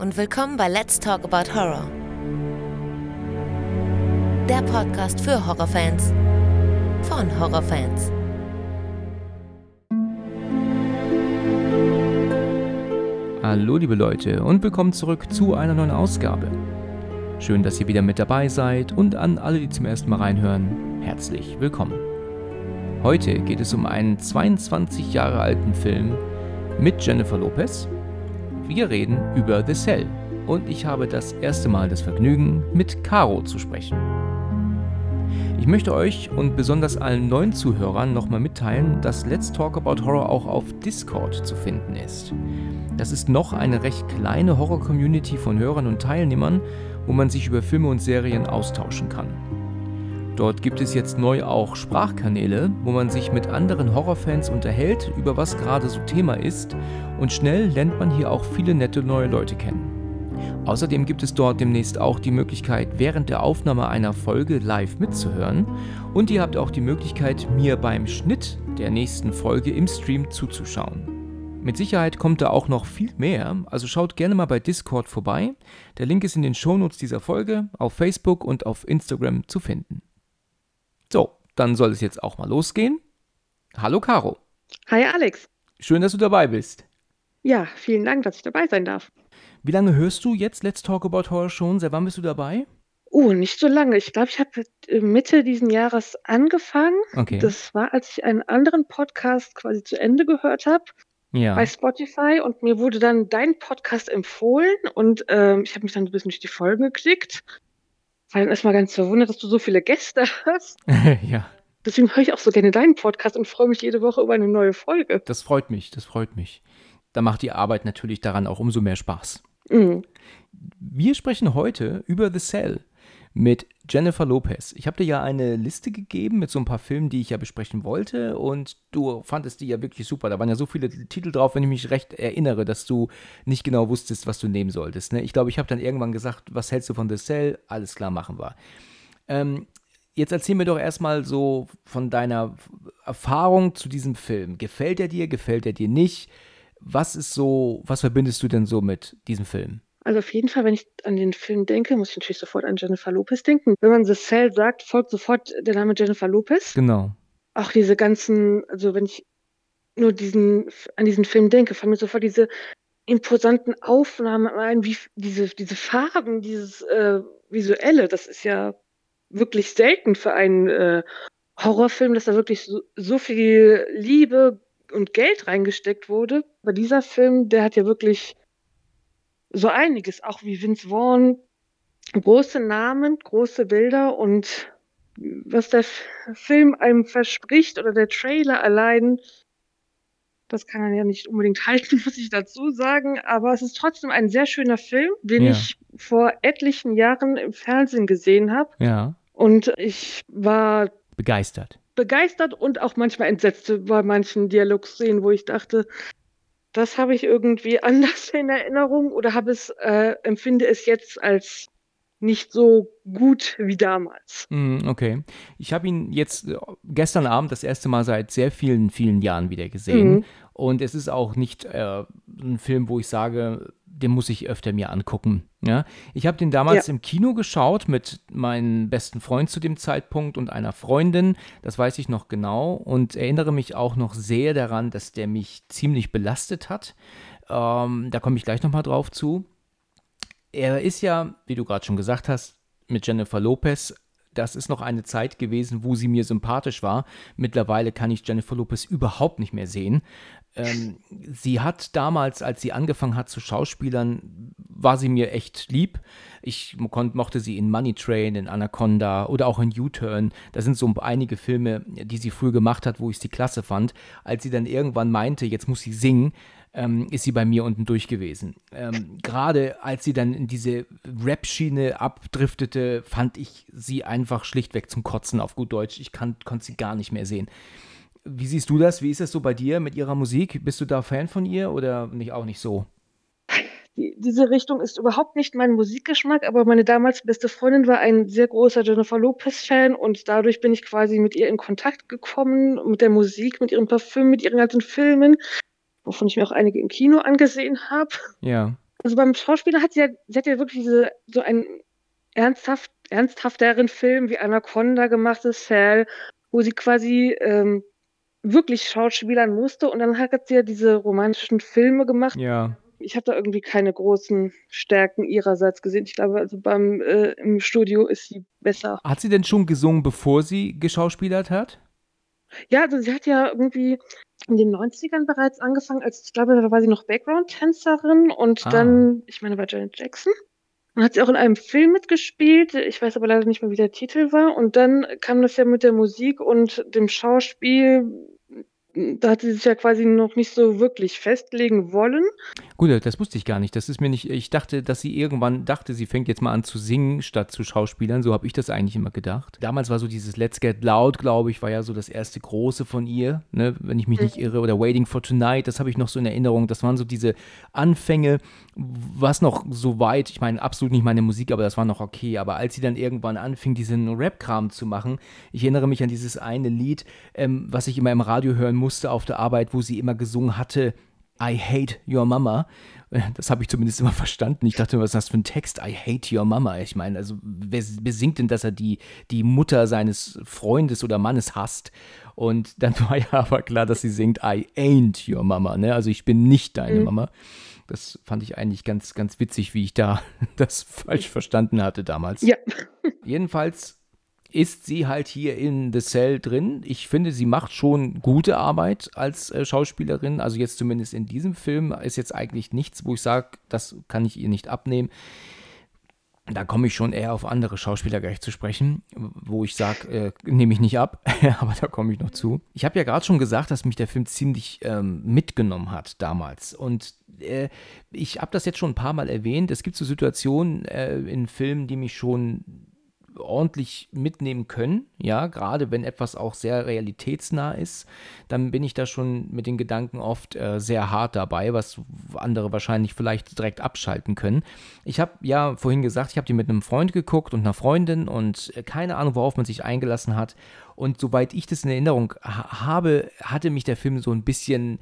und willkommen bei Let's Talk About Horror. Der Podcast für Horrorfans von Horrorfans. Hallo liebe Leute und willkommen zurück zu einer neuen Ausgabe. Schön, dass ihr wieder mit dabei seid und an alle, die zum ersten Mal reinhören, herzlich willkommen. Heute geht es um einen 22 Jahre alten Film mit Jennifer Lopez. Wir reden über The Cell und ich habe das erste Mal das Vergnügen, mit Caro zu sprechen. Ich möchte euch und besonders allen neuen Zuhörern nochmal mitteilen, dass Let's Talk About Horror auch auf Discord zu finden ist. Das ist noch eine recht kleine Horror-Community von Hörern und Teilnehmern, wo man sich über Filme und Serien austauschen kann. Dort gibt es jetzt neu auch Sprachkanäle, wo man sich mit anderen Horrorfans unterhält, über was gerade so Thema ist, und schnell lernt man hier auch viele nette neue Leute kennen. Außerdem gibt es dort demnächst auch die Möglichkeit, während der Aufnahme einer Folge live mitzuhören, und ihr habt auch die Möglichkeit, mir beim Schnitt der nächsten Folge im Stream zuzuschauen. Mit Sicherheit kommt da auch noch viel mehr, also schaut gerne mal bei Discord vorbei. Der Link ist in den Shownotes dieser Folge, auf Facebook und auf Instagram zu finden. So, dann soll es jetzt auch mal losgehen. Hallo Caro. Hi Alex. Schön, dass du dabei bist. Ja, vielen Dank, dass ich dabei sein darf. Wie lange hörst du jetzt Let's Talk About Horror schon? Seit wann bist du dabei? Nicht so lange. Ich glaube, ich habe Mitte diesen Jahres angefangen. Okay. Das war, als ich einen anderen Podcast quasi zu Ende gehört habe Ja. bei Spotify, und mir wurde dann dein Podcast empfohlen und ich habe mich dann ein bisschen durch die Folgen geklickt. War dann erstmal ganz verwundert, dass du so viele Gäste hast. Ja. Deswegen höre ich auch so gerne deinen Podcast und freue mich jede Woche über eine neue Folge. Das freut mich. Da macht die Arbeit natürlich daran auch umso mehr Spaß. Mhm. Wir sprechen heute über The Cell mit Jennifer Lopez. Ich habe dir ja eine Liste gegeben mit so ein paar Filmen, die ich ja besprechen wollte, und du fandest die ja wirklich super. Da waren ja so viele Titel drauf, wenn ich mich recht erinnere, dass du nicht genau wusstest, was du nehmen solltest. Ne? Ich glaube, ich habe dann irgendwann gesagt, was hältst du von The Cell? Alles klar, machen wir. Jetzt erzähl mir doch erstmal so von deiner Erfahrung zu diesem Film. Gefällt er dir nicht? Was verbindest du denn so mit diesem Film? Also auf jeden Fall, wenn ich an den Film denke, muss ich natürlich sofort an Jennifer Lopez denken. Wenn man The Cell sagt, folgt sofort der Name Jennifer Lopez. Genau. Auch diese ganzen, also wenn ich nur an diesen Film denke, fallen mir sofort diese imposanten Aufnahmen ein, wie diese Farben, dieses Visuelle, das ist ja wirklich selten für einen Horrorfilm, dass da wirklich so viel Liebe und Geld reingesteckt wurde. Aber dieser Film, der hat ja wirklich so einiges, auch wie Vince Vaughn, große Namen, große Bilder, und was der Film einem verspricht oder der Trailer allein, das kann man ja nicht unbedingt halten, muss ich dazu sagen, aber es ist trotzdem ein sehr schöner Film, den ich vor etlichen Jahren im Fernsehen gesehen habe. Ja. Und ich war begeistert und auch manchmal entsetzt bei manchen Dialogszenen, wo ich dachte, das habe ich irgendwie anders in Erinnerung oder empfinde es jetzt als nicht so gut wie damals. Okay. Ich habe ihn jetzt gestern Abend das erste Mal seit sehr vielen, vielen Jahren wieder gesehen. Und es ist auch nicht ein Film, wo ich sage, den muss ich öfter mir angucken. Ja? Ich habe den damals im Kino geschaut mit meinem besten Freund zu dem Zeitpunkt und einer Freundin. Das weiß ich noch genau und erinnere mich auch noch sehr daran, dass der mich ziemlich belastet hat. Da komme ich gleich nochmal drauf zu. Er ist ja, wie du gerade schon gesagt hast, mit Jennifer Lopez. Das ist noch eine Zeit gewesen, wo sie mir sympathisch war. Mittlerweile kann ich Jennifer Lopez überhaupt nicht mehr sehen. Sie hat damals, als sie angefangen hat zu schauspielern, war sie mir echt lieb. Ich mochte sie in Money Train, in Anaconda oder auch in U-Turn. Das sind so einige Filme, die sie früher gemacht hat, wo ich sie klasse fand. Als sie dann irgendwann meinte, jetzt muss sie singen, ist sie bei mir unten durch gewesen. Gerade als sie dann in diese Rap-Schiene abdriftete, fand ich sie einfach schlichtweg zum Kotzen auf gut Deutsch. Ich konnte sie gar nicht mehr sehen. Wie siehst du das? Wie ist es so bei dir mit ihrer Musik? Bist du da Fan von ihr oder auch nicht so? Diese Richtung ist überhaupt nicht mein Musikgeschmack, aber meine damals beste Freundin war ein sehr großer Jennifer Lopez-Fan und dadurch bin ich quasi mit ihr in Kontakt gekommen, mit der Musik, mit ihrem Parfüm, mit ihren ganzen Filmen, wovon ich mir auch einige im Kino angesehen habe. Ja. Also beim Schauspieler sie hat ja wirklich so einen ernsthafteren Film wie Anaconda gemacht, das Cell, wo sie quasi wirklich schauspielern musste und dann hat sie ja diese romantischen Filme gemacht. Ja. Ich habe da irgendwie keine großen Stärken ihrerseits gesehen. Ich glaube, also im Studio ist sie besser. Hat sie denn schon gesungen, bevor sie geschauspielert hat? Ja, also sie hat ja irgendwie in den 90ern bereits angefangen, ich glaube, da war sie noch Background-Tänzerin und dann, ich meine, bei Janet Jackson. Und hat sie auch in einem Film mitgespielt. Ich weiß aber leider nicht mehr, wie der Titel war. Und dann kam das ja mit der Musik und dem Schauspiel. Da hat sie sich ja quasi noch nicht so wirklich festlegen wollen. Gut, das wusste ich gar nicht. Das ist mir nicht. Ich dachte, dass sie irgendwann dachte, sie fängt jetzt mal an zu singen statt zu Schauspielern. So habe ich das eigentlich immer gedacht. Damals war so dieses Let's Get Loud, glaube ich, war ja so das erste große von ihr, ne, wenn ich mich nicht irre. Oder Waiting for Tonight, das habe ich noch so in Erinnerung. Das waren so diese Anfänge, was noch so weit, ich meine, absolut nicht meine Musik, aber das war noch okay. Aber als sie dann irgendwann anfing, diesen Rap-Kram zu machen, ich erinnere mich an dieses eine Lied, was ich immer im Radio hören musste auf der Arbeit, wo sie immer gesungen hatte, I hate your mama. Das habe ich zumindest immer verstanden. Ich dachte, was ist das für ein Text? I hate your mama. Ich meine, also wer singt denn, dass er die Mutter seines Freundes oder Mannes hasst? Und dann war ja aber klar, dass sie singt I ain't your mama. Ne? Also ich bin nicht deine Mama. Das fand ich eigentlich ganz, ganz witzig, wie ich da das falsch verstanden hatte damals. Ja. Jedenfalls ist sie halt hier in The Cell drin. Ich finde, sie macht schon gute Arbeit als Schauspielerin. Also jetzt zumindest in diesem Film ist jetzt eigentlich nichts, wo ich sage, das kann ich ihr nicht abnehmen. Da komme ich schon eher auf andere Schauspieler gleich zu sprechen, wo ich sage, nehme ich nicht ab, aber da komme ich noch zu. Ich habe ja gerade schon gesagt, dass mich der Film ziemlich mitgenommen hat damals. Und ich habe das jetzt schon ein paar Mal erwähnt. Es gibt so Situationen in Filmen, die mich schon ordentlich mitnehmen können, ja, gerade wenn etwas auch sehr realitätsnah ist, dann bin ich da schon mit den Gedanken oft sehr hart dabei, was andere wahrscheinlich vielleicht direkt abschalten können. Ich habe ja vorhin gesagt, ich habe die mit einem Freund geguckt und einer Freundin und keine Ahnung, worauf man sich eingelassen hat und soweit ich das in Erinnerung habe, hatte mich der Film so ein bisschen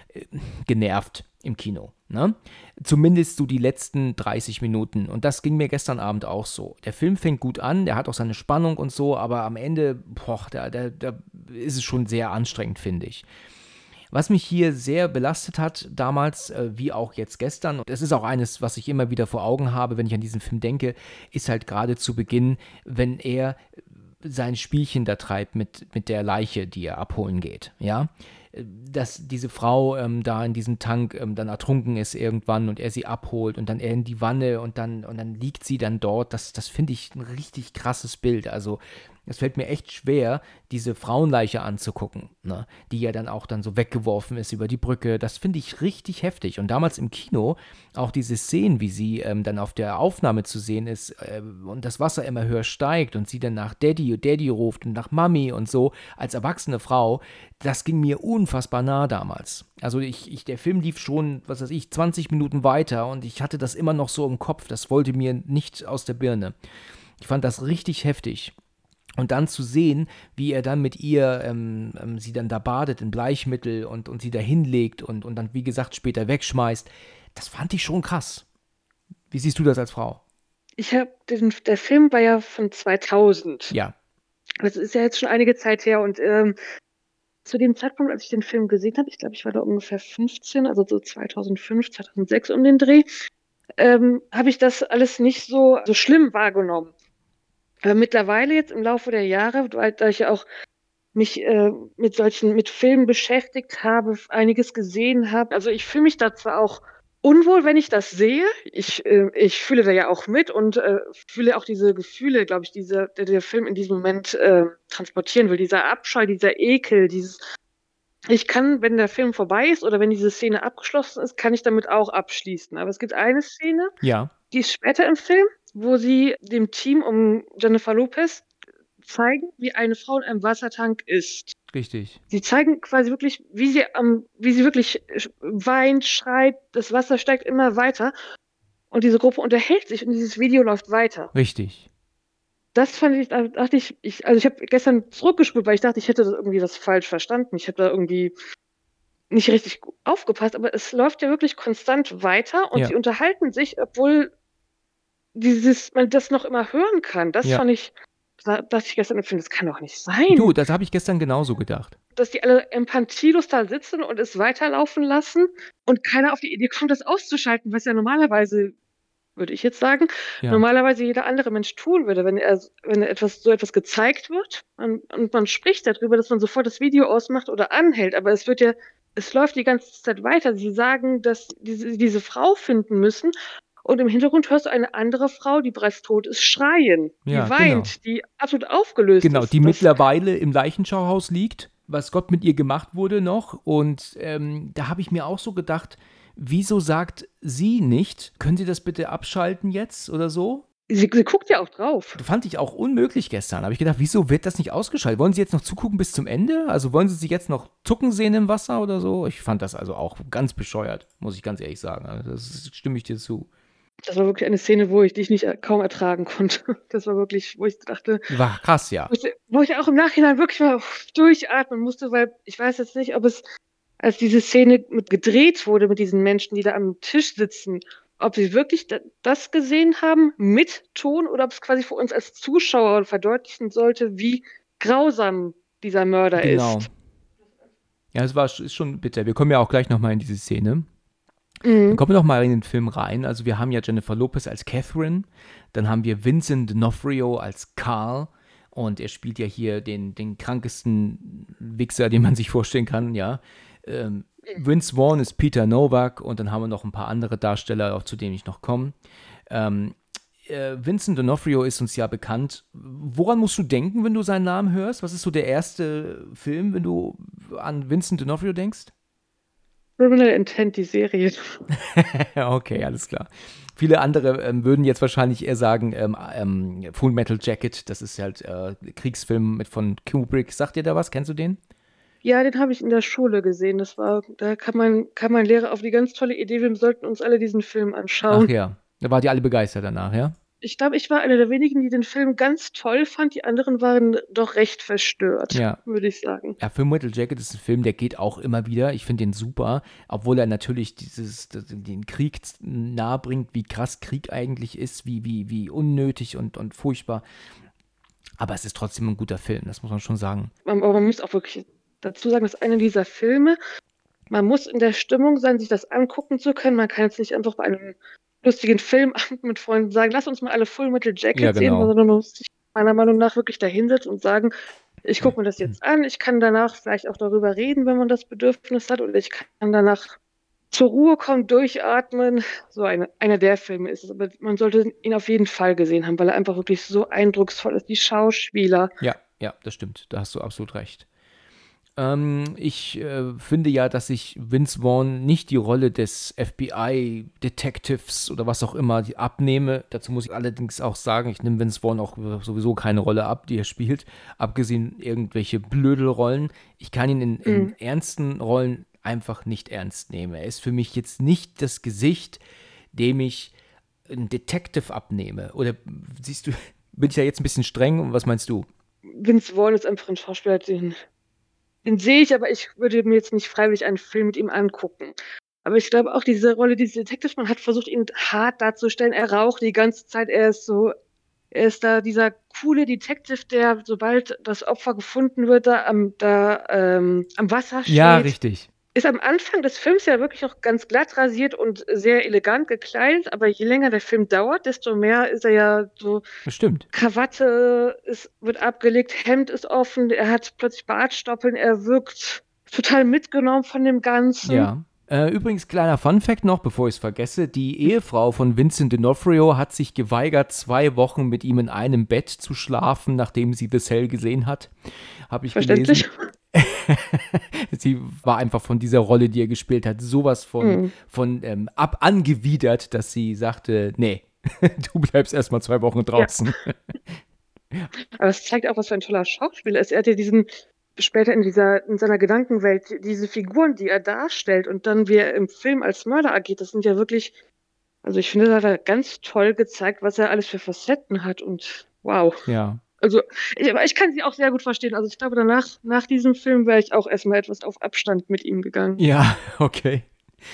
genervt im Kino. Ne? Zumindest so die letzten 30 Minuten. Und das ging mir gestern Abend auch so. Der Film fängt gut an, der hat auch seine Spannung und so, aber am Ende, da ist es schon sehr anstrengend, finde ich. Was mich hier sehr belastet hat, damals wie auch jetzt gestern, und das ist auch eines, was ich immer wieder vor Augen habe, wenn ich an diesen Film denke, ist halt gerade zu Beginn, wenn er sein Spielchen da treibt mit der Leiche, die er abholen geht, ja, dass diese Frau da in diesem Tank dann ertrunken ist irgendwann und er sie abholt und dann er in die Wanne und dann liegt sie dann dort, das finde ich ein richtig krasses Bild, also es fällt mir echt schwer, diese Frauenleiche anzugucken, ne? Die ja dann auch dann so weggeworfen ist über die Brücke. Das finde ich richtig heftig. Und damals im Kino auch diese Szenen, wie sie dann auf der Aufnahme zu sehen ist und das Wasser immer höher steigt und sie dann nach Daddy ruft und nach Mami und so als erwachsene Frau, das ging mir unfassbar nah damals. Also der Film lief schon, 20 Minuten weiter und ich hatte das immer noch so im Kopf. Das wollte mir nicht aus der Birne. Ich fand das richtig heftig. Und dann zu sehen, wie er dann mit ihr, sie dann da badet in Bleichmittel und sie da hinlegt und dann, wie gesagt, später wegschmeißt, das fand ich schon krass. Wie siehst du das als Frau? Der Film war ja von 2000. Ja. Das ist ja jetzt schon einige Zeit her und zu dem Zeitpunkt, als ich den Film gesehen habe, ich glaube, ich war da ungefähr 15, also so 2005, 2006 um den Dreh, habe ich das alles nicht so schlimm wahrgenommen. Aber mittlerweile jetzt im Laufe der Jahre, da ich ja auch mich mit Filmen beschäftigt habe, einiges gesehen habe, also ich fühle mich da zwar auch unwohl, wenn ich das sehe. Ich fühle da ja auch mit und fühle auch diese Gefühle, glaube ich, der Film in diesem Moment transportieren will. Dieser Abscheu, dieser Ekel, ich kann, wenn der Film vorbei ist oder wenn diese Szene abgeschlossen ist, kann ich damit auch abschließen. Aber es gibt eine Szene, Ja. die ist später im Film, wo sie dem Team um Jennifer Lopez zeigen, wie eine Frau in einem Wassertank ist. Richtig. Sie zeigen quasi wirklich, wie sie wirklich weint, schreit, das Wasser steigt immer weiter und diese Gruppe unterhält sich und dieses Video läuft weiter. Richtig. Das fand ich, da dachte ich habe gestern zurückgespult, weil ich dachte, ich hätte das falsch verstanden. Ich habe da irgendwie nicht richtig aufgepasst, aber es läuft ja wirklich konstant weiter und Ja. sie unterhalten sich, obwohl man das noch immer hören kann. Das Ja. fand ich, da dachte ich gestern im Film, das kann doch nicht Du, sein, das habe ich gestern genauso gedacht. dass die alle empathielos da sitzen und es weiterlaufen lassen und keiner auf die Idee kommt, das auszuschalten, was ja normalerweise, würde ich jetzt sagen, Ja. normalerweise jeder andere Mensch tun würde, wenn so etwas gezeigt wird und man spricht darüber, dass man sofort das Video ausmacht oder anhält. Aber es läuft die ganze Zeit weiter. Sie sagen, dass diese Frau finden müssen. Und im Hintergrund hörst du eine andere Frau, die bereits tot ist, schreien, Ja, die genau. weint, die absolut aufgelöst Genau, ist. die mittlerweile im Leichenschauhaus liegt, was Gott mit ihr gemacht wurde noch. Und da habe ich mir auch so gedacht, wieso sagt sie nicht, können Sie das bitte abschalten jetzt oder so? Sie guckt ja auch drauf. Fand ich auch unmöglich gestern. Habe ich gedacht, wieso wird das nicht ausgeschaltet? Wollen Sie jetzt noch zugucken bis zum Ende? Also wollen Sie sich jetzt noch zucken sehen im Wasser oder so? Ich fand das also auch ganz bescheuert, muss ich ganz ehrlich sagen. Also das stimme ich dir zu. Das war wirklich eine Szene, wo ich dich kaum ertragen konnte. Das war wirklich, wo ich dachte, War krass, ja. wo ich auch im Nachhinein wirklich mal durchatmen musste, weil ich weiß jetzt nicht, ob es, als diese Szene gedreht wurde mit diesen Menschen, die da am Tisch sitzen, ob sie wirklich das gesehen haben mit Ton oder ob es quasi für uns als Zuschauer verdeutlichen sollte, wie grausam dieser Mörder Genau. ist. Ja, ist schon bitter. Wir kommen ja auch gleich nochmal in diese Szene. Dann kommen wir noch mal in den Film rein. Also wir haben ja Jennifer Lopez als Catherine, dann haben wir Vincent D'Onofrio als Carl und er spielt ja hier den krankesten Wichser, den man sich vorstellen kann, ja. Vince Vaughn ist Peter Novak und dann haben wir noch ein paar andere Darsteller, auch zu denen ich noch komme. Vincent D'Onofrio ist uns ja bekannt. Woran musst du denken, wenn du seinen Namen hörst? Was ist so der erste Film, wenn du an Vincent D'Onofrio denkst? Criminal Intent, die Serie. Okay, alles klar. Viele andere würden jetzt wahrscheinlich eher sagen, Full Metal Jacket, das ist halt Kriegsfilm von Kubrick. Sagt dir da was? Kennst du den? Ja, den habe ich in der Schule gesehen. Da kam mein Lehrer auf die ganz tolle Idee, wir sollten uns alle diesen Film anschauen. Ach ja, da wart ihr alle begeistert danach, ja? Ich glaube, ich war einer der wenigen, die den Film ganz toll fand. Die anderen waren doch recht verstört, Ja. würde ich sagen. Ja, Full Metal Jacket ist ein Film, der geht auch immer wieder. Ich finde den super, obwohl er natürlich den Krieg nahe bringt, wie krass Krieg eigentlich ist, wie unnötig und furchtbar. Aber es ist trotzdem ein guter Film, das muss man schon sagen. Aber man muss auch wirklich dazu sagen, dass einer dieser Filme, man muss in der Stimmung sein, sich das angucken zu können. Man kann jetzt nicht einfach bei einem lustigen Filmabend mit Freunden sagen, lass uns mal alle Full Metal Jacket sehen, sondern man muss sich meiner Meinung nach wirklich dahinsetzen und sagen, ich gucke mir das jetzt an, ich kann danach vielleicht auch darüber reden, wenn man das Bedürfnis hat, oder ich kann danach zur Ruhe kommen, durchatmen. So einer der Filme ist es, aber man sollte ihn auf jeden Fall gesehen haben, weil er einfach wirklich so eindrucksvoll ist, die Schauspieler. Ja, das stimmt, da hast du absolut recht. Ich finde ja, dass ich Vince Vaughn nicht die Rolle des FBI-Detectives oder was auch immer abnehme. Dazu muss ich allerdings auch sagen, ich nehme Vince Vaughn auch sowieso keine Rolle ab, die er spielt, abgesehen irgendwelche Blödelrollen. Ich kann ihn in ernsten Rollen einfach nicht ernst nehmen. Er ist für mich jetzt nicht das Gesicht, dem ich einen Detective abnehme. Oder siehst du, bin ich ja jetzt ein bisschen streng? Was meinst du? Vince Vaughn ist einfach ein Schauspieler, den sehe ich, aber ich würde mir jetzt nicht freiwillig einen Film mit ihm angucken. Aber ich glaube auch, diese Rolle dieses Detectives, man hat versucht, ihn hart darzustellen. Er raucht die ganze Zeit, er ist da dieser coole Detective, der, sobald das Opfer gefunden wird, da am Wasser steht. Ja, richtig. Ist am Anfang des Films ja wirklich noch ganz glatt rasiert und sehr elegant gekleidet, aber je länger der Film dauert, desto mehr ist er ja so. Stimmt. Krawatte wird abgelegt, Hemd ist offen, er hat plötzlich Bartstoppeln, er wirkt total mitgenommen von dem Ganzen. Ja. Übrigens, kleiner Funfact noch, bevor ich es vergesse: Die Ehefrau von Vincent D'Onofrio hat sich geweigert, 2 Wochen mit ihm in einem Bett zu schlafen, nachdem sie The Cell gesehen hat. Habe ich gelesen. Sie war einfach von dieser Rolle, die er gespielt hat, sowas von angewidert, dass sie sagte, nee, du bleibst erstmal 2 Wochen draußen. Ja. Aber es zeigt auch, was für ein toller Schauspieler ist. Er hat ja später in seiner Gedankenwelt, diese Figuren, die er darstellt und dann, wie er im Film als Mörder agiert, das sind ja wirklich, also ich finde, da hat er ganz toll gezeigt, was er alles für Facetten hat und wow. Ja. Also, aber ich kann sie auch sehr gut verstehen. Also ich glaube, nach diesem Film wäre ich auch erstmal etwas auf Abstand mit ihm gegangen. Ja, okay.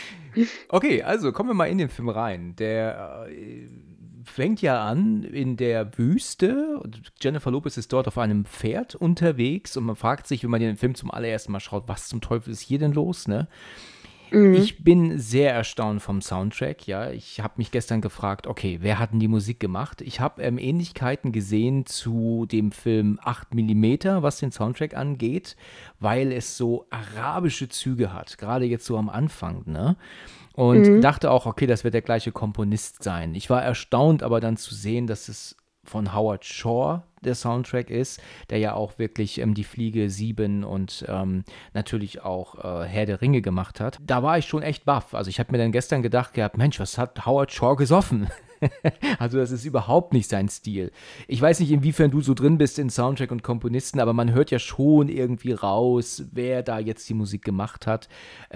Okay, also kommen wir mal in den Film rein. Der fängt ja an in der Wüste. Und Jennifer Lopez ist dort auf einem Pferd unterwegs und man fragt sich, wenn man den Film zum allerersten Mal schaut, was zum Teufel ist hier denn los, ne? Mhm. Ich bin sehr erstaunt vom Soundtrack, ja. Ich habe mich gestern gefragt, okay, wer hat denn die Musik gemacht? Ich habe Ähnlichkeiten gesehen zu dem Film 8 Millimeter, was den Soundtrack angeht, weil es so arabische Züge hat, gerade jetzt so am Anfang, ne? Und Mhm. dachte auch, okay, das wird der gleiche Komponist sein. Ich war erstaunt, aber dann zu sehen, dass es von Howard Shore der Soundtrack ist, der ja auch wirklich die Fliege 7 und natürlich auch Herr der Ringe gemacht hat. Da war ich schon echt baff. Also ich habe mir dann gestern gedacht gehabt, Mensch, was hat Howard Shore gesoffen? Also das ist überhaupt nicht sein Stil. Ich weiß nicht, inwiefern du so drin bist in Soundtrack und Komponisten, aber man hört ja schon irgendwie raus, wer da jetzt die Musik gemacht hat.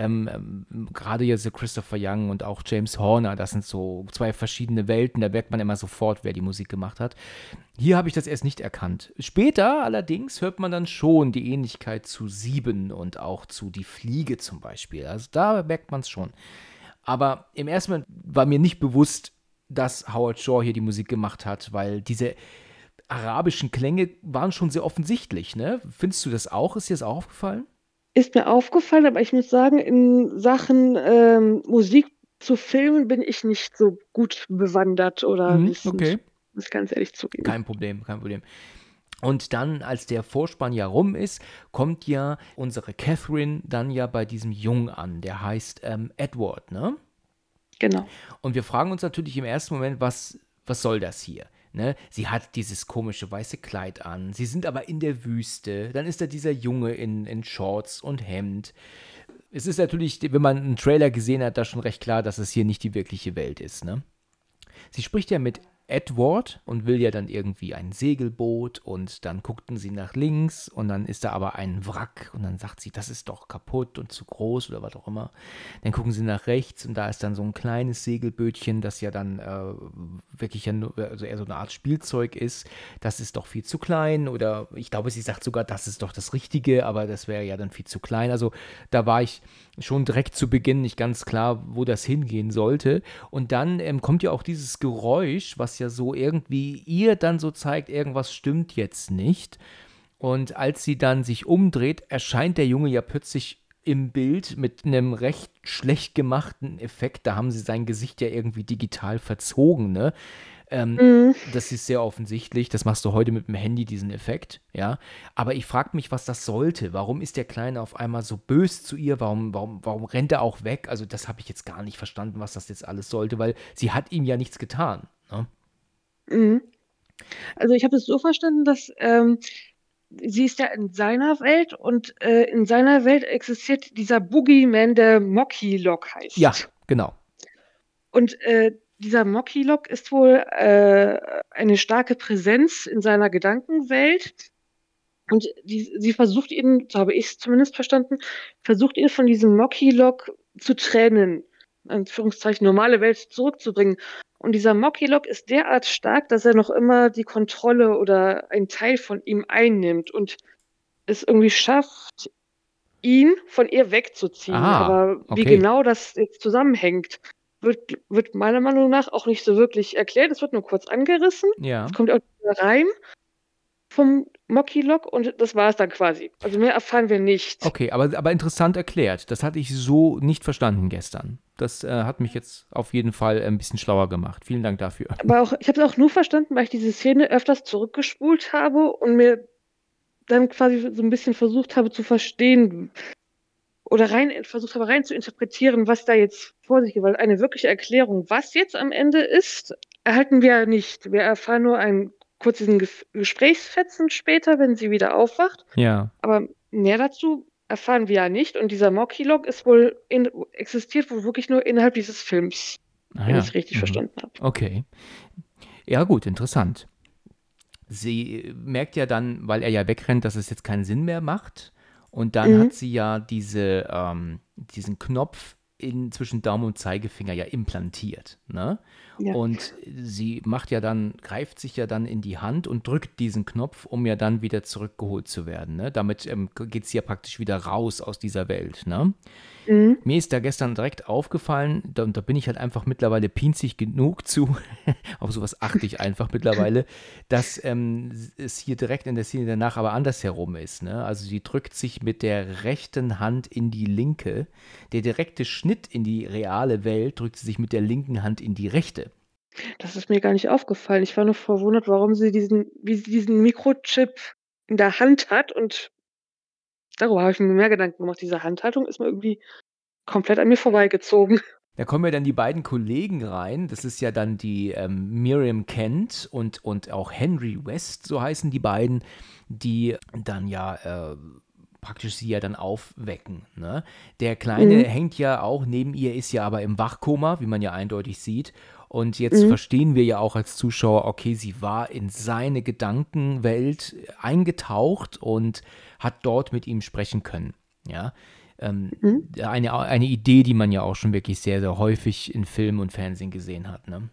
Gerade jetzt so Christopher Young und auch James Horner, das sind so zwei verschiedene Welten, da merkt man immer sofort, wer die Musik gemacht hat. Hier habe ich das erst nicht erkannt. Später allerdings hört man dann schon die Ähnlichkeit zu Sieben und auch zu Die Fliege zum Beispiel. Also da merkt man es schon. Aber im ersten Moment war mir nicht bewusst, dass Howard Shore hier die Musik gemacht hat, weil diese arabischen Klänge waren schon sehr offensichtlich, ne? Findest du das auch? Ist dir das auch aufgefallen? Ist mir aufgefallen, aber ich muss sagen, in Sachen Musik zu Filmen bin ich nicht so gut bewandert oder Okay. wissend. Muss ich ganz ehrlich zugeben. Kein Problem, kein Problem. Und dann, als der Vorspann ja rum ist, kommt ja unsere Catherine dann ja bei diesem Jungen an. Der heißt Edward, ne? Genau. Und wir fragen uns natürlich im ersten Moment, was soll das hier? Ne? Sie hat dieses komische weiße Kleid an. Sie sind aber in der Wüste. Dann ist da dieser Junge in Shorts und Hemd. Es ist natürlich, wenn man einen Trailer gesehen hat, da schon recht klar, dass es hier nicht die wirkliche Welt ist. Ne? Sie spricht ja mit Edward und will ja dann irgendwie ein Segelboot und dann guckten sie nach links und dann ist da aber ein Wrack und dann sagt sie, das ist doch kaputt und zu groß oder was auch immer. Dann gucken sie nach rechts und da ist dann so ein kleines Segelbötchen, das ja dann wirklich ja nur, also eher so eine Art Spielzeug ist. Das ist doch viel zu klein oder ich glaube, sie sagt sogar, das ist doch das Richtige, aber das wäre ja dann viel zu klein. Also da war ich schon direkt zu Beginn nicht ganz klar, wo das hingehen sollte. Und dann kommt ja auch dieses Geräusch, was ja so irgendwie ihr dann so zeigt, irgendwas stimmt jetzt nicht. Und als sie dann sich umdreht, erscheint der Junge ja plötzlich im Bild mit einem recht schlecht gemachten Effekt. Da haben sie sein Gesicht ja irgendwie digital verzogen, ne? Das ist sehr offensichtlich. Das machst du heute mit dem Handy, diesen Effekt, ja. Aber ich frage mich, was das sollte. Warum ist der Kleine auf einmal so böse zu ihr? Warum rennt er auch weg? Also, das habe ich jetzt gar nicht verstanden, was das jetzt alles sollte, weil sie hat ihm ja nichts getan. Ne? Mhm. Also ich habe es so verstanden, dass sie ist ja in seiner Welt und in seiner Welt existiert dieser Boogeyman, der Mocky Lock heißt. Ja, genau. Und dieser Mocky Lock ist wohl eine starke Präsenz in seiner Gedankenwelt. Und sie versucht ihn, so habe ich es zumindest verstanden, versucht ihn von diesem Mocky Lock zu trennen, in Anführungszeichen normale Welt zurückzubringen. Und dieser Mocky Lock ist derart stark, dass er noch immer die Kontrolle oder einen Teil von ihm einnimmt und es irgendwie schafft, ihn von ihr wegzuziehen. Aber wie okay. genau das jetzt zusammenhängt, wird meiner Meinung nach auch nicht so wirklich erklärt. Es wird nur kurz angerissen. Ja. Es kommt auch der Reim vom Mocky Lock und das war es dann quasi. Also mehr erfahren wir nicht. Okay, aber interessant erklärt. Das hatte ich so nicht verstanden gestern. Das hat mich jetzt auf jeden Fall ein bisschen schlauer gemacht. Vielen Dank dafür. Aber auch, ich habe es auch nur verstanden, weil ich diese Szene öfters zurückgespult habe und mir dann quasi so ein bisschen versucht habe zu verstehen oder versucht habe rein zu interpretieren, was da jetzt vor sich geht. Weil eine wirkliche Erklärung, was jetzt am Ende ist, erhalten wir ja nicht. Wir erfahren nur einen kurzen Gesprächsfetzen später, wenn sie wieder aufwacht. Ja. Aber mehr dazu erfahren wir ja nicht. Und dieser Mocky Lock existiert wohl wirklich nur innerhalb dieses Films, wenn ich es richtig verstanden habe. Okay. Ja, gut, interessant. Sie merkt ja dann, weil er ja wegrennt, dass es jetzt keinen Sinn mehr macht. Und dann hat sie ja diesen Knopf zwischen Daumen und Zeigefinger ja implantiert, ne? Ja. Und sie greift sich ja dann in die Hand und drückt diesen Knopf, um ja dann wieder zurückgeholt zu werden, ne? Damit geht sie ja praktisch wieder raus aus dieser Welt, ne? Mhm. Mir ist da gestern direkt aufgefallen, da bin ich halt einfach mittlerweile pinzig genug zu, auf sowas achte ich einfach mittlerweile, dass es hier direkt in der Szene danach aber andersherum ist, ne? Also sie drückt sich mit der rechten Hand in die linke, der direkte Schnitt in die reale Welt drückt sie sich mit der linken Hand in die rechte. Das ist mir gar nicht aufgefallen. Ich war nur verwundert, wie sie diesen Mikrochip in der Hand hat, und darüber habe ich mir mehr Gedanken gemacht. Diese Handhaltung ist mir irgendwie komplett an mir vorbeigezogen. Da kommen ja dann die beiden Kollegen rein. Das ist ja dann die Miriam Kent und auch Henry West, so heißen die beiden, die dann ja praktisch sie ja dann aufwecken. Ne? Der Kleine Mhm. hängt ja auch neben ihr, ist ja aber im Wachkoma, wie man ja eindeutig sieht. Und jetzt Mhm. verstehen wir ja auch als Zuschauer, okay, sie war in seine Gedankenwelt eingetaucht und hat dort mit ihm sprechen können. Ja. Mhm. Eine Idee, die man ja auch schon wirklich sehr, sehr häufig in Film und Fernsehen gesehen hat. Ne?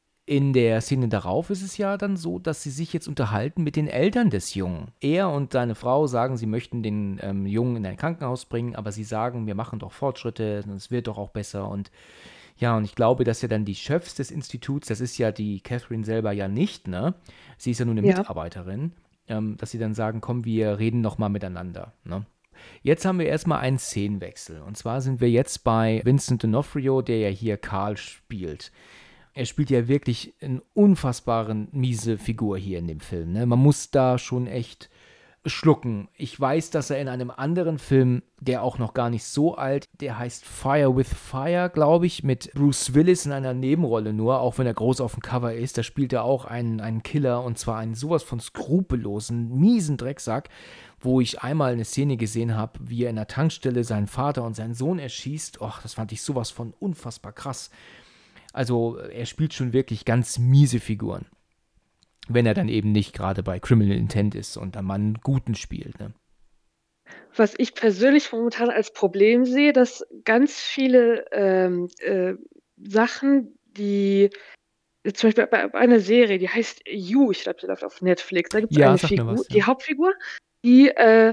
In der Szene darauf ist es ja dann so, dass sie sich jetzt unterhalten mit den Eltern des Jungen. Er und seine Frau sagen, sie möchten den Jungen in ein Krankenhaus bringen, aber sie sagen, wir machen doch Fortschritte, es wird doch auch besser. Und ja, und ich glaube, dass ja dann die Chefs des Instituts, das ist ja die Catherine selber ja nicht, ne? Sie ist ja nur eine Ja. Mitarbeiterin, dass sie dann sagen, komm, wir reden noch mal miteinander, ne? Jetzt haben wir erstmal einen Szenenwechsel. Und zwar sind wir jetzt bei Vincent D'Onofrio, der ja hier Karl spielt. Er spielt ja wirklich eine unfassbare miese Figur hier in dem Film. Ne? Man muss da schon echt schlucken. Ich weiß, dass er in einem anderen Film, der auch noch gar nicht so alt, der heißt Fire with Fire, glaube ich, mit Bruce Willis in einer Nebenrolle nur, auch wenn er groß auf dem Cover ist. Da spielt er auch einen Killer, und zwar einen sowas von skrupellosen, miesen Drecksack, wo ich einmal eine Szene gesehen habe, wie er in der Tankstelle seinen Vater und seinen Sohn erschießt. Och, das fand ich sowas von unfassbar krass. Also er spielt schon wirklich ganz miese Figuren. Wenn er dann eben nicht gerade bei Criminal Intent ist und dann mal einen Guten spielt. Ne? Was ich persönlich momentan als Problem sehe, dass ganz viele Sachen, die zum Beispiel bei einer Serie, die heißt You, ich glaube, die läuft auf Netflix. Da gibt es Ja, eine sag mir Figur, was, die ja. Hauptfigur, die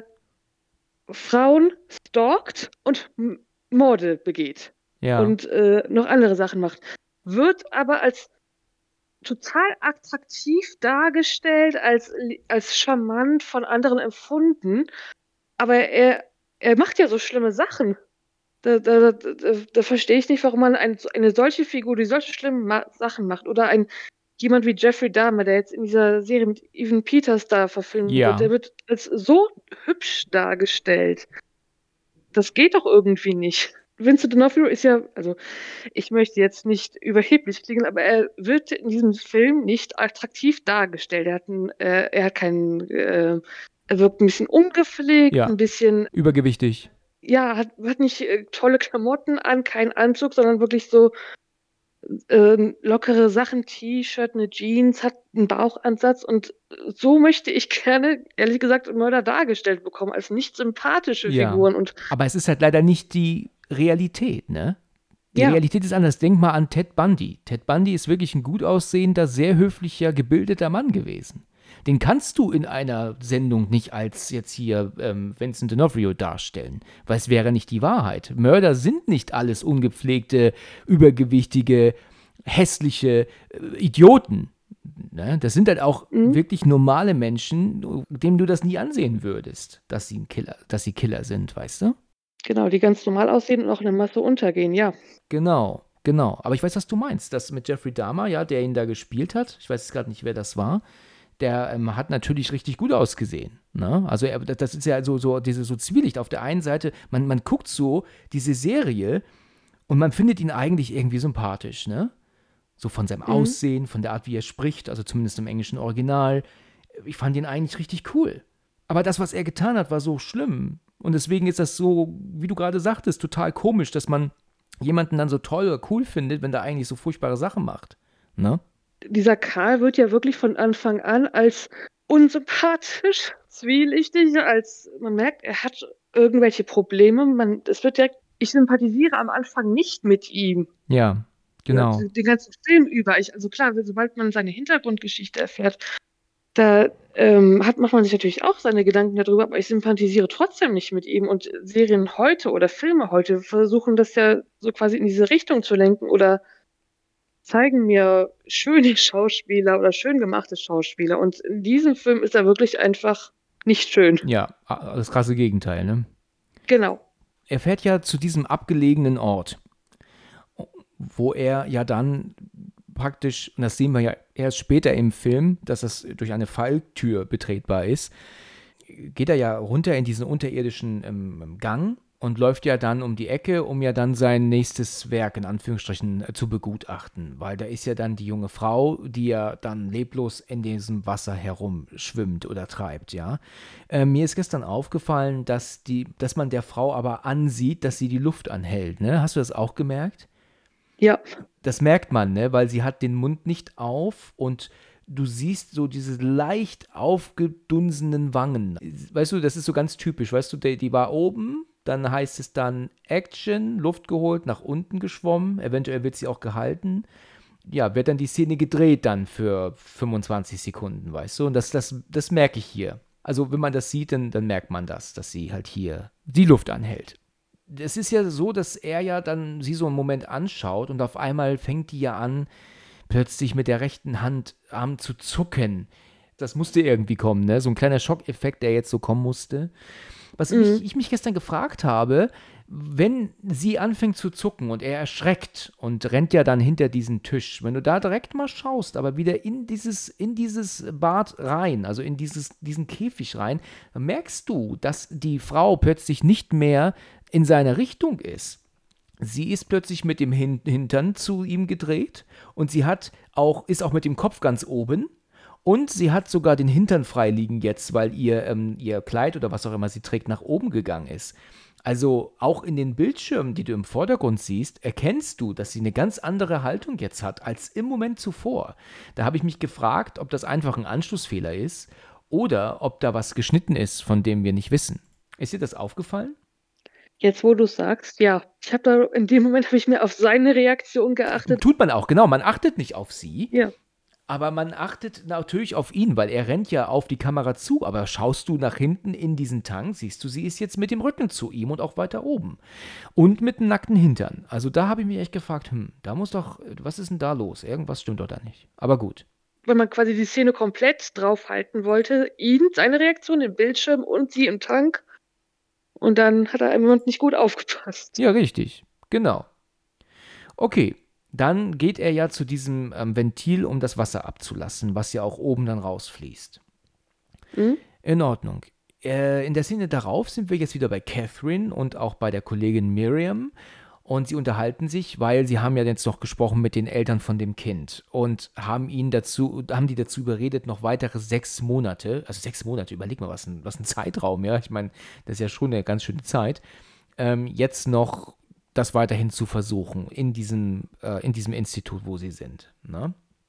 Frauen stalkt und Morde begeht Ja, und noch andere Sachen macht. Wird aber als total attraktiv dargestellt, als charmant von anderen empfunden. Aber er macht ja so schlimme Sachen. Da verstehe ich nicht, warum man eine solche Figur, die solche schlimme Sachen macht. Oder jemand wie Jeffrey Dahmer, der jetzt in dieser Serie mit Evan Peters da verfilmt wird, ja. der wird als so hübsch dargestellt. Das geht doch irgendwie nicht. Vincent D'Onofrio ist ja, also ich möchte jetzt nicht überheblich klingen, aber er wird in diesem Film nicht attraktiv dargestellt. Er hat keinen, er wirkt ein bisschen ungepflegt, Ja, ein bisschen, übergewichtig. ja, hat nicht tolle Klamotten an, keinen Anzug, sondern wirklich so lockere Sachen, T-Shirt, eine Jeans, hat einen Bauchansatz, und so möchte ich gerne, ehrlich gesagt, Mörder dargestellt bekommen, als nicht sympathische Ja. Figuren. Und Aber es ist halt leider nicht die Realität, ne? Die ja, Realität ist anders. Denk mal an Ted Bundy. Ted Bundy ist wirklich ein gut aussehender, sehr höflicher, gebildeter Mann gewesen. Den kannst du in einer Sendung nicht als jetzt hier Vincent D'Onofrio darstellen, weil es wäre nicht die Wahrheit. Mörder sind nicht alles ungepflegte, übergewichtige, hässliche Idioten. Ne? Das sind halt auch mhm. wirklich normale Menschen, denen du das nie ansehen würdest, dass sie Killer sind, weißt du? Genau, die ganz normal aussehen und auch in der Masse untergehen, ja. Genau, genau. Aber ich weiß, was du meinst. Das mit Jeffrey Dahmer, ja, der ihn da gespielt hat, ich weiß jetzt gerade nicht, wer das war, der hat natürlich richtig gut ausgesehen. Ne? Also das ist ja so diese so Zwielicht. Auf der einen Seite, man guckt so diese Serie und man findet ihn eigentlich irgendwie sympathisch, ne? So von seinem Mhm. Aussehen, von der Art, wie er spricht, also zumindest im englischen Original. Ich fand ihn eigentlich richtig cool. Aber das, was er getan hat, war so schlimm. Und deswegen ist das so, wie du gerade sagtest, total komisch, dass man jemanden dann so toll oder cool findet, wenn der eigentlich so furchtbare Sachen macht. Ne? Dieser Karl wird ja wirklich von Anfang an als unsympathisch, zwielichtig, als man merkt, er hat irgendwelche Probleme. Es wird direkt ich sympathisiere am Anfang nicht mit ihm. Ja, genau. Den ganzen Film über. Also klar, sobald man seine Hintergrundgeschichte erfährt, da macht man sich natürlich auch seine Gedanken darüber, aber ich sympathisiere trotzdem nicht mit ihm. Und Serien heute oder Filme heute versuchen das ja so quasi in diese Richtung zu lenken oder zeigen mir schöne Schauspieler oder schön gemachte Schauspieler. Und in diesem Film ist er wirklich einfach nicht schön. Ja, das krasse Gegenteil, ne? Genau. Er fährt ja zu diesem abgelegenen Ort, wo er ja dann praktisch, und das sehen wir ja erst später im Film, dass das durch eine Falltür betretbar ist, geht er ja runter in diesen unterirdischen Gang und läuft ja dann um die Ecke, um ja dann sein nächstes Werk in Anführungsstrichen zu begutachten, weil da ist ja dann die junge Frau, die ja dann leblos in diesem Wasser herumschwimmt oder treibt, ja. Mir ist gestern aufgefallen, dass man der Frau aber ansieht, dass sie die Luft anhält, ne? Hast du das auch gemerkt? Ja. Das merkt man, ne? Weil sie hat den Mund nicht auf und du siehst so diese leicht aufgedunsenen Wangen. Weißt du, das ist so ganz typisch. Weißt du, die war oben, dann heißt es dann Action, Luft geholt, nach unten geschwommen, eventuell wird sie auch gehalten. Ja, wird dann die Szene gedreht dann für 25 Sekunden, weißt du? Und das merke ich hier. Also, wenn man das sieht, dann merkt man das, dass sie halt hier die Luft anhält. Es ist ja so, dass er ja dann sie so einen Moment anschaut und auf einmal fängt die ja an, plötzlich mit der rechten Hand zu zucken. Das musste irgendwie kommen, ne? So ein kleiner Schockeffekt, der jetzt so kommen musste. Was ich mich gestern gefragt habe, wenn sie anfängt zu zucken und er erschreckt und rennt ja dann hinter diesen Tisch, wenn du da direkt mal schaust, aber wieder in dieses Bad rein, also in diesen Käfig rein, dann merkst du, dass die Frau plötzlich nicht mehr in seiner Richtung ist. Sie ist plötzlich mit dem Hintern zu ihm gedreht und ist auch mit dem Kopf ganz oben. Und sie hat sogar den Hintern frei liegen jetzt, weil ihr Kleid oder was auch immer sie trägt, nach oben gegangen ist. Also auch in den Bildschirmen, die du im Vordergrund siehst, erkennst du, dass sie eine ganz andere Haltung jetzt hat als im Moment zuvor. Da habe ich mich gefragt, ob das einfach ein Anschlussfehler ist oder ob da was geschnitten ist, von dem wir nicht wissen. Ist dir das aufgefallen? Jetzt, wo du es sagst, ja. In dem Moment habe ich mehr auf seine Reaktion geachtet. Tut man auch, genau. Man achtet nicht auf sie. Ja. Aber man achtet natürlich auf ihn, weil er rennt ja auf die Kamera zu. Aber schaust du nach hinten in diesen Tank, siehst du, sie ist jetzt mit dem Rücken zu ihm und auch weiter oben. Und mit einem nackten Hintern. Also da habe ich mich echt gefragt, da muss doch, was ist denn da los? Irgendwas stimmt doch da nicht. Aber gut. Wenn man quasi die Szene komplett draufhalten wollte, seine Reaktion im Bildschirm und sie im Tank. Und dann hat er im Moment nicht gut aufgepasst. Ja, richtig. Genau. Okay. Dann geht er ja zu diesem Ventil, um das Wasser abzulassen, was ja auch oben dann rausfließt. Mhm. In Ordnung. In der Szene darauf sind wir jetzt wieder bei Catherine und auch bei der Kollegin Miriam. Und sie unterhalten sich, weil sie haben ja jetzt noch gesprochen mit den Eltern von dem Kind und haben die dazu überredet, noch weitere 6 Monate, also 6 Monate, überleg mal, was ein Zeitraum, ja, ich meine, das ist ja schon eine ganz schöne Zeit, jetzt noch das weiterhin zu versuchen in diesem Institut, wo sie sind. Ne?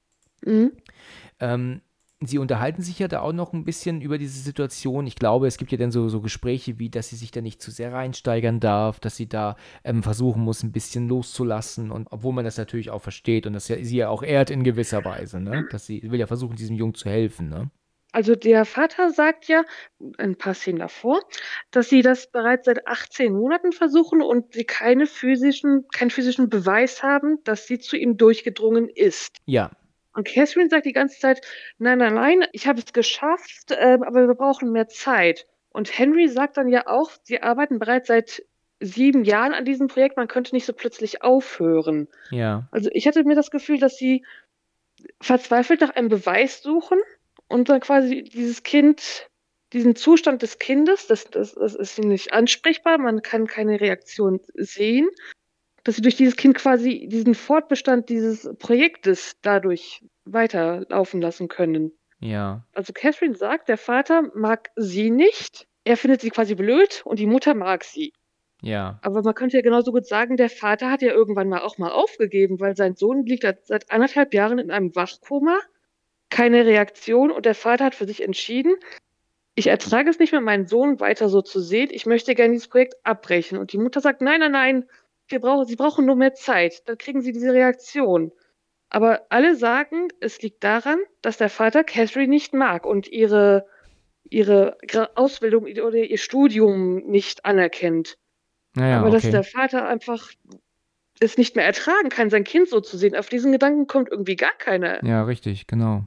Mhm. Sie unterhalten sich ja da auch noch ein bisschen über diese Situation. Ich glaube, es gibt ja dann so Gespräche wie, dass sie sich da nicht zu sehr reinsteigern darf, dass sie da versuchen muss, ein bisschen loszulassen. Und obwohl man das natürlich auch versteht und das sie ja auch ehrt in gewisser Weise, ne? Dass sie will ja versuchen, diesem Jungen zu helfen, ne? Also der Vater sagt ja, ein paar Szenen davor, dass sie das bereits seit 18 Monaten versuchen und sie keinen physischen Beweis haben, dass sie zu ihm durchgedrungen ist. Ja. Und Catherine sagt die ganze Zeit, nein, ich habe es geschafft, aber wir brauchen mehr Zeit. Und Henry sagt dann ja auch, sie arbeiten bereits seit 7 Jahren an diesem Projekt, man könnte nicht so plötzlich aufhören. Ja. Also ich hatte mir das Gefühl, dass sie verzweifelt nach einem Beweis suchen und dann quasi diesen Zustand des Kindes, das ist nicht ansprechbar, man kann keine Reaktion sehen, dass sie durch dieses Kind quasi diesen Fortbestand dieses Projektes dadurch weiterlaufen lassen können. Ja. Also Catherine sagt, der Vater mag sie nicht, er findet sie quasi blöd und die Mutter mag sie. Ja. Aber man könnte ja genauso gut sagen, der Vater hat ja irgendwann mal auch mal aufgegeben, weil sein Sohn liegt seit 1,5 Jahren in einem Wachkoma, keine Reaktion und der Vater hat für sich entschieden, ich ertrage es nicht mehr, meinen Sohn weiter so zu sehen. Ich möchte gerne dieses Projekt abbrechen. Und die Mutter sagt, nein, nein, nein, sie brauchen nur mehr Zeit. Dann kriegen sie diese Reaktion. Aber alle sagen, es liegt daran, dass der Vater Catherine nicht mag und ihre Ausbildung oder ihr Studium nicht anerkennt. Naja, Aber dass okay. der Vater einfach es nicht mehr ertragen kann, sein Kind so zu sehen. Auf diesen Gedanken kommt irgendwie gar keiner. Ja, richtig, genau.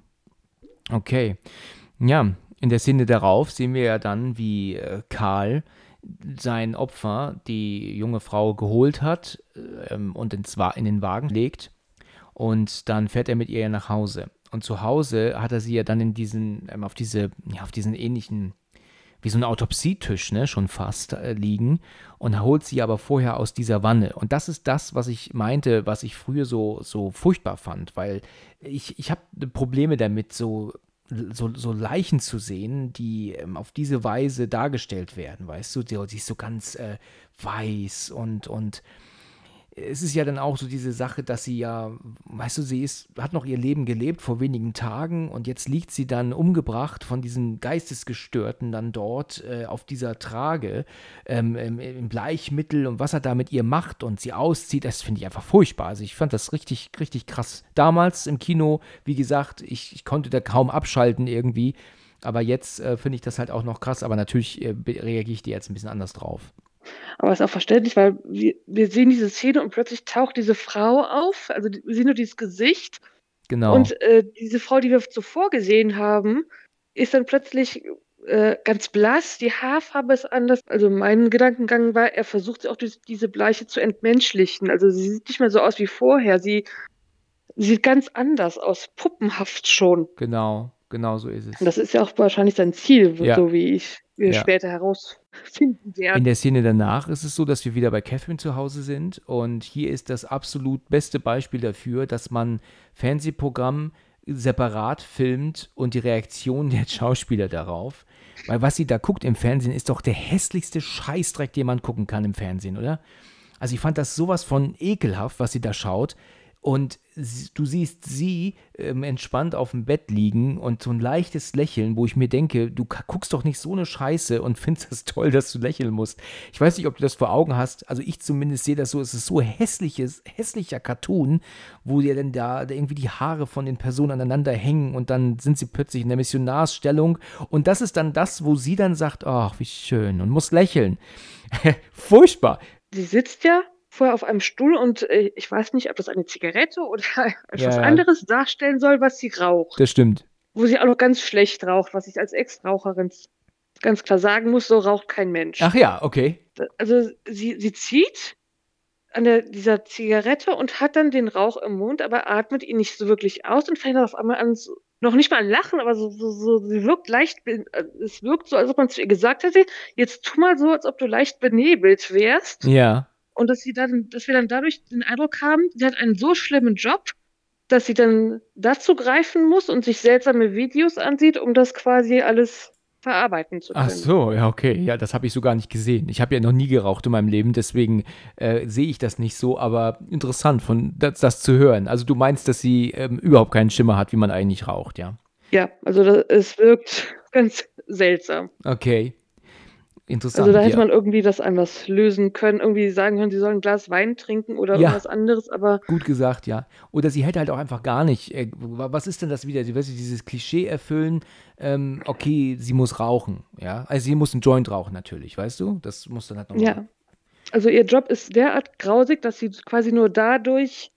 Okay. Ja, in der Szene darauf sehen wir ja dann, wie Karl sein Opfer, die junge Frau, geholt hat und in den Wagen legt. Und dann fährt er mit ihr ja nach Hause. Und zu Hause hat er sie ja dann auf diesen ähnlichen, wie so ein Autopsietisch, ne, schon fast liegen und holt sie aber vorher aus dieser Wanne. Und das ist das, was ich meinte, was ich früher so furchtbar fand, weil ich habe Probleme damit, so Leichen zu sehen, die auf diese Weise dargestellt werden, weißt du, die ist so ganz weiß und es ist ja dann auch so diese Sache, dass sie ja, weißt du, hat noch ihr Leben gelebt vor wenigen Tagen und jetzt liegt sie dann umgebracht von diesen Geistesgestörten dann dort auf dieser Trage im Bleichmittel und was er da mit ihr macht und sie auszieht, das finde ich einfach furchtbar. Also ich fand das richtig, richtig krass. Damals im Kino, wie gesagt, ich konnte da kaum abschalten irgendwie, aber jetzt finde ich das halt auch noch krass, aber natürlich reagiere ich dir jetzt ein bisschen anders drauf. Aber ist auch verständlich, weil wir sehen diese Szene und plötzlich taucht diese Frau auf. Also wir sehen nur dieses Gesicht. Genau. Und diese Frau, die wir zuvor gesehen haben, ist dann plötzlich ganz blass. Die Haarfarbe ist anders. Also mein Gedankengang war, er versucht auch diese Bleiche zu entmenschlichen. Also sie sieht nicht mehr so aus wie vorher. Sie sieht ganz anders aus, puppenhaft schon. Genau so ist es. Und das ist ja auch wahrscheinlich sein Ziel, Ja. so wie wir Ja. später herausfinden werden. In der Szene danach ist es so, dass wir wieder bei Catherine zu Hause sind und hier ist das absolut beste Beispiel dafür, dass man Fernsehprogramm separat filmt und die Reaktion der Schauspieler darauf. Weil was sie da guckt im Fernsehen, ist doch der hässlichste Scheißdreck, den man gucken kann im Fernsehen, oder? Also ich fand das sowas von ekelhaft, was sie da schaut. Und du siehst sie entspannt auf dem Bett liegen und so ein leichtes Lächeln, wo ich mir denke, du guckst doch nicht so eine Scheiße und findest es toll, dass du lächeln musst. Ich weiß nicht, ob du das vor Augen hast. Also ich zumindest sehe das so, es ist so hässlicher Cartoon, wo dir dann da irgendwie die Haare von den Personen aneinander hängen und dann sind sie plötzlich in der Missionarsstellung. Und das ist dann das, wo sie dann sagt, ach, wie schön und muss lächeln. Furchtbar. Sie sitzt ja vorher auf einem Stuhl und ich weiß nicht, ob das eine Zigarette oder etwas Ja. anderes darstellen soll, was sie raucht. Das stimmt. Wo sie auch noch ganz schlecht raucht, was ich als Ex-Raucherin ganz klar sagen muss, so raucht kein Mensch. Ach ja, okay. Also sie zieht an dieser Zigarette und hat dann den Rauch im Mund, aber atmet ihn nicht so wirklich aus und fängt dann auf einmal an, noch nicht mal an Lachen, aber so, sie wirkt es wirkt so, als ob man zu ihr gesagt hätte, jetzt tu mal so, als ob du leicht benebelt wärst. Ja. Und dass wir dann dadurch den Eindruck haben, sie hat einen so schlimmen Job, dass sie dann dazu greifen muss und sich seltsame Videos ansieht, um das quasi alles verarbeiten zu können. Ach so, ja, okay. Ja, das habe ich so gar nicht gesehen. Ich habe ja noch nie geraucht in meinem Leben, deswegen sehe ich das nicht so, aber interessant, das zu hören. Also du meinst, dass sie überhaupt keinen Schimmer hat, wie man eigentlich raucht, ja? Ja, also es wirkt ganz seltsam. Okay. Interessant. Also da hätte man irgendwie das anders lösen können, irgendwie sagen können, sie sollen ein Glas Wein trinken oder irgendwas anderes, aber... Gut gesagt, ja. Oder sie hätte halt auch einfach gar nicht, was ist denn das wieder? Sie will dieses Klischee erfüllen, okay, sie muss rauchen, ja. Also sie muss einen Joint rauchen natürlich, weißt du? Das muss dann halt nochmal... Ja, also ihr Job ist derart grausig, dass sie quasi nur dadurch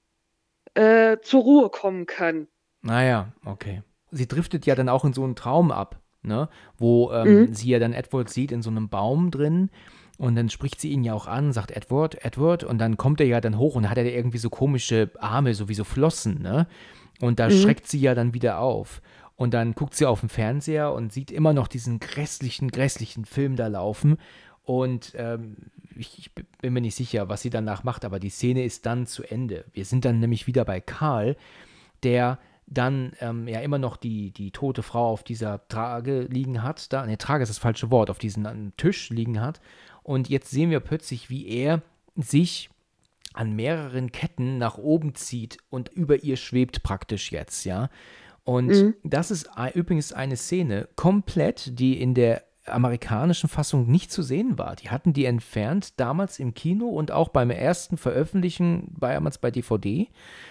zur Ruhe kommen kann. Naja, okay. Sie driftet ja dann auch in so einen Traum ab, ne? Wo sie ja dann Edward sieht in so einem Baum drin und dann spricht sie ihn ja auch an, sagt Edward und dann kommt er ja dann hoch und dann hat er irgendwie so komische Arme, so wie so Flossen, ne? Und da schreckt sie ja dann wieder auf. Und dann guckt sie auf den Fernseher und sieht immer noch diesen grässlichen Film da laufen. Und ich bin mir nicht sicher, was sie danach macht, aber die Szene ist dann zu Ende. Wir sind dann nämlich wieder bei Karl, der dann ja immer noch die tote Frau auf dieser Trage liegen hat. Trage ist das falsche Wort, auf diesem Tisch liegen hat. Und jetzt sehen wir plötzlich, wie er sich an mehreren Ketten nach oben zieht und über ihr schwebt praktisch jetzt, ja. Und das ist übrigens eine Szene komplett, die in der amerikanischen Fassung nicht zu sehen war. Die hatten die entfernt damals im Kino und auch beim ersten Veröffentlichen damals bei DVD,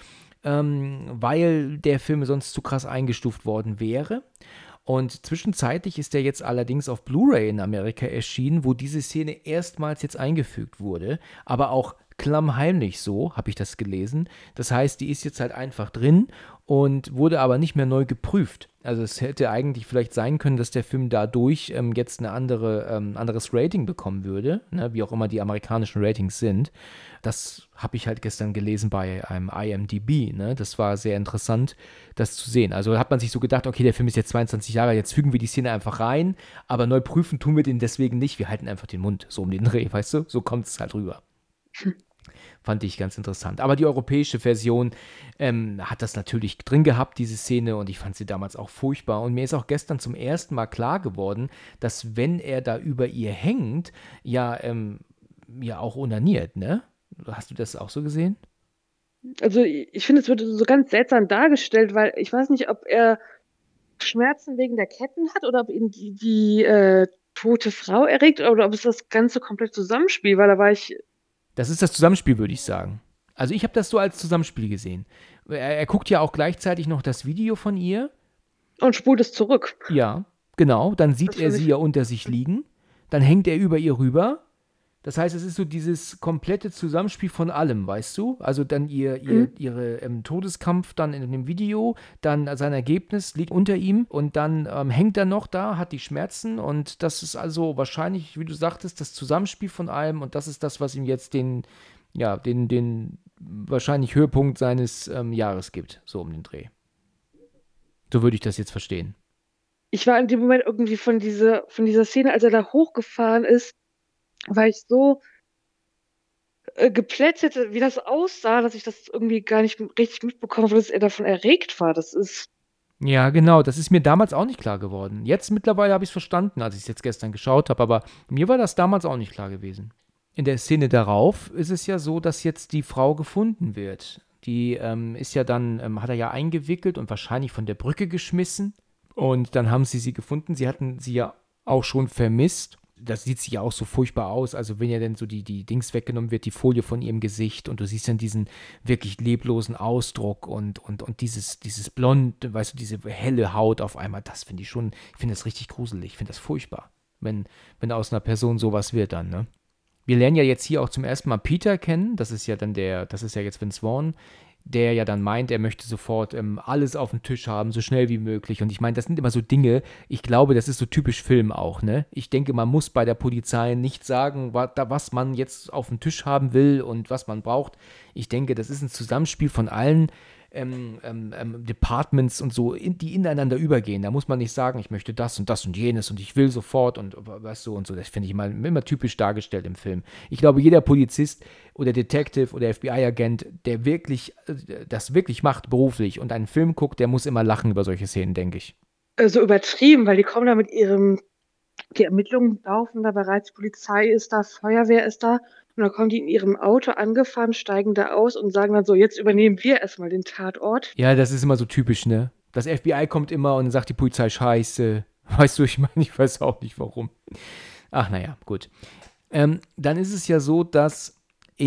weil der Film sonst zu krass eingestuft worden wäre. Und zwischenzeitlich ist der jetzt allerdings auf Blu-ray in Amerika erschienen, wo diese Szene erstmals jetzt eingefügt wurde, aber auch klammheimlich so, habe ich das gelesen. Das heißt, die ist jetzt halt einfach drin und wurde aber nicht mehr neu geprüft. Also es hätte eigentlich vielleicht sein können, dass der Film dadurch jetzt eine anderes Rating bekommen würde, ne, wie auch immer die amerikanischen Ratings sind. Das habe ich halt gestern gelesen bei einem IMDb. Ne? Das war sehr interessant, das zu sehen. Also hat man sich so gedacht, okay, der Film ist jetzt 22 Jahre, jetzt fügen wir die Szene einfach rein, aber neu prüfen tun wir den deswegen nicht. Wir halten einfach den Mund so um den Dreh, weißt du? So kommt es halt rüber. Fand ich ganz interessant. Aber die europäische Version hat das natürlich drin gehabt, diese Szene, und ich fand sie damals auch furchtbar. Und mir ist auch gestern zum ersten Mal klar geworden, dass wenn er da über ihr hängt, ja auch onaniert, ne? Hast du das auch so gesehen? Also ich finde, es wird so ganz seltsam dargestellt, weil ich weiß nicht, ob er Schmerzen wegen der Ketten hat oder ob ihn die tote Frau erregt oder ob es das Ganze komplett zusammenspielt, weil da war ich. Das ist das Zusammenspiel, würde ich sagen. Also ich habe das so als Zusammenspiel gesehen. Er guckt ja auch gleichzeitig noch das Video von ihr. Und spult es zurück. Ja, genau. Dann sieht Das er finde sie ich. ja unter sich liegen. Dann hängt er über ihr rüber. Das heißt, es ist so dieses komplette Zusammenspiel von allem, weißt du? Also dann ihre Todeskampf dann in dem Video, dann sein Ergebnis liegt unter ihm und dann hängt er noch da, hat die Schmerzen, und das ist also wahrscheinlich, wie du sagtest, das Zusammenspiel von allem, und das ist das, was ihm jetzt den wahrscheinlich Höhepunkt seines Jahres gibt, so um den Dreh. So würde ich das jetzt verstehen. Ich war in dem Moment irgendwie von dieser Szene, als er da hochgefahren ist, war ich so geplättet, wie das aussah, dass ich das irgendwie gar nicht richtig mitbekommen habe, dass er davon erregt war. Das ist. Ja, genau, das ist mir damals auch nicht klar geworden. Jetzt mittlerweile habe ich es verstanden, als ich es jetzt gestern geschaut habe, aber mir war das damals auch nicht klar gewesen. In der Szene darauf ist es ja so, dass jetzt die Frau gefunden wird. Die ist ja dann, hat er ja eingewickelt und wahrscheinlich von der Brücke geschmissen. Und dann haben sie gefunden. Sie hatten sie ja auch schon vermisst. Das sieht sie ja auch so furchtbar aus. Also wenn ja dann so die Dings weggenommen wird, die Folie von ihrem Gesicht, und du siehst dann diesen wirklich leblosen Ausdruck und dieses Blond, weißt du, diese helle Haut auf einmal, das finde ich schon, ich finde das richtig gruselig, ich finde das furchtbar, wenn aus einer Person sowas wird dann, ne? Wir lernen ja jetzt hier auch zum ersten Mal Peter kennen, das ist ja jetzt Vince Vaughn, der ja dann meint, er möchte sofort alles auf dem Tisch haben, so schnell wie möglich. Und ich meine, das sind immer so Dinge, ich glaube, das ist so typisch Film auch, ne? Ich denke, man muss bei der Polizei nicht sagen, was man jetzt auf dem Tisch haben will und was man braucht. Ich denke, das ist ein Zusammenspiel von allen Departments und so, die ineinander übergehen. Da muss man nicht sagen, ich möchte das und jenes und ich will sofort und weißt du und so. Das finde ich immer typisch dargestellt im Film. Ich glaube, jeder Polizist oder Detective oder FBI-Agent, der das wirklich macht beruflich und einen Film guckt, der muss immer lachen über solche Szenen, denke ich. So übertrieben, weil die kommen da die Ermittlungen laufen da bereits, Polizei ist da, Feuerwehr ist da, und dann kommen die in ihrem Auto angefahren, steigen da aus und sagen dann so, jetzt übernehmen wir erstmal den Tatort. Ja, das ist immer so typisch, ne? Das FBI kommt immer und sagt die Polizei Scheiße. Weißt du, ich meine, ich weiß auch nicht warum. Ach, naja, gut. Dann ist es ja so, dass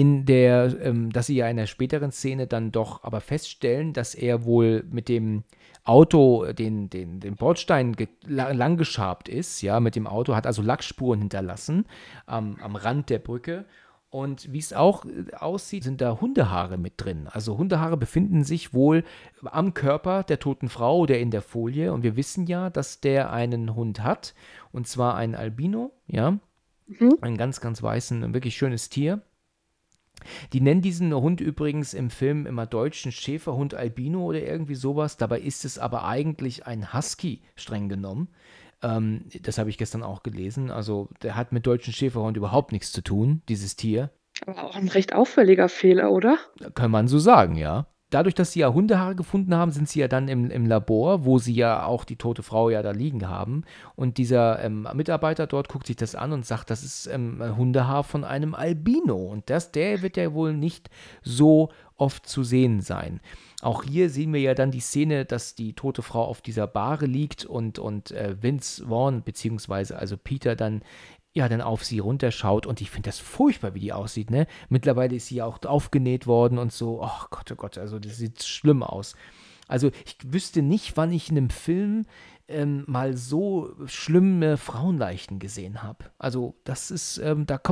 dass sie ja in der späteren Szene dann doch aber feststellen, dass er wohl mit dem Auto den Bordstein lang geschabt ist, ja, mit dem Auto, hat also Lackspuren hinterlassen am Rand der Brücke. Und wie es auch aussieht, sind da Hundehaare mit drin. Also Hundehaare befinden sich wohl am Körper der toten Frau oder in der Folie. Und wir wissen ja, dass der einen Hund hat. Und zwar einen Albino, ja. Ein ganz, ganz weißen, ein wirklich schönes Tier. Die nennen diesen Hund übrigens im Film immer deutschen Schäferhund Albino oder irgendwie sowas. Dabei ist es aber eigentlich ein Husky, streng genommen. Das habe ich gestern auch gelesen. Also der hat mit deutschen Schäferhund überhaupt nichts zu tun, dieses Tier. Aber auch ein recht auffälliger Fehler, oder? Kann man so sagen, ja. dadurch, dass sie ja Hundehaare gefunden haben, sind sie ja dann im Labor, wo sie ja auch die tote Frau ja da liegen haben. Und dieser Mitarbeiter dort guckt sich das an und sagt, das ist ein Hundehaar von einem Albino. Und der wird ja wohl nicht so oft zu sehen sein. Auch hier sehen wir ja dann die Szene, dass die tote Frau auf dieser Bahre liegt und Vince Vaughn, beziehungsweise also Peter dann auf sie runterschaut und ich finde das furchtbar, wie die aussieht, ne? Mittlerweile ist sie ja auch aufgenäht worden und so, oh Gott, also das sieht schlimm aus. Also ich wüsste nicht, wann ich in einem Film mal so schlimme Frauenleichen gesehen habe. Also das ist,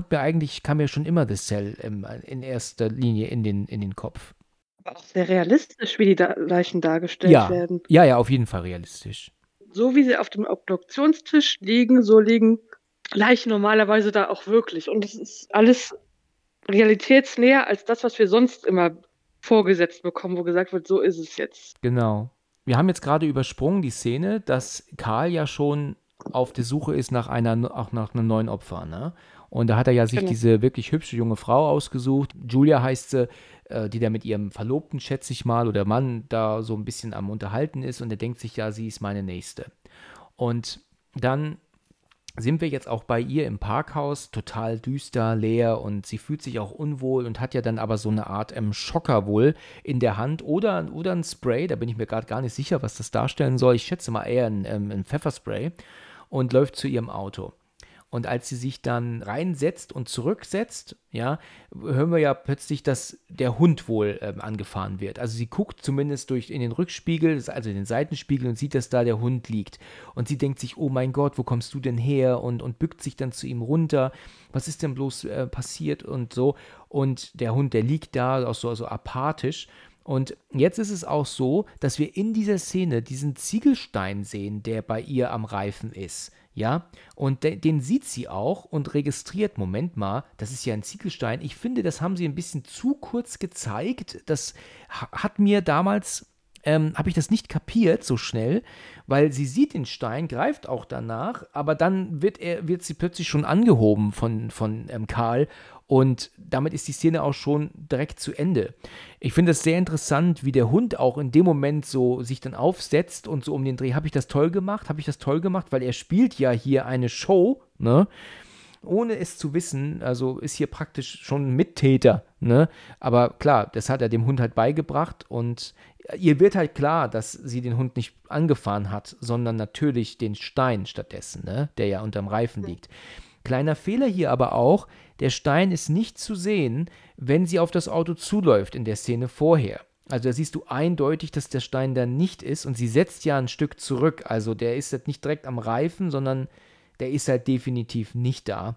kam mir schon immer The Cell in erster Linie in den Kopf. Aber auch sehr realistisch, wie die Leichen dargestellt Ja, werden. ja, auf jeden Fall realistisch. So wie sie auf dem Obduktionstisch liegen, so liegen Leichen normalerweise da auch wirklich. Und es ist alles realitätsnäher als das, was wir sonst immer vorgesetzt bekommen, wo gesagt wird, so ist es jetzt. Genau. Wir haben jetzt gerade übersprungen die Szene, dass Karl ja schon auf der Suche ist nach einem neuen Opfer, ne? Und da hat er ja sich Genau. diese wirklich hübsche junge Frau ausgesucht. Julia heißt sie, die da mit ihrem Verlobten, schätze ich mal, oder Mann da so ein bisschen am Unterhalten ist und er denkt sich, ja, sie ist meine Nächste. Und dann sind wir jetzt auch bei ihr im Parkhaus, total düster, leer und sie fühlt sich auch unwohl und hat ja dann aber so eine Art Schocker wohl in der Hand oder ein Spray, da bin ich mir gerade gar nicht sicher, was das darstellen soll. Ich schätze mal eher ein Pfefferspray und läuft zu ihrem Auto. Und als sie sich dann reinsetzt und zurücksetzt, ja, hören wir ja plötzlich, dass der Hund wohl angefahren wird. Also sie guckt zumindest in den Rückspiegel, also in den Seitenspiegel und sieht, dass da der Hund liegt. Und sie denkt sich, oh mein Gott, wo kommst du denn her? Und bückt sich dann zu ihm runter. Was ist denn bloß passiert und so? Und der Hund, der liegt da, auch so apathisch. Und jetzt ist es auch so, dass wir in dieser Szene diesen Ziegelstein sehen, der bei ihr am Reifen ist. Ja, und den sieht sie auch und registriert, Moment mal, das ist ja ein Ziegelstein. Ich finde, das haben sie ein bisschen zu kurz gezeigt. Das hat mir damals, habe ich das nicht kapiert so schnell, weil sie sieht den Stein, greift auch danach, aber dann wird sie plötzlich schon angehoben von Karl und damit ist die Szene auch schon direkt zu Ende. Ich finde es sehr interessant, wie der Hund auch in dem Moment so sich dann aufsetzt und so um den Dreh. Habe ich das toll gemacht? Weil er spielt ja hier eine Show, ne? Ohne es zu wissen, also ist hier praktisch schon ein Mittäter, ne? Aber klar, das hat er dem Hund halt beigebracht und ihr wird halt klar, dass sie den Hund nicht angefahren hat, sondern natürlich den Stein stattdessen, ne? Der ja unterm Reifen liegt. Kleiner Fehler hier aber auch, der Stein ist nicht zu sehen, wenn sie auf das Auto zuläuft in der Szene vorher. Also da siehst du eindeutig, dass der Stein da nicht ist und sie setzt ja ein Stück zurück. Also der ist halt nicht direkt am Reifen, sondern der ist halt definitiv nicht da.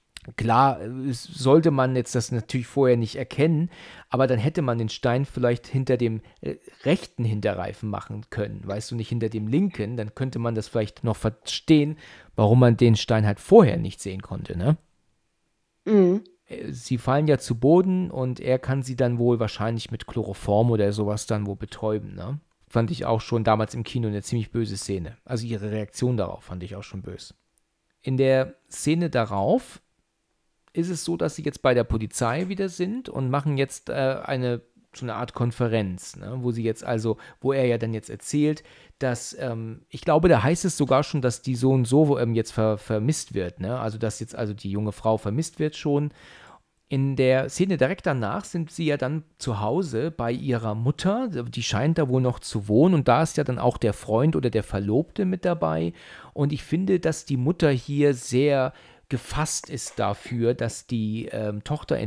Klar, sollte man jetzt das natürlich vorher nicht erkennen, aber dann hätte man den Stein vielleicht hinter dem rechten Hinterreifen machen können, weißt du, nicht hinter dem linken, dann könnte man das vielleicht noch verstehen, warum man den Stein halt vorher nicht sehen konnte, ne? Mhm. Sie fallen ja zu Boden und er kann sie dann wohl wahrscheinlich mit Chloroform oder sowas dann wohl betäuben, ne? Fand ich auch schon damals im Kino eine ziemlich böse Szene. Also ihre Reaktion darauf fand ich auch schon böse. In der Szene darauf ist es so, dass sie jetzt bei der Polizei wieder sind und machen jetzt so eine Art Konferenz, ne? Wo er ja dann jetzt erzählt, dass, ich glaube, da heißt es sogar schon, dass die so und so jetzt vermisst wird, ne? Also, dass jetzt also die junge Frau vermisst wird schon. In der Szene direkt danach sind sie ja dann zu Hause bei ihrer Mutter, die scheint da wohl noch zu wohnen und da ist ja dann auch der Freund oder der Verlobte mit dabei und ich finde, dass die Mutter hier sehr gefasst ist dafür, dass die Tochter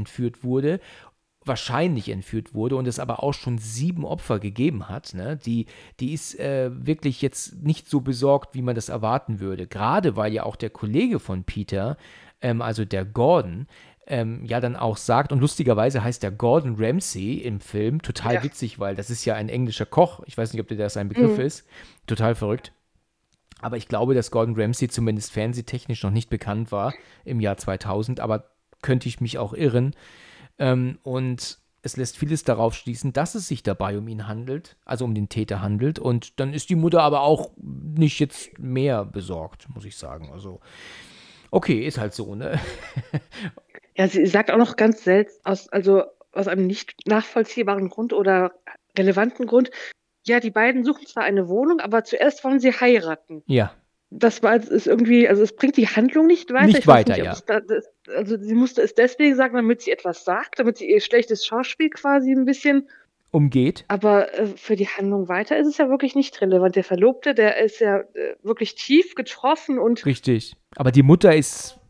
wahrscheinlich entführt wurde und es aber auch schon 7 Opfer gegeben hat. Ne? Die ist wirklich jetzt nicht so besorgt, wie man das erwarten würde. Gerade weil ja auch der Kollege von Peter, also der Gordon, ja dann auch sagt, und lustigerweise heißt der Gordon Ramsay im Film, total witzig, weil das ist ja ein englischer Koch, ich weiß nicht, ob dir das ein Begriff ist, total verrückt. Aber ich glaube, dass Gordon Ramsay zumindest fernsehtechnisch noch nicht bekannt war im Jahr 2000, aber könnte ich mich auch irren. Und es lässt vieles darauf schließen, dass es sich dabei um ihn handelt, also um den Täter handelt. Und dann ist die Mutter aber auch nicht jetzt mehr besorgt, muss ich sagen. Also, okay, ist halt so, ne? Ja, sie sagt auch noch ganz selten, aus einem nicht nachvollziehbaren Grund oder relevanten Grund. Ja, die beiden suchen zwar eine Wohnung, aber zuerst wollen sie heiraten. Ja, Ist irgendwie, also es bringt die Handlung nicht weiter. Nicht Ich weiß weiter, nicht, ob ja. also sie musste es deswegen sagen, damit sie etwas sagt, damit sie ihr schlechtes Schauspiel quasi ein bisschen. umgeht. Aber für die Handlung weiter ist es ja wirklich nicht relevant. Der Verlobte, der ist ja wirklich tief getroffen und Richtig. Aber die Mutter ist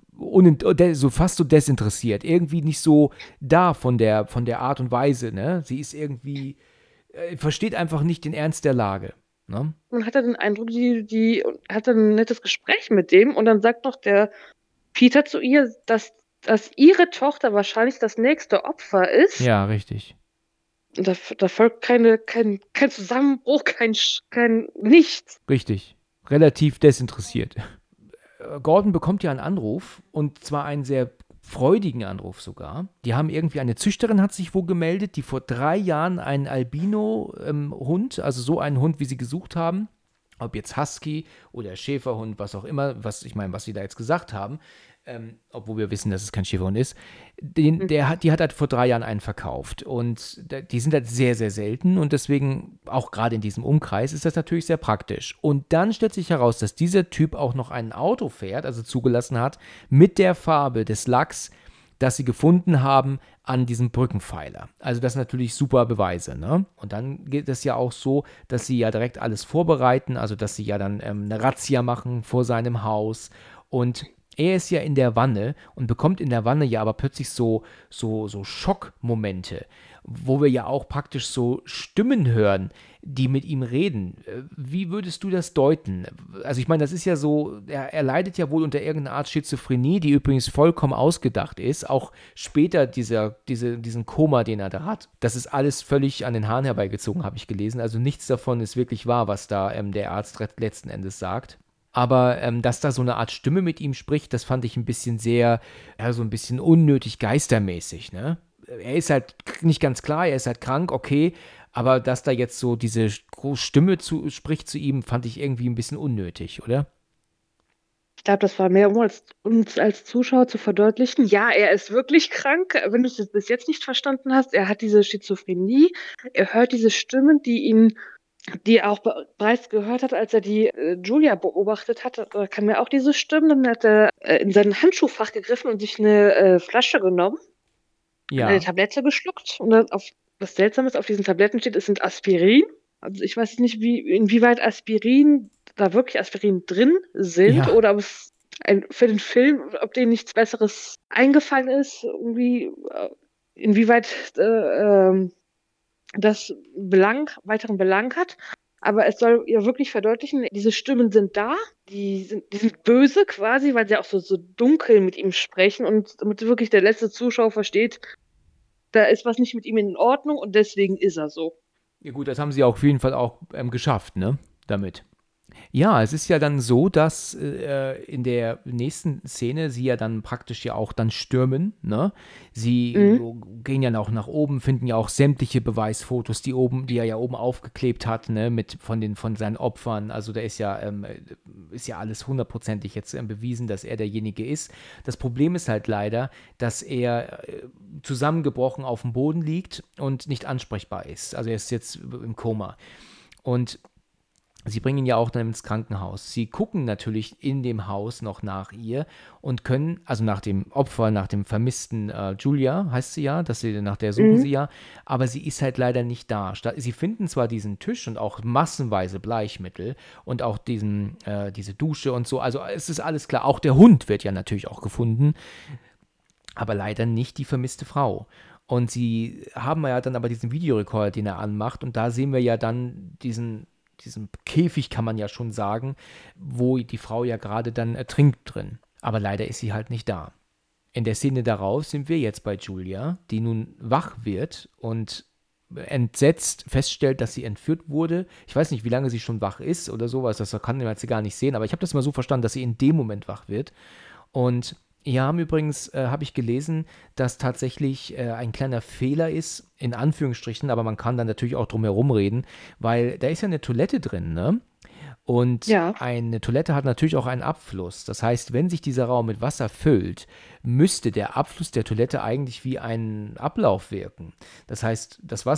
so fast so desinteressiert. Irgendwie nicht so da von der Art und Weise, ne? Sie ist irgendwie, versteht einfach nicht den Ernst der Lage. Ne? man hat dann den Eindruck, die hat dann ein nettes Gespräch mit dem und dann sagt noch der Peter zu ihr, dass ihre Tochter wahrscheinlich das nächste Opfer ist. Ja, richtig. Und da folgt kein Zusammenbruch, kein nichts. Richtig. Relativ desinteressiert. Gordon bekommt ja einen Anruf und zwar einen sehr freudigen Anruf sogar. Die haben irgendwie, eine Züchterin hat sich wo gemeldet, die vor 3 Jahren einen Albino-Hund, also so einen Hund, wie sie gesucht haben, ob jetzt Husky oder Schäferhund, was auch immer, was sie da jetzt gesagt haben, obwohl wir wissen, dass es kein Schäferhund ist, die hat halt vor 3 Jahren einen verkauft und die sind halt sehr, sehr selten und deswegen, auch gerade in diesem Umkreis, ist das natürlich sehr praktisch. Und dann stellt sich heraus, dass dieser Typ auch noch ein Auto fährt, also zugelassen hat, mit der Farbe des Lacks, das sie gefunden haben an diesem Brückenpfeiler. Also das sind natürlich super Beweise, ne? Und dann geht es ja auch so, dass sie ja direkt alles vorbereiten, also dass sie ja dann eine Razzia machen vor seinem Haus und er ist ja in der Wanne und bekommt in der Wanne ja aber plötzlich so Schockmomente, wo wir ja auch praktisch so Stimmen hören, die mit ihm reden. Wie würdest du das deuten? Also ich meine, das ist ja so, er leidet ja wohl unter irgendeiner Art Schizophrenie, die übrigens vollkommen ausgedacht ist. Auch später diesen Koma, den er da hat. Das ist alles völlig an den Haaren herbeigezogen, habe ich gelesen. Also nichts davon ist wirklich wahr, was da der Arzt letzten Endes sagt. Aber dass da so eine Art Stimme mit ihm spricht, das fand ich ein bisschen sehr, ja, so ein bisschen unnötig geistermäßig, ne? Er ist halt nicht ganz klar, er ist halt krank, okay, aber dass da jetzt so diese Stimme spricht zu ihm, fand ich irgendwie ein bisschen unnötig, oder? Ich glaube, das war mehr, um uns als Zuschauer zu verdeutlichen. Ja, er ist wirklich krank. Wenn du es bis jetzt nicht verstanden hast, er hat diese Schizophrenie. Er hört diese Stimmen, die er auch bereits gehört hat, als er die Julia beobachtet hat. Da kam ja auch diese Stimmen. Dann hat er in sein Handschuhfach gegriffen und sich eine Flasche genommen, eine Ja, Tablette geschluckt. Und dann was Seltsames auf diesen Tabletten steht, es sind Aspirin. Also ich weiß nicht, inwieweit da wirklich Aspirin drin sind ja. oder ob es für den Film, ob denen nichts Besseres eingefallen ist, irgendwie, inwieweit das weiteren Belang hat. Aber es soll ja wirklich verdeutlichen, diese Stimmen sind da, die sind böse quasi, weil sie auch so dunkel mit ihm sprechen und damit wirklich der letzte Zuschauer versteht, da ist was nicht mit ihm in Ordnung und deswegen ist er so. Ja gut, das haben sie auf jeden Fall auch geschafft, ne? Damit. Ja, es ist ja dann so, dass in der nächsten Szene sie ja dann praktisch ja auch dann stürmen, ne? Sie gehen ja auch nach oben, finden ja auch sämtliche Beweisfotos, die er ja oben aufgeklebt hat, ne? Von seinen Opfern. Also da ist ja alles hundertprozentig jetzt bewiesen, dass er derjenige ist. Das Problem ist halt leider, dass er zusammengebrochen auf dem Boden liegt und nicht ansprechbar ist. Also er ist jetzt im Koma. Und sie bringen ihn ja auch dann ins Krankenhaus. Sie gucken natürlich in dem Haus noch nach ihr und können, also nach dem Opfer, nach dem vermissten Julia, heißt sie ja, nach der suchen sie ja, aber sie ist halt leider nicht da. Sie finden zwar diesen Tisch und auch massenweise Bleichmittel und auch diese Dusche und so, also es ist alles klar. Auch der Hund wird ja natürlich auch gefunden, aber leider nicht die vermisste Frau. Und sie haben ja dann aber diesen Videorekorder, den er anmacht und da sehen wir ja dann diesen Käfig, kann man ja schon sagen, wo die Frau ja gerade dann ertrinkt drin. Aber leider ist sie halt nicht da. In der Szene darauf sind wir jetzt bei Julia, die nun wach wird und entsetzt feststellt, dass sie entführt wurde. Ich weiß nicht, wie lange sie schon wach ist oder sowas, das kann man jetzt gar nicht sehen, aber ich habe das mal so verstanden, dass sie in dem Moment wach wird. Und hier habe ich gelesen, dass tatsächlich ein kleiner Fehler ist, in Anführungsstrichen, aber man kann dann natürlich auch drum herum reden, weil da ist ja eine Toilette drin, ne? Und Ja. eine Toilette hat natürlich auch einen Abfluss. Das heißt, wenn sich dieser Raum mit Wasser füllt, müsste der Abfluss der Toilette eigentlich wie ein Ablauf wirken. Das heißt, das Wasser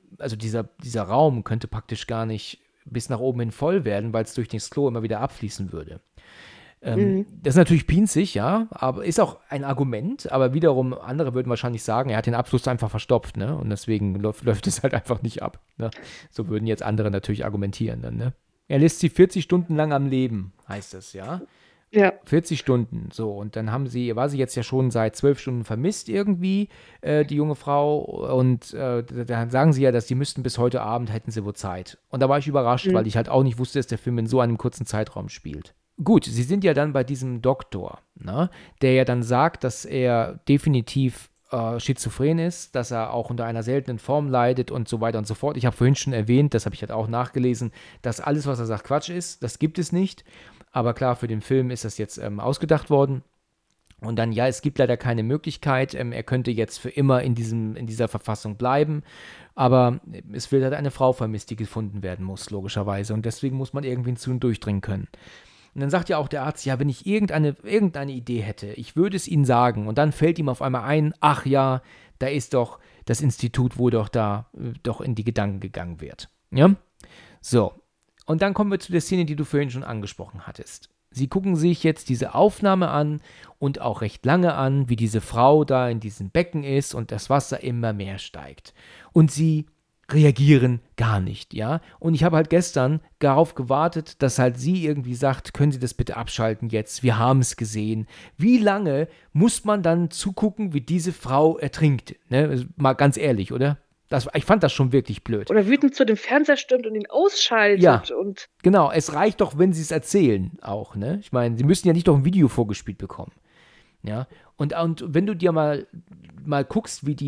also dieser Raum könnte praktisch gar nicht bis nach oben hin voll werden, weil es durch das Klo immer wieder abfließen würde. Das ist natürlich pinzig, ja, aber ist auch ein Argument, aber wiederum, andere würden wahrscheinlich sagen, er hat den Abfluss einfach verstopft, ne? Und deswegen läuft es halt einfach nicht ab. Ne? So würden jetzt andere natürlich argumentieren dann, ne? Er lässt sie 40 Stunden lang am Leben, heißt es, ja. Ja. 40 Stunden, so. Und dann war sie jetzt ja schon seit 12 Stunden vermisst irgendwie, die junge Frau. Und dann sagen sie ja, dass die müssten bis heute Abend, hätten sie wohl Zeit. Und da war ich überrascht, weil ich halt auch nicht wusste, dass der Film in so einem kurzen Zeitraum spielt. Gut, sie sind ja dann bei diesem Doktor, ne, der ja dann sagt, dass er definitiv schizophren ist, dass er auch unter einer seltenen Form leidet und so weiter und so fort. Ich habe vorhin schon erwähnt, das habe ich halt auch nachgelesen, dass alles, was er sagt, Quatsch ist. Das gibt es nicht. Aber klar, für den Film ist das jetzt ausgedacht worden. Und dann, ja, es gibt leider keine Möglichkeit. Er könnte jetzt für immer in dieser Verfassung bleiben. Aber es wird halt eine Frau vermisst, die gefunden werden muss, logischerweise. Und deswegen muss man irgendwie zu ihm durchdringen können. Und dann sagt ja auch der Arzt, ja, wenn ich irgendeine Idee hätte, ich würde es Ihnen sagen. Und dann fällt ihm auf einmal ein, ach ja, da ist doch das Institut, wo doch in die Gedanken gegangen wird. Ja? So. Und dann kommen wir zu der Szene, die du vorhin schon angesprochen hattest. Sie gucken sich jetzt diese Aufnahme an und auch recht lange an, wie diese Frau da in diesem Becken ist und das Wasser immer mehr steigt. Und sie reagieren gar nicht, ja. Und ich habe halt gestern darauf gewartet, dass halt sie irgendwie sagt, können Sie das bitte abschalten jetzt, wir haben es gesehen. Wie lange muss man dann zugucken, wie diese Frau ertrinkt? Ne? Mal ganz ehrlich, oder? Ich fand das schon wirklich blöd. Oder wütend zu dem Fernseher stürmt und ihn ausschaltet. Ja, genau. Es reicht doch, wenn sie es erzählen auch, ne? Ich meine, sie müssen ja nicht doch ein Video vorgespielt bekommen. Ja, und wenn du dir mal guckst, wie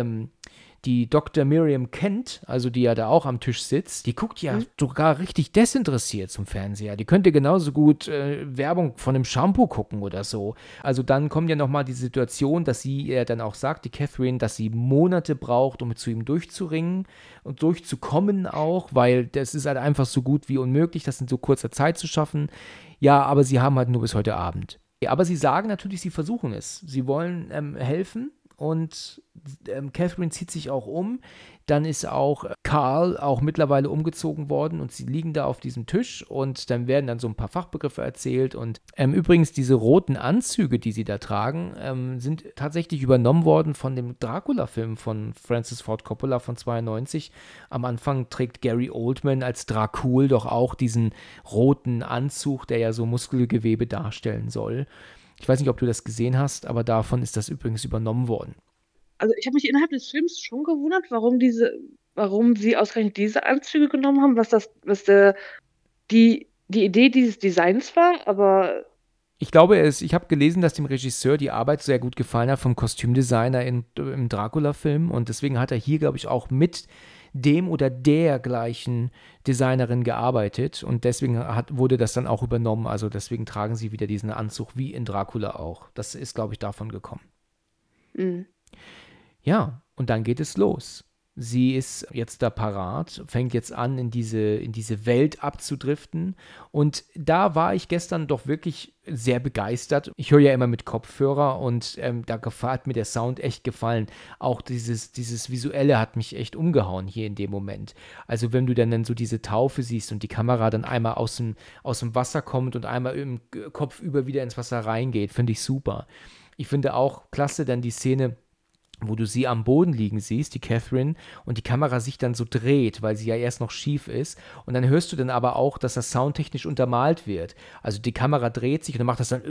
die Dr. Miriam Kent, also die ja da auch am Tisch sitzt, die guckt ja sogar richtig desinteressiert zum Fernseher. Die könnte genauso gut Werbung von einem Shampoo gucken oder so. Also dann kommt ja nochmal die Situation, dass sie dann auch sagt, die Catherine, dass sie Monate braucht, um zu ihm durchzuringen und durchzukommen auch, weil das ist halt einfach so gut wie unmöglich, das in so kurzer Zeit zu schaffen. Ja, aber sie haben halt nur bis heute Abend. Ja, aber sie sagen natürlich, sie versuchen es. Sie wollen helfen. Und Catherine zieht sich auch um. Dann ist auch Carl auch mittlerweile umgezogen worden und sie liegen da auf diesem Tisch und dann werden dann so ein paar Fachbegriffe erzählt. Und übrigens diese roten Anzüge, die sie da tragen, sind tatsächlich übernommen worden von dem Dracula-Film von Francis Ford Coppola von 92. Am Anfang trägt Gary Oldman als Dracul doch auch diesen roten Anzug, der ja so Muskelgewebe darstellen soll. Ich weiß nicht, ob du das gesehen hast, aber davon ist das übrigens übernommen worden. Also ich habe mich innerhalb des Films schon gewundert, warum sie ausgerechnet diese Anzüge genommen haben, was die Idee dieses Designs war, aber ich glaube, ich habe gelesen, dass dem Regisseur die Arbeit sehr gut gefallen hat vom Kostümdesigner im Dracula-Film und deswegen hat er hier, glaube ich, auch mit dem oder der gleichen Designerin gearbeitet und deswegen wurde das dann auch übernommen. Also deswegen tragen sie wieder diesen Anzug wie in Dracula auch. Das ist, glaube ich, davon gekommen. Mhm. Ja, und dann geht es los. Sie ist jetzt da parat, fängt jetzt an, in diese Welt abzudriften. Und da war ich gestern doch wirklich sehr begeistert. Ich höre ja immer mit Kopfhörer und da hat mir der Sound echt gefallen. Auch dieses Visuelle hat mich echt umgehauen hier in dem Moment. Also wenn du dann so diese Taufe siehst und die Kamera dann einmal aus dem Wasser kommt und einmal im Kopf über wieder ins Wasser reingeht, finde ich super. Ich finde auch klasse dann die Szene, wo du sie am Boden liegen siehst, die Catherine, und die Kamera sich dann so dreht, weil sie ja erst noch schief ist. Und dann hörst du dann aber auch, dass das soundtechnisch untermalt wird. Also die Kamera dreht sich und dann macht das dann,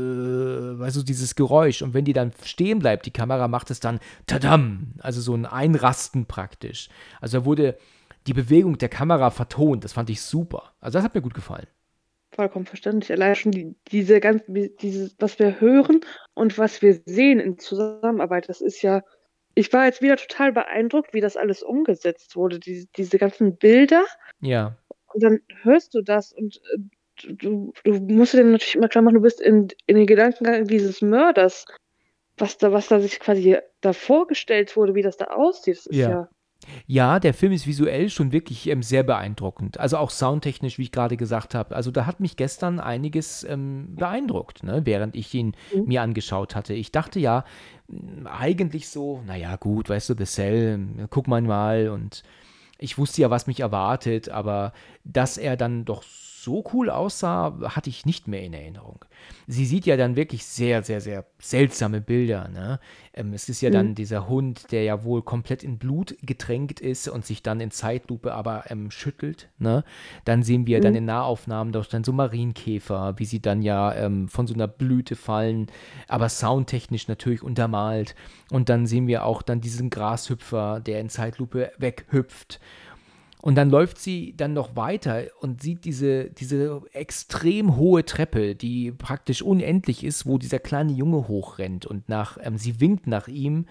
weißt du, dieses Geräusch. Und wenn die dann stehen bleibt, die Kamera macht es dann, tadam, also so ein Einrasten praktisch. Also da wurde die Bewegung der Kamera vertont. Das fand ich super. Also das hat mir gut gefallen. Vollkommen verständlich. Allein schon dieses, was wir hören und was wir sehen in Zusammenarbeit, das ist ja, ich war jetzt wieder total beeindruckt, wie das alles umgesetzt wurde, diese ganzen Bilder. Ja. Und dann hörst du das und du musst dir natürlich immer klar machen, du bist in den Gedankengang dieses Mörders, was da sich quasi da vorgestellt wurde, wie das da aussieht. Das ist ja Ja, der Film ist visuell schon wirklich sehr beeindruckend. Also auch soundtechnisch, wie ich gerade gesagt habe. Also da hat mich gestern einiges beeindruckt, ne, während ich ihn Mhm. mir angeschaut hatte. Ich dachte ja eigentlich so, naja gut, weißt du, The Cell, guck mal und ich wusste ja, was mich erwartet, aber dass er dann doch so cool aussah, hatte ich nicht mehr in Erinnerung. Sie sieht ja dann wirklich sehr, sehr, sehr seltsame Bilder, ne? Es ist ja Mhm. dann dieser Hund, der ja wohl komplett in Blut getränkt ist und sich dann in Zeitlupe aber schüttelt, ne? Dann sehen wir dann Mhm. in Nahaufnahmen doch dann so Marienkäfer, wie sie dann ja von so einer Blüte fallen, aber soundtechnisch natürlich untermalt. Und dann sehen wir auch dann diesen Grashüpfer, der in Zeitlupe weghüpft. Und dann läuft sie dann noch weiter und sieht diese extrem hohe Treppe, die praktisch unendlich ist, wo dieser kleine Junge hochrennt und sie winkt nach ihm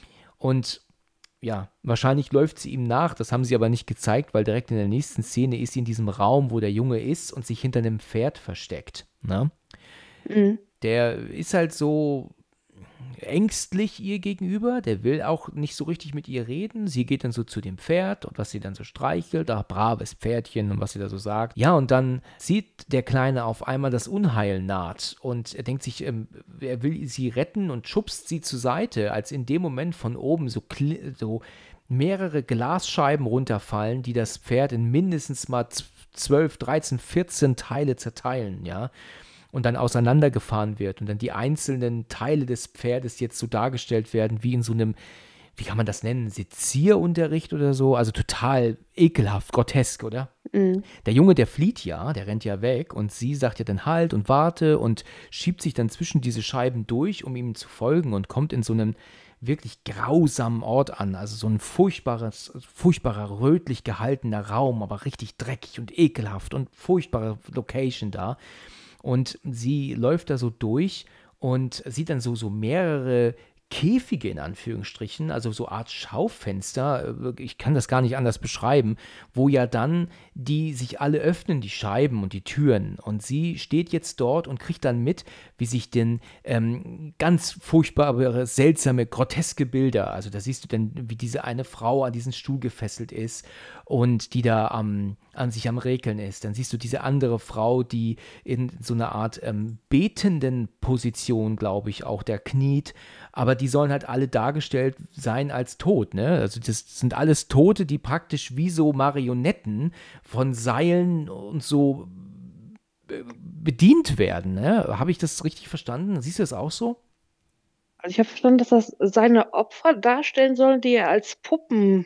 und ja, wahrscheinlich läuft sie ihm nach, das haben sie aber nicht gezeigt, weil direkt in der nächsten Szene ist sie in diesem Raum, wo der Junge ist und sich hinter einem Pferd versteckt. Ne? Mhm. Der ist halt so ängstlich ihr gegenüber, der will auch nicht so richtig mit ihr reden. Sie geht dann so zu dem Pferd und was sie dann so streichelt, ach, braves Pferdchen und was sie da so sagt. Ja, und dann sieht der Kleine auf einmal, das Unheil naht und er denkt sich, er will sie retten und schubst sie zur Seite, als in dem Moment von oben so mehrere Glasscheiben runterfallen, die das Pferd in mindestens mal 12, 13, 14 Teile zerteilen, ja, und dann auseinandergefahren wird und dann die einzelnen Teile des Pferdes jetzt so dargestellt werden, wie in so einem, wie kann man das nennen, Sezierunterricht oder so, also total ekelhaft, grotesk, oder? Mhm. Der Junge, der flieht ja, der rennt ja weg und sie sagt ja dann halt und warte und schiebt sich dann zwischen diese Scheiben durch, um ihm zu folgen und kommt in so einem wirklich grausamen Ort an, also so ein furchtbarer, rötlich gehaltener Raum, aber richtig dreckig und ekelhaft und furchtbare Location da. Und sie läuft da so durch und sieht dann so mehrere Käfige in Anführungsstrichen, also so Art Schaufenster, ich kann das gar nicht anders beschreiben, wo ja dann die sich alle öffnen, die Scheiben und die Türen. Und sie steht jetzt dort und kriegt dann mit, wie sich denn ganz furchtbare, seltsame, groteske Bilder, also da siehst du dann, wie diese eine Frau an diesen Stuhl gefesselt ist und die da an sich am Räkeln ist. Dann siehst du diese andere Frau, die in so einer Art betenden Position, glaube ich, auch der kniet, aber die sollen halt alle dargestellt sein als tot, ne? Also das sind alles Tote, die praktisch wie so Marionetten von Seilen und so bedient werden, ne? Habe ich das richtig verstanden? Siehst du das auch so? Also ich habe verstanden, dass das seine Opfer darstellen sollen, die er als Puppen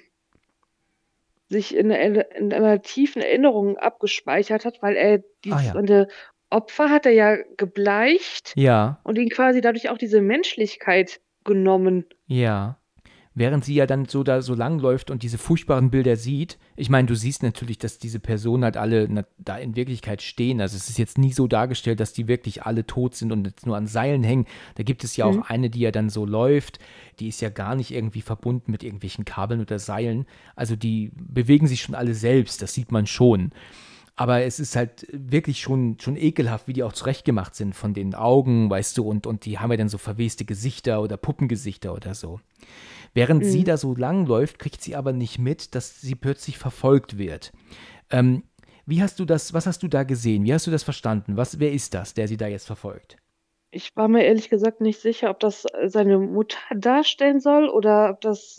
sich in einer tiefen Erinnerung abgespeichert hat, weil er Ah ja. seine Opfer hat er ja gebleicht Ja, und ihnen quasi dadurch auch diese Menschlichkeit genommen. ja. Während sie ja dann so da so langläuft und diese furchtbaren Bilder sieht, ich meine, du siehst natürlich, dass diese Personen halt alle da in Wirklichkeit stehen. Also es ist jetzt nie so dargestellt, dass die wirklich alle tot sind und jetzt nur an Seilen hängen. Da gibt es ja auch Mhm. eine, die ja dann so läuft, die ist ja gar nicht irgendwie verbunden mit irgendwelchen Kabeln oder Seilen. Also die bewegen sich schon alle selbst, das sieht man schon. Aber es ist halt wirklich schon ekelhaft, wie die auch zurechtgemacht sind von den Augen, weißt du, und die haben ja dann so verweste Gesichter oder Puppengesichter oder so. Während sie Mhm. da so langläuft, kriegt sie aber nicht mit, dass sie plötzlich verfolgt wird. Ähm, was hast du da gesehen? Wie hast du das verstanden? Wer ist das, der sie da jetzt verfolgt? Ich war mir ehrlich gesagt nicht sicher, ob das seine Mutter darstellen soll oder ob das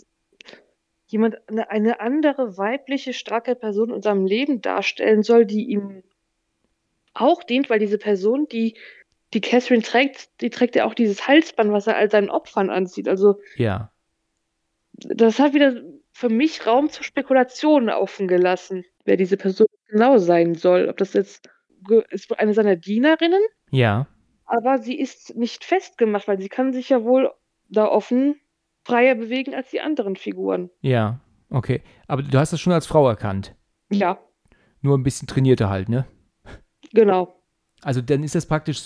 eine andere weibliche, starke Person in seinem Leben darstellen soll, die ihm auch dient, weil diese Person, die Catherine trägt, die trägt ja auch dieses Halsband, was er all seinen Opfern anzieht. Also Ja, das hat wieder für mich Raum zur Spekulation offen gelassen, wer diese Person genau sein soll. Ob das jetzt ist wohl eine seiner Dienerinnen, ja, aber sie ist nicht festgemacht, weil sie kann sich ja wohl da offen freier bewegen als die anderen Figuren. ja, okay. Aber du hast das schon als Frau erkannt. Ja, Nur ein bisschen trainierter halt, ne? genau. Also dann ist das praktisch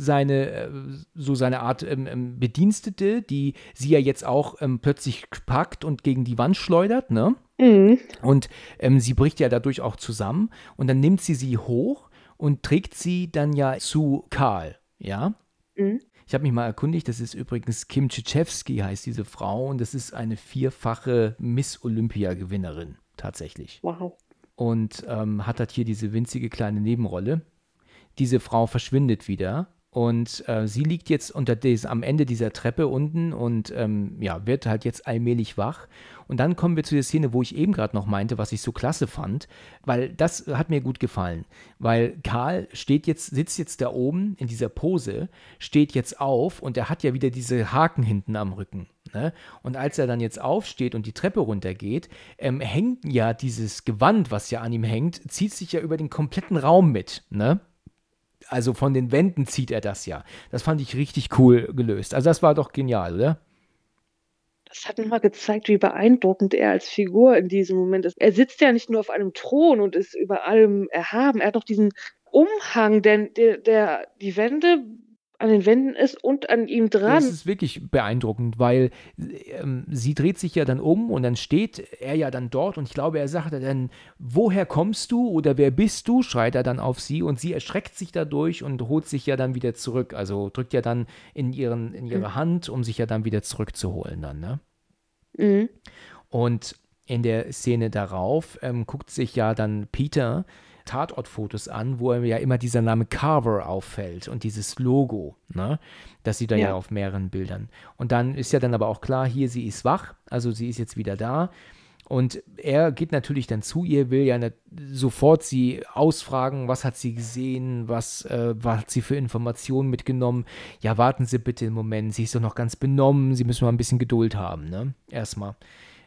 so seine Art Bedienstete, die sie ja jetzt auch plötzlich packt und gegen die Wand schleudert, ne? Mhm. Und sie bricht ja dadurch auch zusammen und dann nimmt sie hoch und trägt sie dann ja zu Karl, ja? Mhm. Ich habe mich mal erkundigt, das ist übrigens Kim Tschetschewski, heißt diese Frau, und das ist eine 4-fache Miss-Olympia-Gewinnerin, tatsächlich. Wow. Und hat halt hier diese winzige kleine Nebenrolle. Diese Frau verschwindet wieder und sie liegt jetzt am Ende dieser Treppe unten und wird halt jetzt allmählich wach. Und dann kommen wir zu der Szene, wo ich eben gerade noch meinte, was ich so klasse fand, weil das hat mir gut gefallen. Weil Karl sitzt jetzt da oben in dieser Pose, steht jetzt auf und er hat ja wieder diese Haken hinten am Rücken. Ne? Und als er dann jetzt aufsteht und die Treppe runtergeht, hängt ja dieses Gewand, was ja an ihm hängt, zieht sich ja über den kompletten Raum mit. Ne? Also von den Wänden zieht er das ja. Das fand ich richtig cool gelöst. Also das war doch genial, oder? Das hat mir mal gezeigt, wie beeindruckend er als Figur in diesem Moment ist. Er sitzt ja nicht nur auf einem Thron und ist über allem erhaben. Er hat noch diesen Umhang, der die Wände an den Wänden ist und an ihm dran. Das ist wirklich beeindruckend, weil sie dreht sich ja dann um und dann steht er ja dann dort und ich glaube, er sagt dann, woher kommst du oder wer bist du, schreit er dann auf sie und sie erschreckt sich dadurch und holt sich ja dann wieder zurück, also drückt ja dann in ihre Hand, um sich ja dann wieder zurückzuholen dann, ne? Mhm. Und in der Szene darauf guckt sich ja dann Peter Tatortfotos an, wo ja immer dieser Name Carver auffällt und dieses Logo, ne? Das sieht er ja auf mehreren Bildern. Und dann ist ja dann aber auch klar, hier, sie ist wach, also sie ist jetzt wieder da. Und er geht natürlich dann zu ihr, will ja sofort sie ausfragen, was hat sie gesehen, was hat sie für Informationen mitgenommen. Ja, warten Sie bitte einen Moment, sie ist doch noch ganz benommen, Sie müssen mal ein bisschen Geduld haben, ne? Erstmal.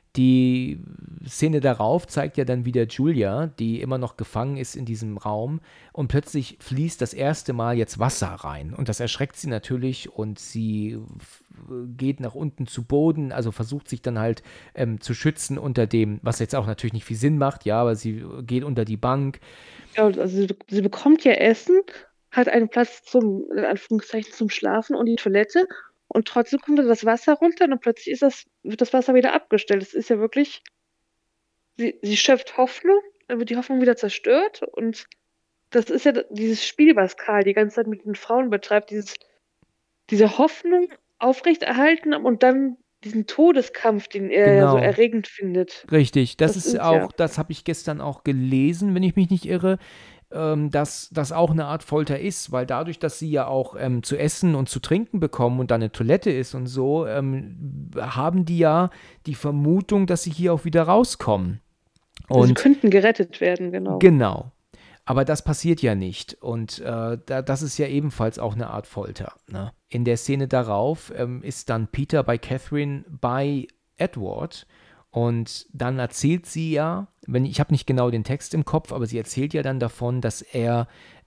Die Szene darauf zeigt ja dann wieder Julia, die immer noch gefangen ist in diesem Raum und plötzlich fließt das erste Mal jetzt Wasser rein und das erschreckt sie natürlich und sie geht nach unten zu Boden, also versucht sich dann halt zu schützen unter dem, was jetzt auch natürlich nicht viel Sinn macht, ja, aber sie geht unter die Bank. Ja, also sie bekommt ja Essen, hat einen Platz in Anführungszeichen, zum Schlafen und die Toilette. Und trotzdem kommt dann das Wasser runter und plötzlich wird das Wasser wieder abgestellt. Es ist ja wirklich, sie schöpft Hoffnung, dann wird die Hoffnung wieder zerstört. Und das ist ja dieses Spiel, was Karl die ganze Zeit mit den Frauen betreibt, diese Hoffnung aufrechterhalten und dann diesen Todeskampf, den er ja so erregend findet. Richtig, das habe ich gestern auch gelesen, wenn ich mich nicht irre, dass das auch eine Art Folter ist, weil dadurch, dass sie ja auch zu essen und zu trinken bekommen und da eine Toilette ist und so, haben die ja die Vermutung, dass sie hier auch wieder rauskommen. Und sie könnten gerettet werden, genau. Genau. Aber das passiert ja nicht. Und das ist ja ebenfalls auch eine Art Folter. Ne? In der Szene darauf ist dann Peter bei Catherine bei Edward. Und dann erzählt sie ja, ich habe nicht genau den Text im Kopf, aber sie erzählt ja dann davon, dass er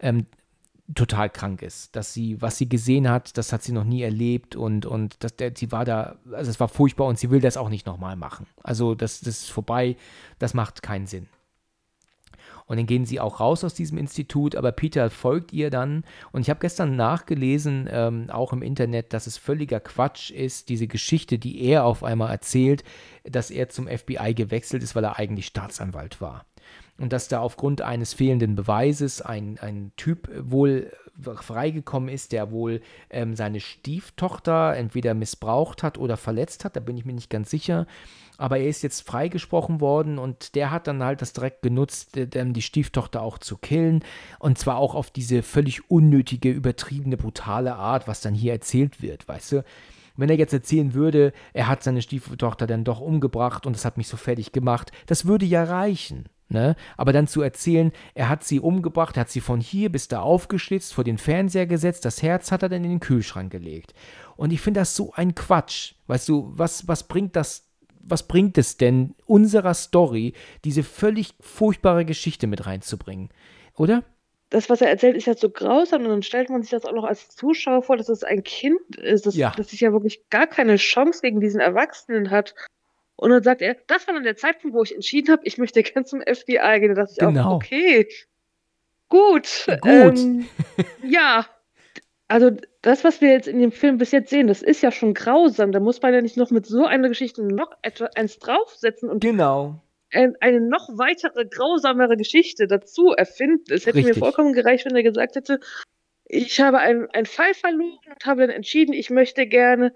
total krank ist. Was sie gesehen hat, das hat sie noch nie erlebt und sie war da, also es war furchtbar und sie will das auch nicht nochmal machen. Also das ist vorbei, das macht keinen Sinn. Und dann gehen sie auch raus aus diesem Institut, aber Peter folgt ihr dann. Und ich habe gestern nachgelesen, auch im Internet, dass es völliger Quatsch ist, diese Geschichte, die er auf einmal erzählt, dass er zum FBI gewechselt ist, weil er eigentlich Staatsanwalt war. Und dass da aufgrund eines fehlenden Beweises ein Typ wohl freigekommen ist, der wohl seine Stieftochter entweder missbraucht hat oder verletzt hat, da bin ich mir nicht ganz sicher. Aber er ist jetzt freigesprochen worden und der hat dann halt das direkt genutzt, die Stieftochter auch zu killen. Und zwar auch auf diese völlig unnötige, übertriebene, brutale Art, was dann hier erzählt wird, weißt du? Wenn er jetzt erzählen würde, er hat seine Stieftochter dann doch umgebracht und das hat mich so fertig gemacht, das würde ja reichen. Ne? Aber dann zu erzählen, er hat sie umgebracht, er hat sie von hier bis da aufgeschlitzt, vor den Fernseher gesetzt, das Herz hat er dann in den Kühlschrank gelegt. Und ich finde das so ein Quatsch. Weißt du, was bringt das? Was bringt es denn, unserer Story diese völlig furchtbare Geschichte mit reinzubringen? Oder? Das, was er erzählt, ist ja so grausam und dann stellt man sich das auch noch als Zuschauer vor, dass es ein Kind ist, das sich ja wirklich gar keine Chance gegen diesen Erwachsenen hat. Und dann sagt er, das war dann der Zeitpunkt, wo ich entschieden habe, ich möchte gerne zum FBI gehen. Da dachte ich auch, okay, gut. Ja, also das, was wir jetzt in dem Film bis jetzt sehen, das ist ja schon grausam. Da muss man ja nicht noch mit so einer Geschichte noch eins draufsetzen und eine noch weitere, grausamere Geschichte dazu erfinden. Es hätte mir vollkommen gereicht, wenn er gesagt hätte, ich habe einen Fall verloren und habe dann entschieden, ich möchte gerne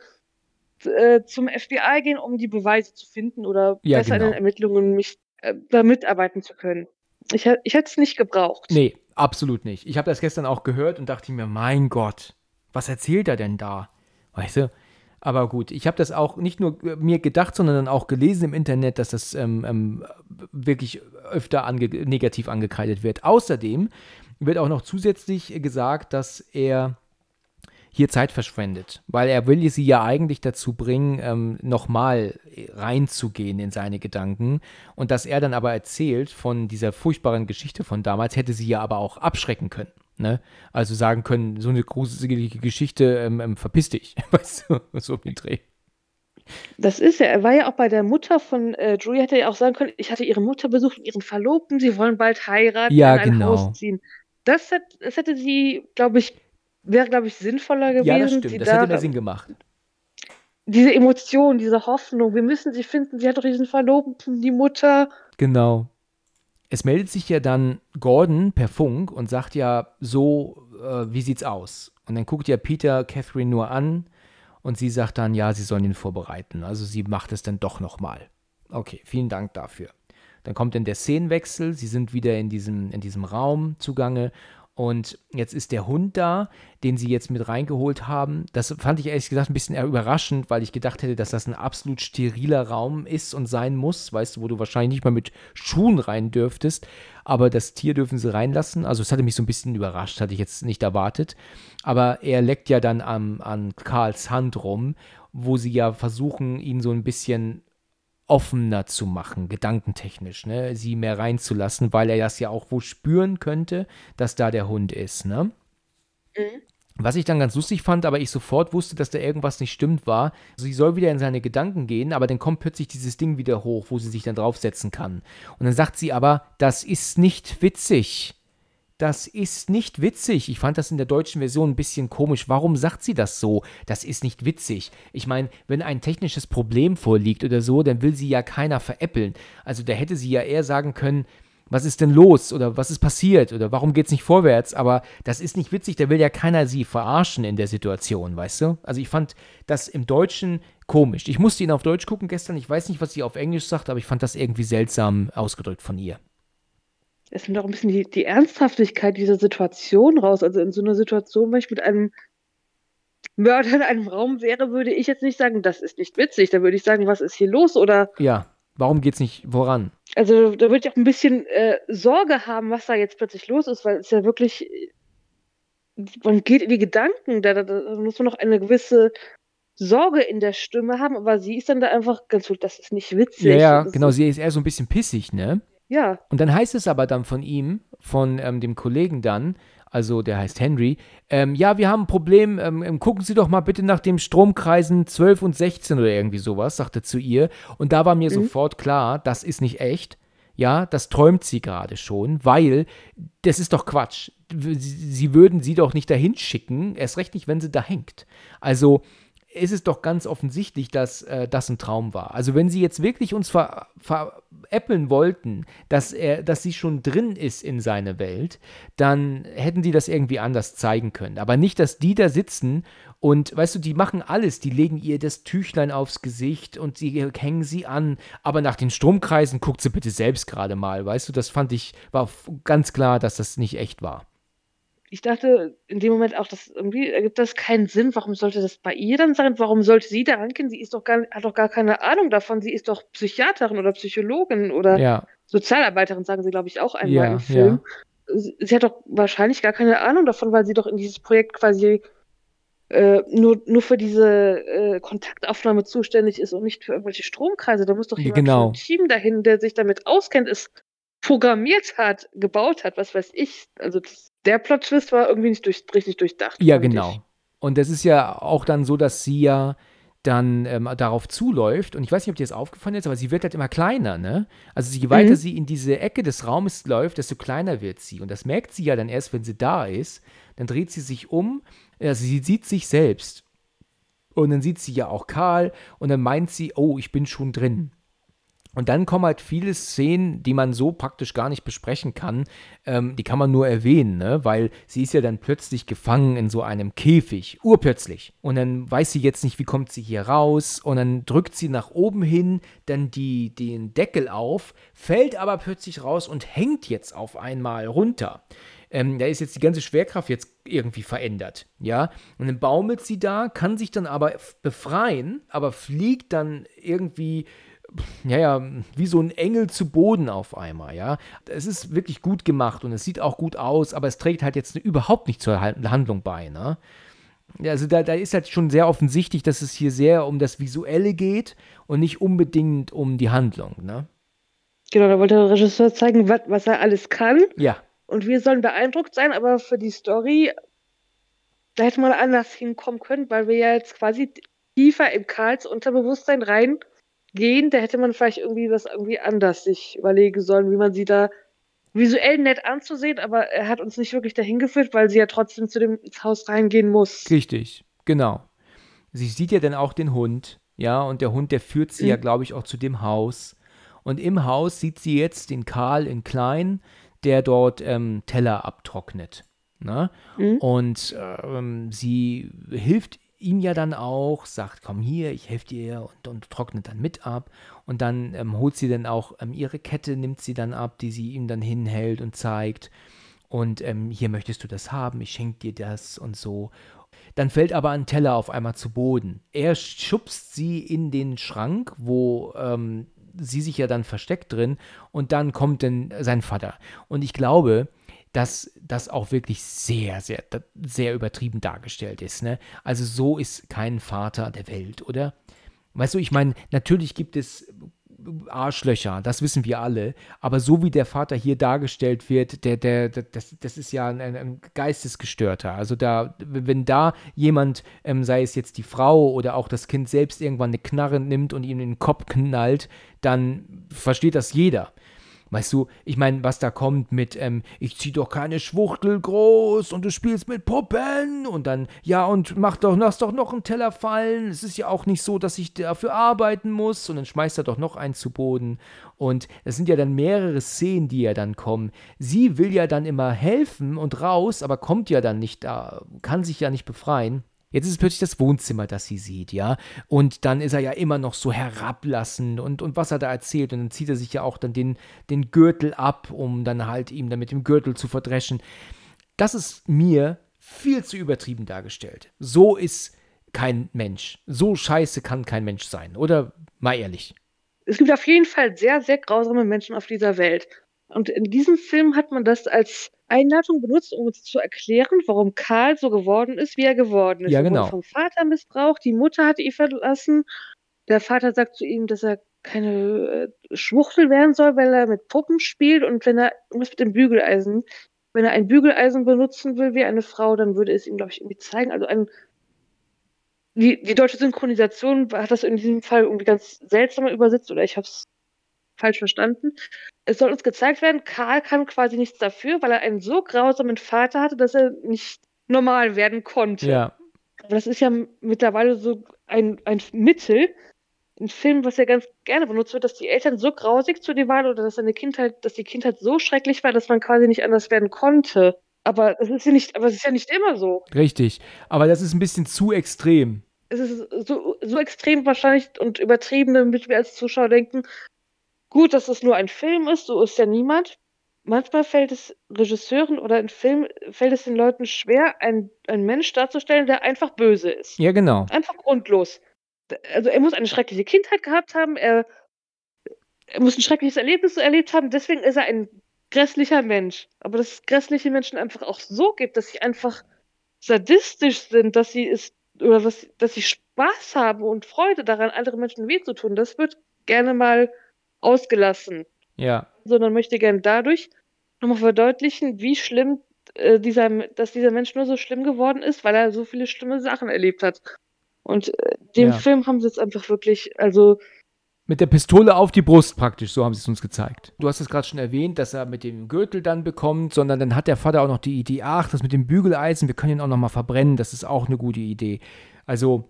zum FBI gehen, um die Beweise zu finden oder Ja, besser in den genau. Ermittlungen mich da mitarbeiten zu können. Ich hätte es nicht gebraucht. Nee, absolut nicht. Ich habe das gestern auch gehört und dachte mir, mein Gott, was erzählt er denn da? Weißt du? Aber gut, ich habe das auch nicht nur mir gedacht, sondern dann auch gelesen im Internet, dass das wirklich öfter negativ angekreidet wird. Außerdem wird auch noch zusätzlich gesagt, dass er hier Zeit verschwendet, weil er will sie ja eigentlich dazu bringen, nochmal reinzugehen in seine Gedanken und dass er dann aber erzählt von dieser furchtbaren Geschichte von damals, hätte sie ja aber auch abschrecken können. Ne? Also sagen können, so eine gruselige Geschichte, verpiss dich, weißt du, so um den Dreh. Das ist er. Er war ja auch bei der Mutter von Julie, hätte ja auch sagen können, ich hatte ihre Mutter besucht und ihren Verlobten, sie wollen bald heiraten, Ja, in ein Haus genau. ziehen. Das hätte sie, glaube ich, wäre, glaube ich, sinnvoller Ja, das gewesen, stimmt, sie das hätte da mehr Sinn gemacht. diese Emotion, diese Hoffnung, wir müssen sie finden, sie hat doch diesen Verlobten, die Mutter. Genau. Es meldet sich ja dann Gordon per Funk und sagt ja so, wie sieht's aus? Und dann guckt ja Peter Catherine nur an und sie sagt dann, ja, sie sollen ihn vorbereiten. Also sie macht es dann doch nochmal. Okay, vielen Dank dafür. Dann kommt dann der Szenenwechsel, sie sind wieder in diesem Raum zugange und jetzt ist der Hund da, den sie jetzt mit reingeholt haben. Das fand ich ehrlich gesagt ein bisschen eher überraschend, weil ich gedacht hätte, dass das ein absolut steriler Raum ist und sein muss, weißt du, wo du wahrscheinlich nicht mal mit Schuhen rein dürftest. Aber das Tier dürfen sie reinlassen. Also es hatte mich so ein bisschen überrascht, hatte ich jetzt nicht erwartet. Aber er leckt ja dann an Karls Hand rum, wo sie ja versuchen, ihn so ein bisschen offener zu machen, gedankentechnisch, ne, sie mehr reinzulassen, weil er das ja auch wohl spüren könnte, dass da der Hund ist, ne? Mhm. Was ich dann ganz lustig fand, aber ich sofort wusste, dass da irgendwas nicht stimmt, war, sie soll wieder in seine Gedanken gehen, aber dann kommt plötzlich dieses Ding wieder hoch, wo sie sich dann draufsetzen kann. Und dann sagt sie aber, das ist nicht witzig. Das ist nicht witzig. Ich fand das in der deutschen Version ein bisschen komisch. Warum sagt sie das so? Das ist nicht witzig. Ich meine, wenn ein technisches Problem vorliegt oder so, dann will sie ja keiner veräppeln. Also da hätte sie ja eher sagen können, was ist denn los oder was ist passiert oder warum geht's nicht vorwärts? Aber das ist nicht witzig, da will ja keiner sie verarschen in der Situation, weißt du? Also ich fand das im Deutschen komisch. Ich musste ihn auf Deutsch gucken gestern. Ich weiß nicht, was sie auf Englisch sagt, aber ich fand das irgendwie seltsam ausgedrückt von ihr. Es nimmt auch ein bisschen die Ernsthaftigkeit dieser Situation raus. Also in so einer Situation, wenn ich mit einem Mörder in einem Raum wäre, würde ich jetzt nicht sagen, das ist nicht witzig. Da würde ich sagen, was ist hier los? Oder, Ja, warum geht's nicht voran? also da würde ich auch ein bisschen Sorge haben, was da jetzt plötzlich los ist, weil es ja wirklich, man geht in die Gedanken, da muss man noch eine gewisse Sorge in der Stimme haben, aber sie ist dann da einfach ganz gut, das ist nicht Ja, witzig. ja, Das genau, ist, sie ist eher so ein bisschen pissig, ne? ja, Und dann heißt es aber dann von ihm, von dem Kollegen dann, also der heißt Henry, ja, wir haben ein Problem, gucken Sie doch mal bitte nach dem Stromkreisen 12 und 16 oder irgendwie sowas, sagte zu ihr. Und da war mir mhm. sofort klar, das ist nicht echt. Ja, das träumt sie gerade schon, weil das ist doch Quatsch. Sie würden sie doch nicht dahin schicken, erst recht nicht, wenn sie da hängt. Also ist es doch ganz offensichtlich, dass das ein Traum war. Also wenn sie jetzt wirklich uns veräppeln wollten, dass sie schon drin ist in seine Welt, dann hätten die das irgendwie anders zeigen können. Aber nicht, dass die da sitzen und, weißt du, die machen alles. Die legen ihr das Tüchlein aufs Gesicht und sie hängen sie an. Aber nach den Stromkreisen guckt sie bitte selbst gerade mal. Weißt du, das fand ich, war ganz klar, dass das nicht echt war. Ich dachte in dem Moment auch, dass irgendwie ergibt das keinen Sinn. Warum sollte das bei ihr dann sein? Warum sollte sie da angehen? Sie ist doch hat doch gar keine Ahnung davon. Sie ist doch Psychiaterin oder Psychologin oder Ja, Sozialarbeiterin, sagen sie, glaube ich, auch einmal im ja, ja. Film. Sie hat doch wahrscheinlich gar keine Ahnung davon, weil sie doch in dieses Projekt quasi nur für diese Kontaktaufnahme zuständig ist und nicht für irgendwelche Stromkreise. Da muss doch jemand von einem Genau. Team dahin, der sich damit auskennt, es programmiert hat, gebaut hat, was weiß ich. Also der Plot-Twist war irgendwie nicht richtig durchdacht, Ja, fand ich. genau. Und das ist ja auch dann so, dass sie ja dann darauf zuläuft. Und ich weiß nicht, ob dir das aufgefallen ist, aber sie wird halt immer kleiner, ne? Also je weiter Mhm. sie in diese Ecke des Raumes läuft, desto kleiner wird sie. Und das merkt sie ja dann erst, wenn sie da ist. Dann dreht sie sich um, also sie sieht sich selbst. Und dann sieht sie ja auch Karl und dann meint sie, oh, ich bin schon drin. Und dann kommen halt viele Szenen, die man so praktisch gar nicht besprechen kann. Die kann man nur erwähnen, ne? Weil sie ist ja dann plötzlich gefangen in so einem Käfig, urplötzlich. Und dann weiß sie jetzt nicht, wie kommt sie hier raus. Und dann drückt sie nach oben hin dann den Deckel auf, fällt aber plötzlich raus und hängt jetzt auf einmal runter. Da ist jetzt die ganze Schwerkraft jetzt irgendwie verändert, ja. Und dann baumelt sie da, kann sich dann aber befreien, aber fliegt dann irgendwie wie so ein Engel zu Boden auf einmal, ja. Es ist wirklich gut gemacht und es sieht auch gut aus, aber es trägt halt jetzt überhaupt nicht zur Handlung bei, ne. Also da ist halt schon sehr offensichtlich, dass es hier sehr um das Visuelle geht und nicht unbedingt um die Handlung, ne. Genau, da wollte der Regisseur zeigen, was er alles kann. Ja. Und wir sollen beeindruckt sein, aber für die Story, da hätte man anders hinkommen können, weil wir ja jetzt quasi tiefer im Karls Unterbewusstsein reingehen. Da hätte man vielleicht irgendwie anders sich überlegen sollen, wie man sie da visuell nett anzusehen, aber er hat uns nicht wirklich dahin geführt, weil sie ja trotzdem zu dem ins Haus reingehen muss. Richtig, genau. Sie sieht ja dann auch den Hund, ja, und der Hund, der führt sie ja, glaube ich, auch zu dem Haus. Und im Haus sieht sie jetzt den Karl in klein, der dort Teller abtrocknet. Ne? Und sie hilft ihm ja dann auch, sagt, komm hier, ich helfe dir und trocknet dann mit ab. Und dann holt sie dann auch ihre Kette, nimmt sie dann ab, die sie ihm dann hinhält und zeigt. Und hier möchtest du das haben, ich schenke dir das und so. Dann fällt aber ein Teller auf einmal zu Boden. Er schubst sie in den Schrank, wo sie sich ja dann versteckt drin, und dann kommt dann sein Vater. Und ich glaube, dass das auch wirklich sehr, sehr, sehr übertrieben dargestellt ist, ne? Also so ist kein Vater der Welt, oder? Weißt du, ich meine, natürlich gibt es Arschlöcher, das wissen wir alle, aber so wie der Vater hier dargestellt wird, das ist ja ein Geistesgestörter. Also wenn da jemand, sei es jetzt die Frau oder auch das Kind selbst, irgendwann eine Knarre nimmt und ihm in den Kopf knallt, dann versteht das jeder. Weißt du, ich meine, was da kommt mit, ich zieh doch keine Schwuchtel groß und du spielst mit Puppen und dann, ja, und lass doch noch einen Teller fallen. Es ist ja auch nicht so, dass ich dafür arbeiten muss, und dann schmeißt er doch noch einen zu Boden. Und es sind ja dann mehrere Szenen, die ja dann kommen. Sie will ja dann immer helfen und raus, aber kommt ja dann nicht da, kann sich ja nicht befreien. Jetzt ist es plötzlich das Wohnzimmer, das sie sieht, ja. Und dann ist er ja immer noch so herablassend und was er da erzählt. Und dann zieht er sich ja auch dann den Gürtel ab, um dann halt ihm dann mit dem Gürtel zu verdreschen. Das ist mir viel zu übertrieben dargestellt. So ist kein Mensch. So scheiße kann kein Mensch sein. Oder mal ehrlich. Es gibt auf jeden Fall sehr, sehr grausame Menschen auf dieser Welt. Und in diesem Film hat man das als Einladung benutzt, um uns zu erklären, warum Karl so geworden ist, wie er geworden ist. Ja, Er genau. wurde vom Vater missbraucht, die Mutter hat ihn verlassen. Der Vater sagt zu ihm, dass er keine Schwuchtel werden soll, weil er mit Puppen spielt, und wenn er irgendwas mit dem Bügeleisen, wenn er ein Bügeleisen benutzen will wie eine Frau, dann würde es ihm, glaube ich, irgendwie zeigen. Also die deutsche Synchronisation hat das in diesem Fall irgendwie ganz seltsam übersetzt, oder ich habe es falsch verstanden. Es soll uns gezeigt werden, Karl kann quasi nichts dafür, weil er einen so grausamen Vater hatte, dass er nicht normal werden konnte. Ja. Aber das ist ja mittlerweile so ein Mittel, ein Film, was ja ganz gerne benutzt wird, dass die Eltern so grausig zu dir waren oder dass die Kindheit so schrecklich war, dass man quasi nicht anders werden konnte. Aber es ist ja nicht immer so. Richtig. Aber das ist ein bisschen zu extrem. Es ist so extrem wahrscheinlich und übertrieben, damit wir als Zuschauer denken, gut, dass es nur ein Film ist, so ist ja niemand. Manchmal fällt es Regisseuren oder in Filmen fällt es den Leuten schwer, einen Mensch darzustellen, der einfach böse ist. Ja, genau. Einfach grundlos. Also er muss eine schreckliche Kindheit gehabt haben, er muss ein schreckliches Erlebnis erlebt haben, deswegen ist er ein grässlicher Mensch. Aber dass es grässliche Menschen einfach auch so gibt, dass sie einfach sadistisch sind, dass sie Spaß haben und Freude daran, anderen Menschen weh zu tun, das wird gerne mal ausgelassen. Ja. Sondern möchte gerne dadurch nochmal verdeutlichen, wie schlimm dass dieser Mensch nur so schlimm geworden ist, weil er so viele schlimme Sachen erlebt hat. Und dem Film haben sie es einfach wirklich, also mit der Pistole auf die Brust praktisch, so haben sie es uns gezeigt. Du hast es gerade schon erwähnt, dass er mit dem Gürtel dann bekommt, sondern dann hat der Vater auch noch die Idee, ach, das mit dem Bügeleisen, wir können ihn auch noch mal verbrennen, das ist auch eine gute Idee. Also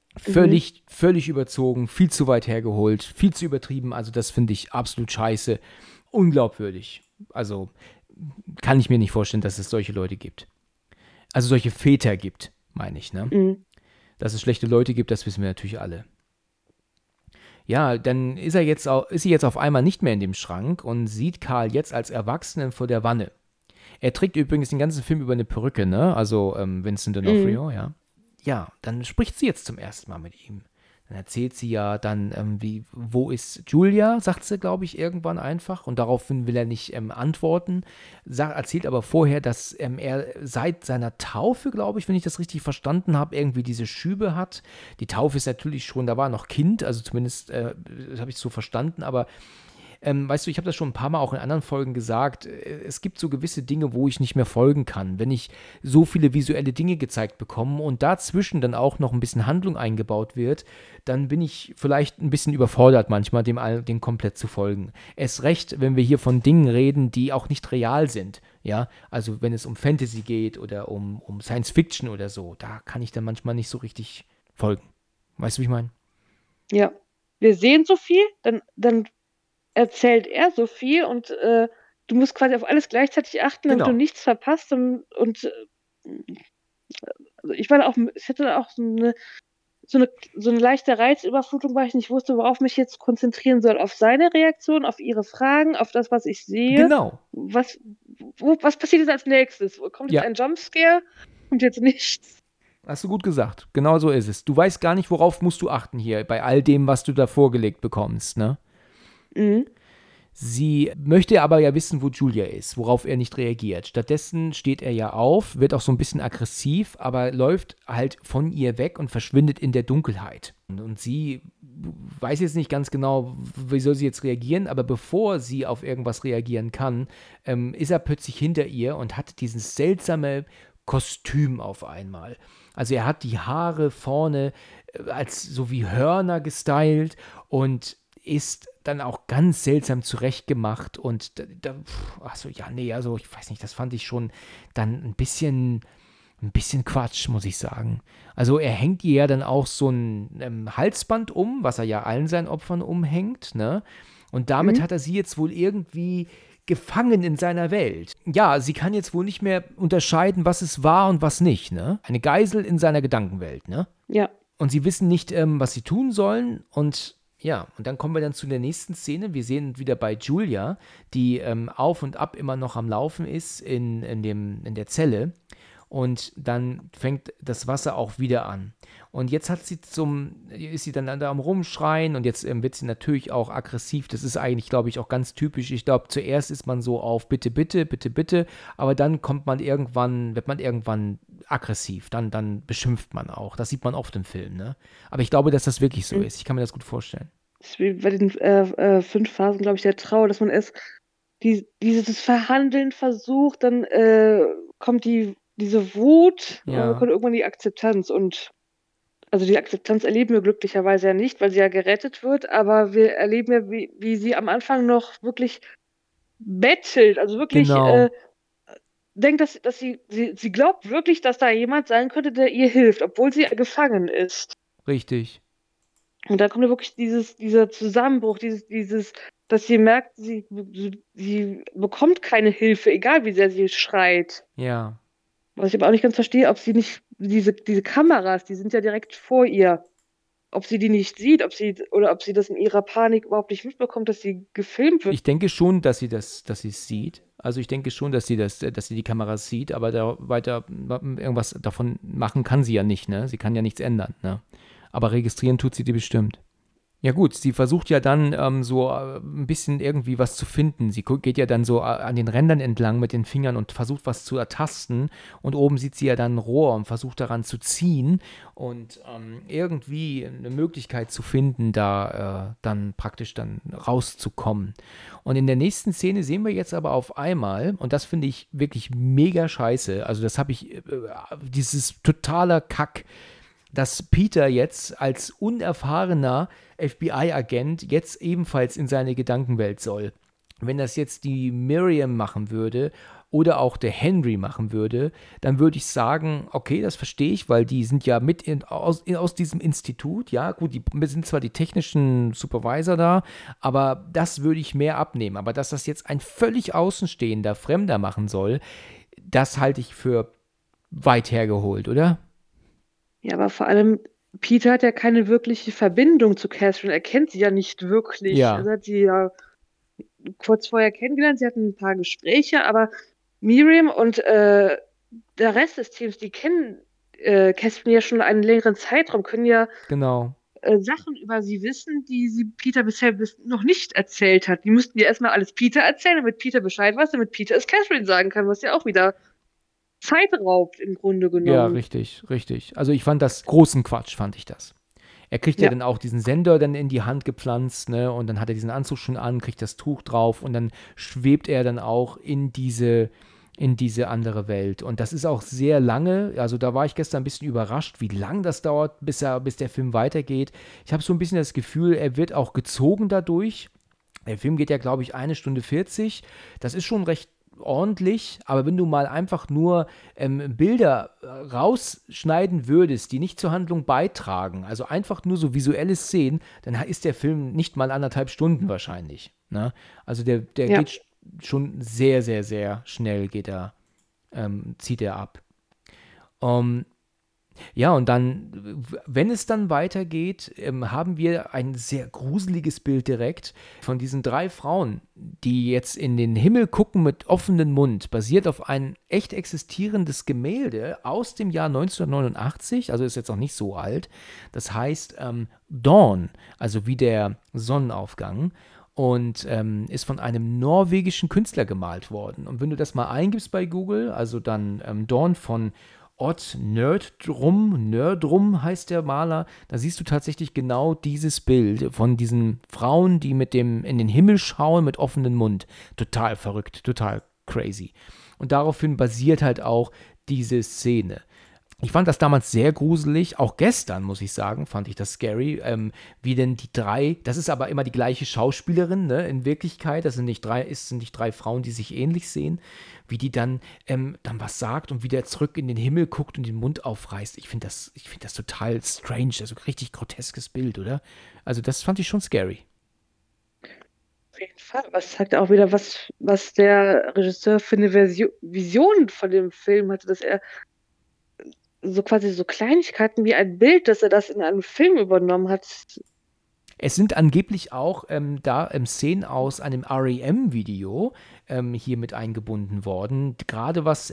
Völlig überzogen, viel zu weit hergeholt, viel zu übertrieben. Also das finde ich absolut scheiße. Unglaubwürdig. Also kann ich mir nicht vorstellen, dass es solche Leute gibt. Also solche Väter gibt, meine ich, ne? Mhm. Dass es schlechte Leute gibt, das wissen wir natürlich alle. Ja, dann ist sie jetzt auf einmal nicht mehr in dem Schrank und sieht Karl jetzt als Erwachsenen vor der Wanne. Er trägt übrigens den ganzen Film über eine Perücke, ne? Also Vincent D'Onofrio, ja. Ja, dann spricht sie jetzt zum ersten Mal mit ihm. Dann erzählt sie ja dann, wo ist Julia, sagt sie, glaube ich, irgendwann einfach. Und daraufhin will er nicht antworten. Erzählt aber vorher, dass er seit seiner Taufe, glaube ich, wenn ich das richtig verstanden habe, irgendwie diese Schübe hat. Die Taufe ist natürlich schon, da war er noch Kind, also zumindest habe ich es so verstanden, aber weißt du, ich habe das schon ein paar Mal auch in anderen Folgen gesagt, es gibt so gewisse Dinge, wo ich nicht mehr folgen kann. Wenn ich so viele visuelle Dinge gezeigt bekomme und dazwischen dann auch noch ein bisschen Handlung eingebaut wird, dann bin ich vielleicht ein bisschen überfordert manchmal, dem komplett zu folgen. Erst recht, wenn wir hier von Dingen reden, die auch nicht real sind. Ja, also wenn es um Fantasy geht oder um Science Fiction oder so, da kann ich dann manchmal nicht so richtig folgen. Weißt du, wie ich meine? Ja, wir sehen so viel, dann erzählt er so viel und du musst quasi auf alles gleichzeitig achten, damit Genau. du nichts verpasst. Also ich war da auch, ich hatte da auch so eine leichte Reizüberflutung, weil ich nicht wusste, worauf mich jetzt konzentrieren soll. Auf seine Reaktion, auf ihre Fragen, auf das, was ich sehe. Genau. Was passiert jetzt als nächstes? Kommt jetzt Ja. ein Jumpscare? Kommt jetzt nichts? Hast du gut gesagt. Genau so ist es. Du weißt gar nicht, worauf musst du achten hier, bei all dem, was du da vorgelegt bekommst, ne? Mhm. Sie möchte aber ja wissen, wo Julia ist, worauf er nicht reagiert. Stattdessen steht er ja auf, wird auch so ein bisschen aggressiv, aber läuft halt von ihr weg und verschwindet in der Dunkelheit. Und sie weiß jetzt nicht ganz genau, wie soll sie jetzt reagieren, aber bevor sie auf irgendwas reagieren kann, ist er plötzlich hinter ihr und hat dieses seltsame Kostüm auf einmal. Also er hat die Haare vorne als so wie Hörner gestylt und ist dann auch ganz seltsam zurechtgemacht und also ich weiß nicht, das fand ich schon dann ein bisschen Quatsch, muss ich sagen. Also er hängt ihr ja dann auch so ein Halsband um, was er ja allen seinen Opfern umhängt, ne? Und damit hat er sie jetzt wohl irgendwie gefangen in seiner Welt. Ja, sie kann jetzt wohl nicht mehr unterscheiden, was es war und was nicht, ne? Eine Geisel in seiner Gedankenwelt, ne? Ja. Und sie wissen nicht, was sie tun sollen. Und ja, und dann kommen wir dann zu der nächsten Szene. Wir sehen wieder bei Julia, die auf und ab immer noch am Laufen ist in der Zelle. Und dann fängt das Wasser auch wieder an. Und jetzt ist sie dann da am Rumschreien und jetzt wird sie natürlich auch aggressiv. Das ist eigentlich, glaube ich, auch ganz typisch. Ich glaube, zuerst ist man so auf bitte, bitte, bitte, bitte, aber dann wird man irgendwann aggressiv. Dann beschimpft man auch. Das sieht man oft im Film, ne? Aber ich glaube, dass das wirklich so ist. Ich kann mir das gut vorstellen. Das ist wie bei den 5 Phasen, glaube ich, der Trauer, dass man erst dieses Verhandeln versucht, dann kommt diese Wut, Ja. kommt irgendwann die Akzeptanz. Und also die Akzeptanz erleben wir glücklicherweise ja nicht, weil sie ja gerettet wird, aber wir erleben ja, wie sie am Anfang noch wirklich bettelt, also wirklich Genau. denkt, dass sie glaubt wirklich, dass da jemand sein könnte, der ihr hilft, obwohl sie gefangen ist. Richtig. Und da kommt ja wirklich dieser Zusammenbruch, dass sie merkt, sie bekommt keine Hilfe, egal wie sehr sie schreit. Ja. Was ich aber auch nicht ganz verstehe, ob sie nicht, diese Kameras, die sind ja direkt vor ihr, ob sie die nicht sieht, ob sie das in ihrer Panik überhaupt nicht mitbekommt, dass sie gefilmt wird. Ich denke schon, dass sie es sieht. Also ich denke schon, dass sie die Kamera sieht, aber da weiter irgendwas davon machen kann sie ja nicht, ne? Sie kann ja nichts ändern, ne? Aber registrieren tut sie die bestimmt. Ja gut, sie versucht ja dann ein bisschen irgendwie was zu finden. Sie geht ja dann so an den Rändern entlang mit den Fingern und versucht was zu ertasten. Und oben sieht sie ja dann ein Rohr und versucht daran zu ziehen und irgendwie eine Möglichkeit zu finden, da dann praktisch dann rauszukommen. Und in der nächsten Szene sehen wir jetzt aber auf einmal, und das finde ich wirklich mega scheiße, also das habe ich, dieses totaler Kack, dass Peter jetzt als unerfahrener FBI-Agent jetzt ebenfalls in seine Gedankenwelt soll. wenn das jetzt die Miriam machen würde oder auch der Henry machen würde, dann würde ich sagen, okay, das verstehe ich, weil die sind ja aus diesem Institut, ja, gut, die sind zwar die technischen Supervisor da, aber das würde ich mehr abnehmen. Aber dass das jetzt ein völlig außenstehender Fremder machen soll, das halte ich für weit hergeholt, oder? Ja, aber vor allem, Peter hat ja keine wirkliche Verbindung zu Catherine. Er kennt sie ja nicht wirklich. Ja, Also hat sie ja kurz vorher kennengelernt, sie hatten ein paar Gespräche, aber Miriam und der Rest des Teams, die kennen Catherine ja schon einen längeren Zeitraum, können ja genau. Sachen über sie wissen, die sie Peter bisher noch nicht erzählt hat. Die müssten ja erstmal alles Peter erzählen, damit Peter Bescheid weiß, damit Peter es Catherine sagen kann, was ja auch wieder Zeit raubt im Grunde Ja, genommen. richtig, richtig. Also ich fand das großen Quatsch, fand ich das. Er kriegt ja Ja, dann auch diesen Sender dann in die Hand gepflanzt, ne? Und dann hat er diesen Anzug schon an, kriegt das Tuch drauf und dann schwebt er dann auch in diese andere Welt. Und das ist auch sehr lange. Also da war ich gestern ein bisschen überrascht, wie lang das dauert, bis der Film weitergeht. Ich habe so ein bisschen das Gefühl, er wird auch gezogen dadurch. Der Film geht ja, glaube ich, 1 Stunde 40. Das ist schon recht ordentlich, aber wenn du mal einfach nur Bilder rausschneiden würdest, die nicht zur Handlung beitragen, also einfach nur so visuelle Szenen, dann ist der Film nicht mal 1,5 Stunden wahrscheinlich. Ne? Also der ja. geht schon sehr, sehr, sehr schnell, zieht er ab. Ähm, ja, und dann, wenn es dann weitergeht, haben wir ein sehr gruseliges Bild direkt von diesen 3 Frauen, die jetzt in den Himmel gucken mit offenem Mund, basiert auf ein echt existierendes Gemälde aus dem Jahr 1989, also ist jetzt auch nicht so alt. Das heißt Dawn, also wie der Sonnenaufgang. Und ist von einem norwegischen Künstler gemalt worden. Und wenn du das mal eingibst bei Google, also dann Dawn von Odd Nerdrum heißt der Maler, da siehst du tatsächlich genau dieses Bild von diesen Frauen, die in den Himmel schauen mit offenem Mund. Total verrückt, total crazy. Und daraufhin basiert halt auch diese Szene. Ich fand das damals sehr gruselig, auch gestern, muss ich sagen, fand ich das scary, wie denn die 3, das ist aber immer die gleiche Schauspielerin, ne, in Wirklichkeit, es sind nicht 3 Frauen, die sich ähnlich sehen, wie die dann was sagt und wie der zurück in den Himmel guckt und den Mund aufreißt. Ich finde das total strange, also richtig groteskes Bild, oder? Also das fand ich schon scary. Auf jeden Fall. Was sagt auch wieder, was der Regisseur für eine Vision von dem Film hatte, dass er so quasi so Kleinigkeiten wie ein Bild, dass er das in einem Film übernommen hat. Es sind angeblich auch Szenen aus einem REM-Video hier mit eingebunden worden, gerade was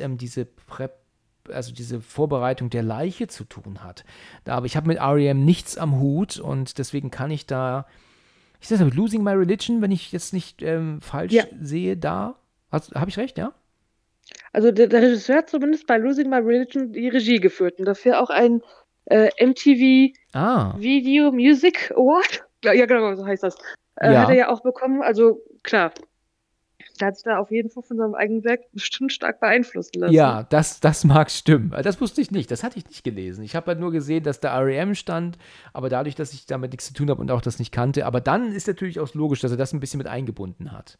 also diese Vorbereitung der Leiche zu tun hat. Aber ich habe mit REM nichts am Hut und deswegen kann ich da, ich sage Losing My Religion, wenn ich jetzt nicht falsch Ja, sehe, da. Habe ich recht, ja? also der Regisseur hat zumindest bei Losing My Religion die Regie geführt und dafür auch ein MTV Ah, Video Music Award. Ja, genau, so heißt das. Hat er ja. ja auch bekommen. Also klar, der hat sich da auf jeden Fall von seinem eigenen Werk bestimmt stark beeinflussen lassen. Ja, das mag stimmen. Das wusste ich nicht, das hatte ich nicht gelesen. Ich habe halt nur gesehen, dass da REM stand, aber dadurch, dass ich damit nichts zu tun habe und auch das nicht kannte, aber dann ist natürlich auch logisch, dass er das ein bisschen mit eingebunden hat.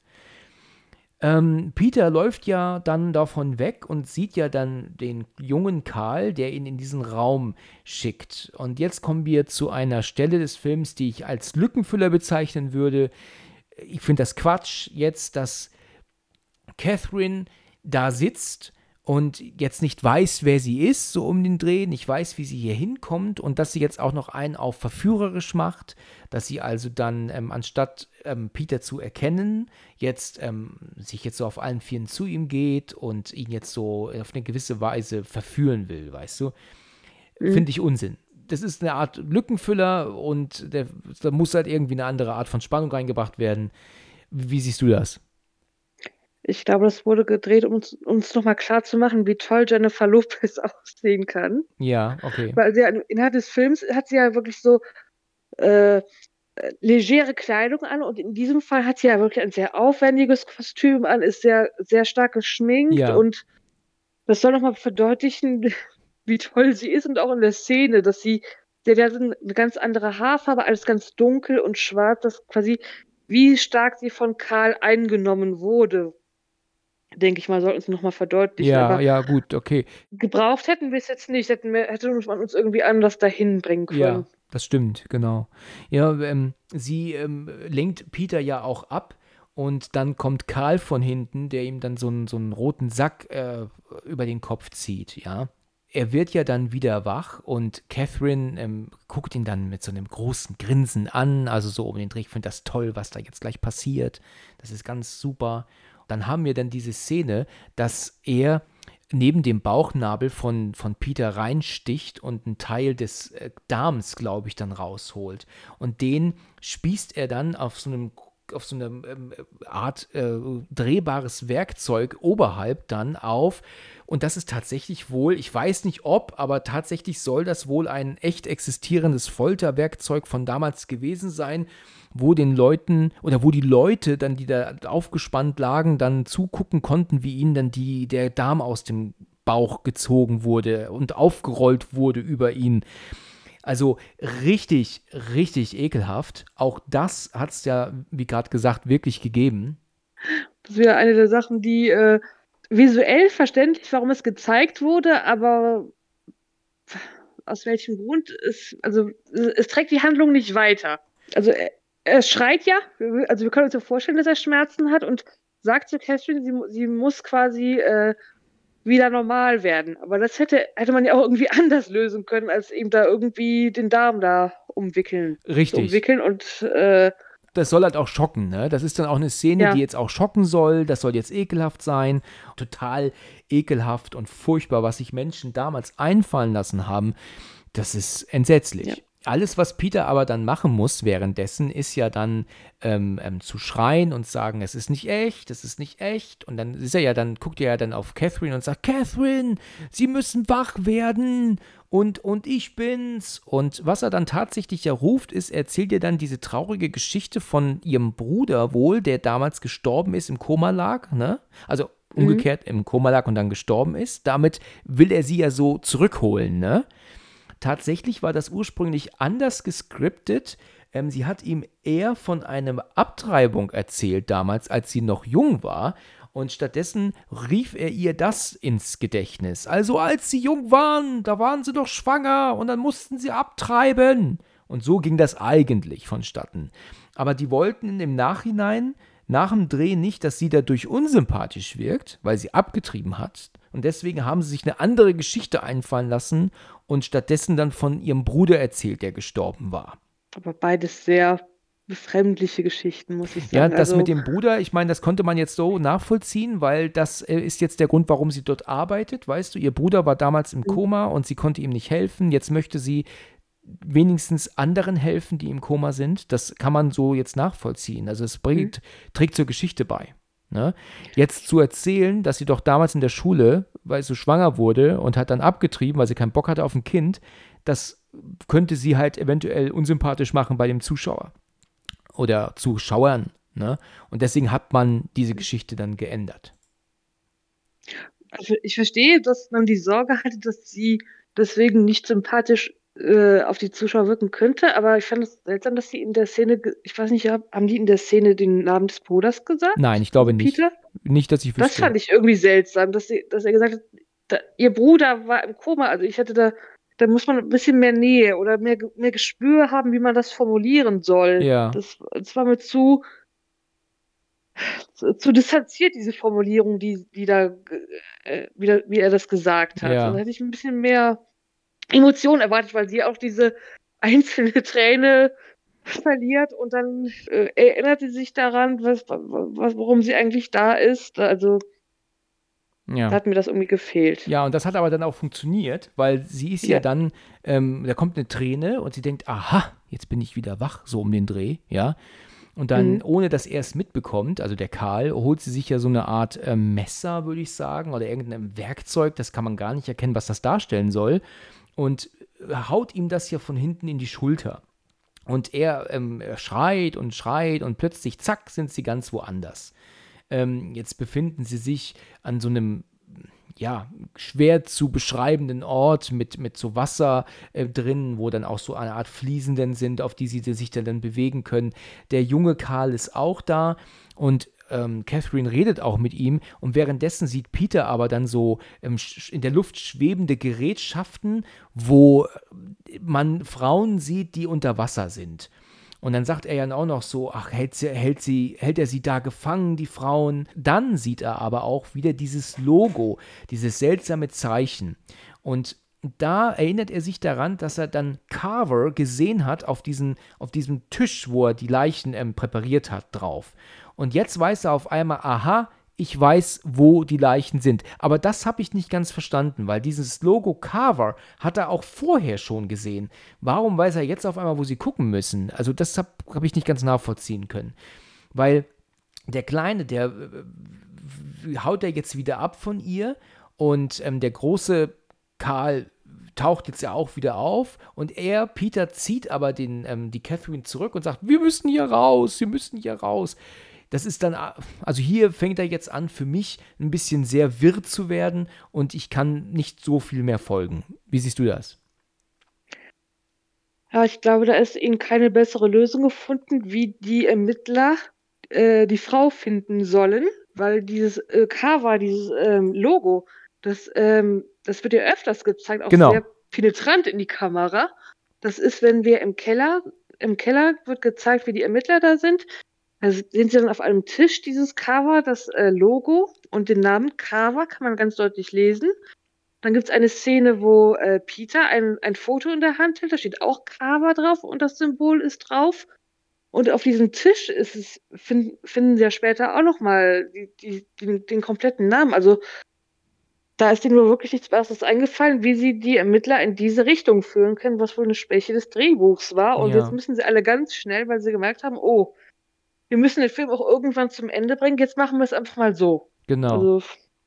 Peter läuft ja dann davon weg und sieht ja dann den jungen Karl, der ihn in diesen Raum schickt. Und jetzt kommen wir zu einer Stelle des Films, die ich als Lückenfüller bezeichnen würde. Ich finde das Quatsch jetzt, dass Catherine da sitzt und jetzt nicht weiß, wer sie ist, so um den Dreh, nicht weiß, wie sie hier hinkommt und dass sie jetzt auch noch einen auf verführerisch macht, dass sie also dann, anstatt Peter zu erkennen, jetzt sich jetzt so auf allen Vieren zu ihm geht und ihn jetzt so auf eine gewisse Weise verführen will, weißt du? Mhm. Finde ich Unsinn. Das ist eine Art Lückenfüller und da muss halt irgendwie eine andere Art von Spannung reingebracht werden. Wie siehst du das? Ich glaube, das wurde gedreht, um uns nochmal klar zu machen, wie toll Jennifer Lopez aussehen kann. Ja, okay. Weil sie ja innerhalb des Films hat sie ja wirklich so äh, legere Kleidung an und in diesem Fall hat sie ja wirklich ein sehr aufwendiges Kostüm an, ist sehr, sehr stark geschminkt Ja, und das soll nochmal verdeutlichen, wie toll sie ist und auch in der Szene, dass sie, der hat eine ganz andere Haarfarbe, alles ganz dunkel und schwarz, das quasi wie stark sie von Karl eingenommen wurde, denke ich mal, sollten sie nochmal verdeutlichen. Ja, Aber ja, gut, okay. gebraucht hätten wir es jetzt nicht. Hätte man uns irgendwie anders dahin bringen können. Ja, das stimmt, genau. Ja, sie lenkt Peter ja auch ab und dann kommt Karl von hinten, der ihm dann so einen roten Sack über den Kopf zieht, ja. Er wird ja dann wieder wach und Catherine guckt ihn dann mit so einem großen Grinsen an, also so um den Dreh, ich finde das toll, was da jetzt gleich passiert. Das ist ganz super. Dann haben wir dann diese Szene, dass er neben dem Bauchnabel von Peter reinsticht und einen Teil des Darms, glaube ich, dann rausholt. Und den spießt er dann auf so eine Art drehbares Werkzeug oberhalb dann auf. Und das ist tatsächlich wohl, ich weiß nicht ob, aber tatsächlich soll das wohl ein echt existierendes Folterwerkzeug von damals gewesen sein, wo den Leuten oder wo die Leute dann, die da aufgespannt lagen, dann zugucken konnten, wie ihnen dann der Darm aus dem Bauch gezogen wurde und aufgerollt wurde über ihn. Also richtig, richtig ekelhaft. Auch das hat es ja, wie gerade gesagt, wirklich gegeben. Das ist wieder eine der Sachen, die visuell verständlich, warum es gezeigt wurde, aber aus welchem Grund also es trägt die Handlung nicht weiter. Also er schreit ja, also wir können uns ja vorstellen, dass er Schmerzen hat und sagt zu Catherine, sie muss quasi wieder normal werden. Aber das hätte man ja auch irgendwie anders lösen können, als ihm da irgendwie den Darm da umwickeln. Richtig. Und das soll halt auch schocken, ne? Das ist dann auch eine Szene, ja. die jetzt auch schocken soll. Das soll jetzt ekelhaft sein. Total ekelhaft und furchtbar, was sich Menschen damals einfallen lassen haben. Das ist entsetzlich. Ja. Alles, was Peter aber dann machen muss währenddessen, ist ja dann zu schreien und sagen, es ist nicht echt, es ist nicht echt. Und dann guckt er ja dann auf Catherine und sagt, Catherine, Sie müssen wach werden und ich bin's. Und was er dann tatsächlich ja ruft, ist, er erzählt ihr dann diese traurige Geschichte von ihrem Bruder wohl, der damals gestorben ist, im Koma lag, ne? Also umgekehrt im Koma lag und dann gestorben ist. Damit will er sie ja so zurückholen, ne? Tatsächlich war das ursprünglich anders gescriptet. Sie hat ihm eher von einer Abtreibung erzählt damals, als sie noch jung war. Und stattdessen rief er ihr das ins Gedächtnis. Also als sie jung waren, da waren sie doch schwanger und dann mussten sie abtreiben. Und so ging das eigentlich vonstatten. Aber die wollten im Nachhinein, nach dem Dreh nicht, dass sie dadurch unsympathisch wirkt, weil sie abgetrieben hat. Und deswegen haben sie sich eine andere Geschichte einfallen lassen und stattdessen dann von ihrem Bruder erzählt, der gestorben war. Aber beides sehr befremdliche Geschichten, muss ich sagen. Ja, das mit dem Bruder, ich meine, das konnte man jetzt so nachvollziehen, weil das ist jetzt der Grund, warum sie dort arbeitet, weißt du, ihr Bruder war damals im Koma und sie konnte ihm nicht helfen, jetzt möchte sie wenigstens anderen helfen, die im Koma sind, das kann man so jetzt nachvollziehen, also es trägt zur Geschichte bei. Ne? Jetzt zu erzählen, dass sie doch damals in der Schule, weil sie schwanger wurde und hat dann abgetrieben, weil sie keinen Bock hatte auf ein Kind, das könnte sie halt eventuell unsympathisch machen bei dem Zuschauer oder Zuschauern. Ne? Und deswegen hat man diese Geschichte dann geändert. Also ich verstehe, dass man die Sorge hatte, dass sie deswegen nicht sympathisch auf die Zuschauer wirken könnte, aber ich fand es seltsam, dass sie in der Szene, ich weiß nicht, haben die in der Szene den Namen des Bruders gesagt? Nein, ich glaube nicht. Peter? Nicht, dass ich wüsste. Das fand ich irgendwie seltsam, dass er gesagt hat, ihr Bruder war im Koma, also ich hatte da muss man ein bisschen mehr Nähe oder mehr Gespür haben, wie man das formulieren soll. Ja. Das war mir zu distanziert, diese Formulierung, die da, wie er das gesagt hat. Ja. Da hätte ich ein bisschen mehr Emotionen erwartet, weil sie auch diese einzelne Träne verliert und dann erinnert sie sich daran, warum sie eigentlich da ist. Also da hat mir das irgendwie gefehlt. Ja, und das hat aber dann auch funktioniert, weil sie ist ja dann, da kommt eine Träne und sie denkt, aha, jetzt bin ich wieder wach, so um den Dreh, ja. Und dann, ohne dass er es mitbekommt, also der Karl, holt sie sich ja so eine Art Messer, würde ich sagen, oder irgendein Werkzeug, das kann man gar nicht erkennen, was das darstellen soll, und haut ihm das ja von hinten in die Schulter. Und er schreit und plötzlich, zack, sind sie ganz woanders. Jetzt befinden sie sich an so einem, schwer zu beschreibenden Ort mit so Wasser drin, wo dann auch so eine Art Fliesen sind, auf die sie sich dann bewegen können. Der junge Karl ist auch da und Catherine redet auch mit ihm und währenddessen sieht Peter aber dann so in der Luft schwebende Gerätschaften, wo man Frauen sieht, die unter Wasser sind. Und dann sagt er ja auch noch so, ach, hält er sie da gefangen, die Frauen? Dann sieht er aber auch wieder dieses Logo, dieses seltsame Zeichen. Und da erinnert er sich daran, dass er dann Carver gesehen hat auf diesem Tisch, wo er die Leichen präpariert hat, drauf. Und jetzt weiß er auf einmal, aha, ich weiß, wo die Leichen sind. Aber das habe ich nicht ganz verstanden, weil dieses Logo Carver hat er auch vorher schon gesehen. Warum weiß er jetzt auf einmal, wo sie gucken müssen? Also das hab ich nicht ganz nachvollziehen können. Weil der Kleine, der haut er jetzt wieder ab von ihr und der große Karl taucht jetzt ja auch wieder auf und Peter zieht aber die Catherine zurück und sagt, wir müssen hier raus. Das ist dann, also hier fängt er jetzt an, für mich ein bisschen sehr wirr zu werden und ich kann nicht so viel mehr folgen. Wie siehst du das? Ja, ich glaube, da ist ihnen keine bessere Lösung gefunden, wie die Ermittler die Frau finden sollen, weil dieses Cover, dieses Logo, das wird ja öfters gezeigt, auch Genau. sehr penetrant in die Kamera. Das ist, wenn wir im Keller wird gezeigt, wie die Ermittler da sind. Also sehen Sie dann auf einem Tisch dieses Cover, das Logo und den Namen Carver kann man ganz deutlich lesen. Dann gibt es eine Szene, wo Peter ein Foto in der Hand hält, da steht auch Carver drauf und das Symbol ist drauf. Und auf diesem Tisch finden Sie ja später auch nochmal den kompletten Namen. Also da ist denen nur wirklich nichts Besseres eingefallen, wie sie die Ermittler in diese Richtung führen können, was wohl eine Schwäche des Drehbuchs war. Und jetzt müssen sie alle ganz schnell, weil sie gemerkt haben, oh, wir müssen den Film auch irgendwann zum Ende bringen, jetzt machen wir es einfach mal so. Genau.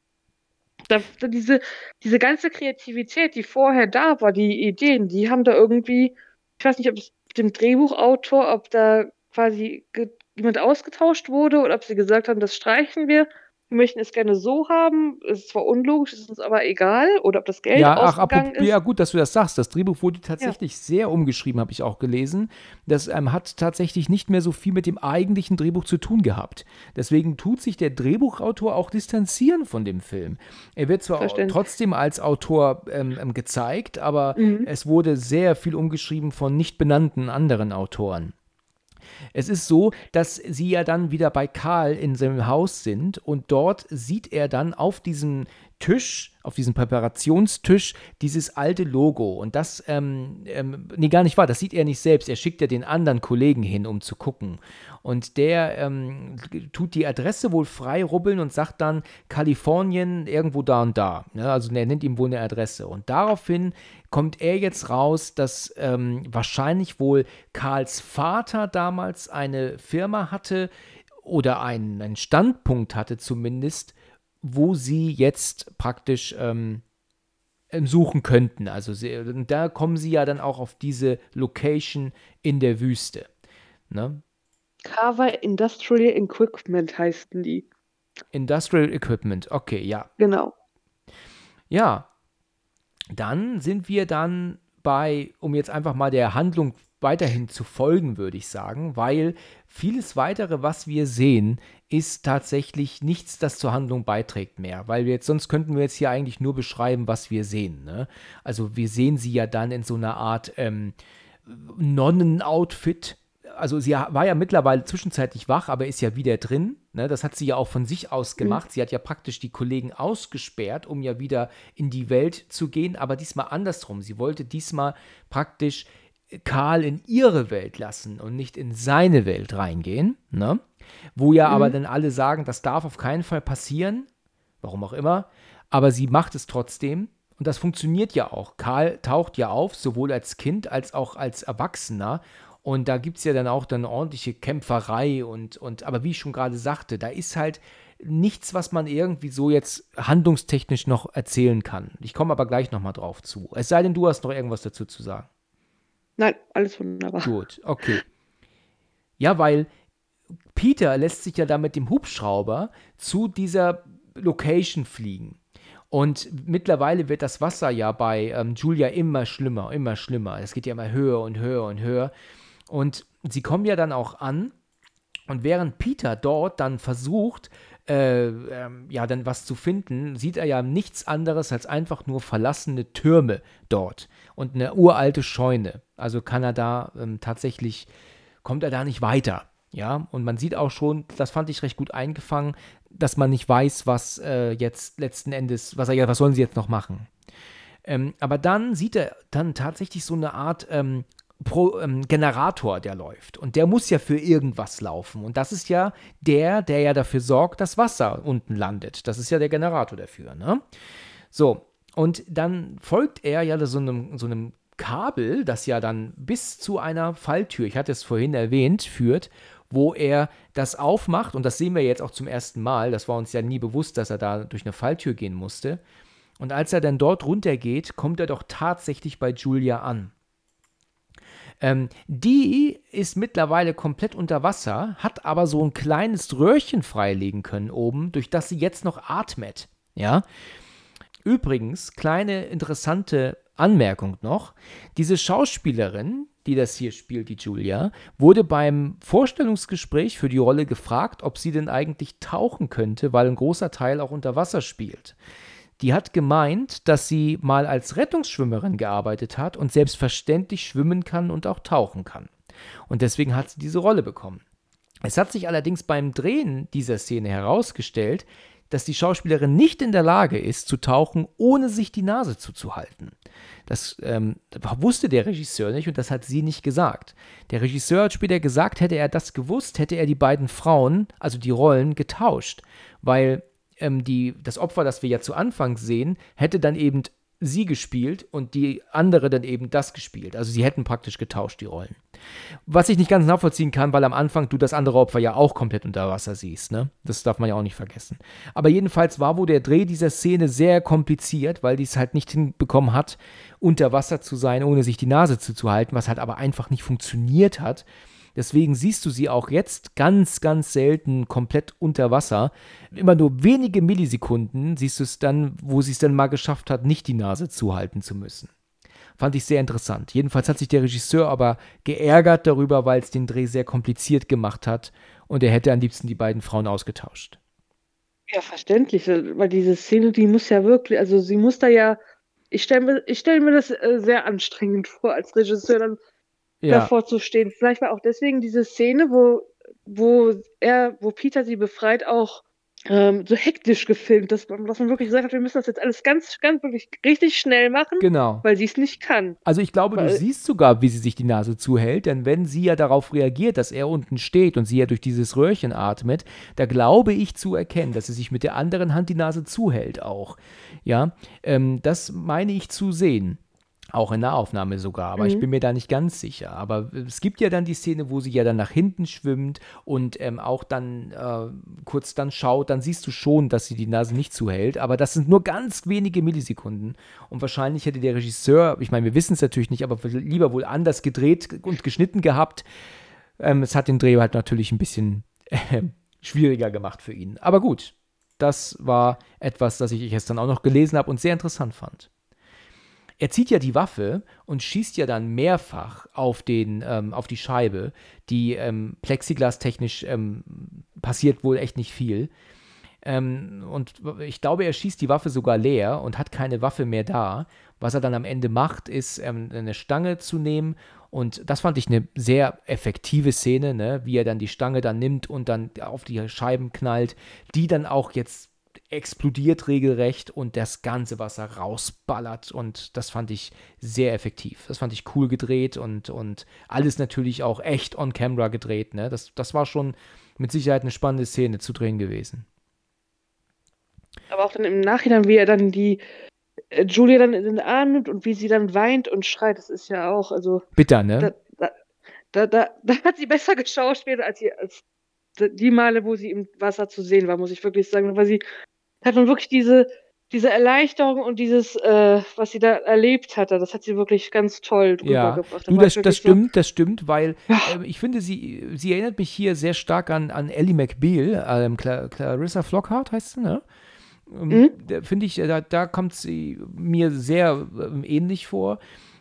Also diese ganze Kreativität, die vorher da war, die Ideen, die haben da irgendwie, ich weiß nicht, ob es dem Drehbuchautor, ob da quasi jemand ausgetauscht wurde oder ob sie gesagt haben, das streichen wir möchten es gerne so haben, es ist zwar unlogisch, ist uns aber egal, oder ob das Geld ausgegangen ist. Ja, gut, dass du das sagst. Das Drehbuch wurde tatsächlich sehr umgeschrieben, habe ich auch gelesen. Das hat tatsächlich nicht mehr so viel mit dem eigentlichen Drehbuch zu tun gehabt. Deswegen tut sich der Drehbuchautor auch distanzieren von dem Film. Er wird zwar trotzdem als Autor gezeigt, aber es wurde sehr viel umgeschrieben von nicht benannten anderen Autoren. Es ist so, dass sie ja dann wieder bei Karl in seinem Haus sind und dort sieht er dann auf diesem Tisch, auf diesem Präparationstisch, dieses alte Logo. Und das, nee, gar nicht wahr, das sieht er nicht selbst. Er schickt ja den anderen Kollegen hin, um zu gucken. Und der tut die Adresse wohl frei rubbeln und sagt dann Kalifornien irgendwo da und da. Ja, also er nennt ihm wohl eine Adresse. Und daraufhin kommt er jetzt raus, dass wahrscheinlich wohl Karls Vater damals eine Firma hatte oder einen Standpunkt hatte zumindest, wo sie jetzt praktisch suchen könnten. Also da kommen sie ja dann auch auf diese Location in der Wüste. Ne? Carver Industrial Equipment heißen die. Industrial Equipment, okay, ja. Genau. Ja, dann sind wir dann um jetzt einfach mal der Handlung weiterhin zu folgen, würde ich sagen, weil vieles weitere, was wir sehen, ist tatsächlich nichts, das zur Handlung beiträgt mehr, weil sonst könnten wir jetzt hier eigentlich nur beschreiben, was wir sehen, ne? Also wir sehen sie ja dann in so einer Art Nonnen-Outfit. Also sie war ja mittlerweile zwischenzeitlich wach, aber ist ja wieder drin. Ne? Das hat sie ja auch von sich aus gemacht. Sie hat ja praktisch die Kollegen ausgesperrt, um ja wieder in die Welt zu gehen, aber diesmal andersrum. Sie wollte diesmal praktisch Karl in ihre Welt lassen und nicht in seine Welt reingehen. Ne? Wo ja aber dann alle sagen, das darf auf keinen Fall passieren. Warum auch immer. Aber sie macht es trotzdem. Und das funktioniert ja auch. Karl taucht ja auf, sowohl als Kind als auch als Erwachsener. Und da gibt es ja dann auch dann ordentliche Kämpferei aber wie ich schon gerade sagte, da ist halt nichts, was man irgendwie so jetzt handlungstechnisch noch erzählen kann. Ich komme aber gleich nochmal drauf zu. Es sei denn, du hast noch irgendwas dazu zu sagen. Nein, alles wunderbar. Gut, okay. Ja, weil Peter lässt sich ja da mit dem Hubschrauber zu dieser Location fliegen. Und mittlerweile wird das Wasser ja bei Julia immer schlimmer, immer schlimmer. Es geht ja immer höher und höher und höher. Und sie kommen ja dann auch an. Und während Peter dort dann versucht, dann was zu finden, sieht er ja nichts anderes als einfach nur verlassene Türme dort und eine uralte Scheune. Also kann er da tatsächlich, kommt er da nicht weiter. Ja, und man sieht auch schon, das fand ich recht gut eingefangen, dass man nicht weiß, was jetzt letzten Endes, was sollen sie jetzt noch machen. Aber dann sieht er dann tatsächlich so eine Art Generator, der läuft. Und der muss ja für irgendwas laufen. Und das ist ja der ja dafür sorgt, dass Wasser unten landet. Das ist ja der Generator dafür, ne? So, und dann folgt er ja so einem Kabel, das ja dann bis zu einer Falltür, ich hatte es vorhin erwähnt, führt, wo er das aufmacht. Und das sehen wir jetzt auch zum ersten Mal. Das war uns ja nie bewusst, dass er da durch eine Falltür gehen musste. Und als er dann dort runtergeht, kommt er doch tatsächlich bei Julia an. Die ist mittlerweile komplett unter Wasser, hat aber so ein kleines Röhrchen freilegen können oben, durch das sie jetzt noch atmet. Ja. Übrigens, kleine interessante Anmerkung noch: Diese Schauspielerin, die das hier spielt, die Julia, wurde beim Vorstellungsgespräch für die Rolle gefragt, ob sie denn eigentlich tauchen könnte, weil ein großer Teil auch unter Wasser spielt. Die hat gemeint, dass sie mal als Rettungsschwimmerin gearbeitet hat und selbstverständlich schwimmen kann und auch tauchen kann. Und deswegen hat sie diese Rolle bekommen. Es hat sich allerdings beim Drehen dieser Szene herausgestellt, dass die Schauspielerin nicht in der Lage ist, zu tauchen, ohne sich die Nase zuzuhalten. Das wusste der Regisseur nicht und das hat sie nicht gesagt. Der Regisseur hat später gesagt, hätte er das gewusst, hätte er die beiden Frauen, also die Rollen, getauscht, weil das Opfer, das wir ja zu Anfang sehen, hätte dann eben sie gespielt und die andere dann eben das gespielt. Also sie hätten praktisch getauscht, die Rollen. Was ich nicht ganz nachvollziehen kann, weil am Anfang du das andere Opfer ja auch komplett unter Wasser siehst, ne? Das darf man ja auch nicht vergessen. Aber jedenfalls war wohl der Dreh dieser Szene sehr kompliziert, weil die es halt nicht hinbekommen hat, unter Wasser zu sein, ohne sich die Nase zuzuhalten, was halt aber einfach nicht funktioniert hat. Deswegen siehst du sie auch jetzt ganz, ganz selten komplett unter Wasser. Immer nur wenige Millisekunden siehst du es dann, wo sie es dann mal geschafft hat, nicht die Nase zuhalten zu müssen. Fand ich sehr interessant. Jedenfalls hat sich der Regisseur aber geärgert darüber, weil es den Dreh sehr kompliziert gemacht hat und er hätte am liebsten die beiden Frauen ausgetauscht. Ja, verständlich, weil diese Szene, die muss ja wirklich, also sie muss da ja, ich stell mir das sehr anstrengend vor, als Regisseur dann davor zu stehen. Vielleicht war auch deswegen diese Szene, wo Peter sie befreit, auch so hektisch gefilmt, dass man wirklich gesagt hat, wir müssen das jetzt alles ganz, ganz wirklich richtig schnell machen, Genau. weil sie es nicht kann. Also ich glaube, du siehst sogar, wie sie sich die Nase zuhält, denn wenn sie ja darauf reagiert, dass er unten steht und sie ja durch dieses Röhrchen atmet, da glaube ich zu erkennen, dass sie sich mit der anderen Hand die Nase zuhält auch. Ja, das meine ich zu sehen. Auch in Nahaufnahme sogar, aber ich bin mir da nicht ganz sicher. Aber es gibt ja dann die Szene, wo sie ja dann nach hinten schwimmt und auch dann kurz dann schaut, dann siehst du schon, dass sie die Nase nicht zuhält, aber das sind nur ganz wenige Millisekunden. Und wahrscheinlich hätte der Regisseur, ich meine, wir wissen es natürlich nicht, aber lieber wohl anders gedreht und geschnitten gehabt. Es hat den Dreh halt natürlich ein bisschen schwieriger gemacht für ihn. Aber gut, das war etwas, das ich gestern auch noch gelesen habe und sehr interessant fand. Er zieht ja die Waffe und schießt ja dann mehrfach auf die Scheibe. Die Plexiglas-technisch passiert wohl echt nicht viel. Und ich glaube, er schießt die Waffe sogar leer und hat keine Waffe mehr da. Was er dann am Ende macht, ist eine Stange zu nehmen. Und das fand ich eine sehr effektive Szene, ne? Wie er dann die Stange dann nimmt und dann auf die Scheiben knallt, die dann auch jetzt explodiert regelrecht und das ganze Wasser rausballert und das fand ich sehr effektiv. Das fand ich cool gedreht und alles natürlich auch echt on camera gedreht. Ne? Das war schon mit Sicherheit eine spannende Szene zu drehen gewesen. Aber auch dann im Nachhinein, wie er dann die Julia dann in den Arm nimmt und wie sie dann weint und schreit, das ist ja auch, also bitter, ne? Da hat sie besser geschauspielt als die Male, wo sie im Wasser zu sehen war, muss ich wirklich sagen, weil sie hat man wirklich diese Erleichterung und dieses, was sie da erlebt hatte, das hat sie wirklich ganz toll drüber gebracht. Das stimmt, weil ich finde, sie erinnert mich hier sehr stark an Ally McBeal, Clarissa Flockhart heißt sie, ne? Mhm. Finde ich, da kommt sie mir sehr ähnlich vor.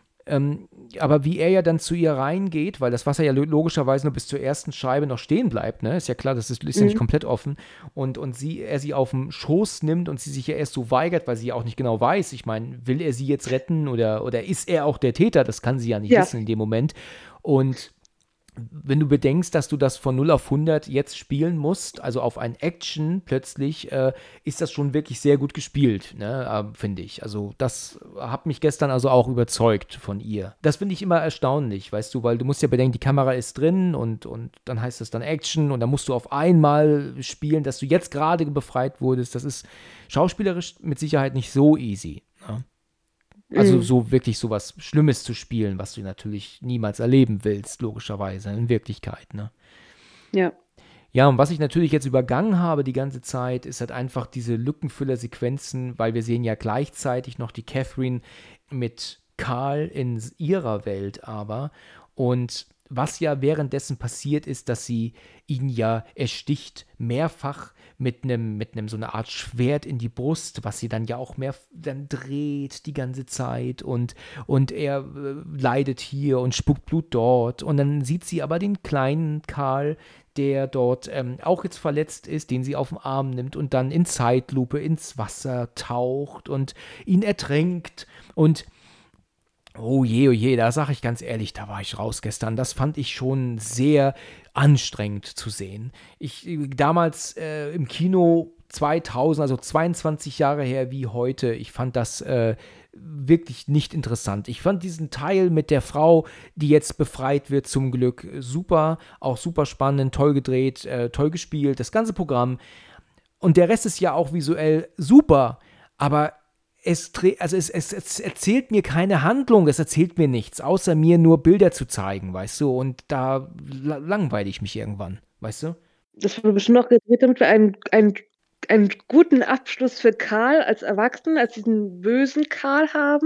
Aber wie er ja dann zu ihr reingeht, weil das Wasser ja logischerweise nur bis zur ersten Scheibe noch stehen bleibt, ne? Ist ja klar, ist ja nicht Mhm. komplett offen. Und er sie auf den Schoß nimmt und sie sich ja erst so weigert, weil sie ja auch nicht genau weiß. Ich meine, will er sie jetzt retten oder ist er auch der Täter? Das kann sie ja nicht Ja, wissen in dem Moment. Und wenn du bedenkst, dass du das von 0 auf 100 jetzt spielen musst, also auf ein Action plötzlich, ist das schon wirklich sehr gut gespielt, ne, finde ich. Also das hat mich gestern also auch überzeugt von ihr. Das finde ich immer erstaunlich, weißt du, weil du musst ja bedenken, die Kamera ist drin und dann heißt es dann Action und dann musst du auf einmal spielen, dass du jetzt gerade befreit wurdest. Das ist schauspielerisch mit Sicherheit nicht so easy. Ne? Also mhm. so wirklich so was Schlimmes zu spielen, was du natürlich niemals erleben willst, logischerweise, in Wirklichkeit, ne? Ja. Ja, und was ich natürlich jetzt übergangen habe die ganze Zeit, ist halt einfach diese Lückenfüller-Sequenzen, weil wir sehen ja gleichzeitig noch die Catherine mit Karl in ihrer Welt aber. Und was ja währenddessen passiert ist, dass sie ihn ja ersticht, mehrfach mit einem so eine Art Schwert in die Brust, was sie dann ja auch mehr dann dreht die ganze Zeit und er leidet hier und spuckt Blut dort. Und dann sieht sie aber den kleinen Karl, der dort auch jetzt verletzt ist, den sie auf den Arm nimmt und dann in Zeitlupe ins Wasser taucht und ihn ertränkt. Und oh je, da sage ich ganz ehrlich, da war ich raus gestern. Das fand ich schon sehr anstrengend zu sehen. Damals im Kino 2000, also 22 Jahre her wie heute, ich fand das wirklich nicht interessant. Ich fand diesen Teil mit der Frau, die jetzt befreit wird, zum Glück super, auch super spannend, toll gedreht, toll gespielt, das ganze Programm. Und der Rest ist ja auch visuell super, aber es erzählt mir keine Handlung, es erzählt mir nichts, außer mir nur Bilder zu zeigen, weißt du? Und da langweile ich mich irgendwann, weißt du? Das wurde bestimmt auch gedreht, damit wir einen guten Abschluss für Karl als Erwachsenen, als diesen bösen Karl haben,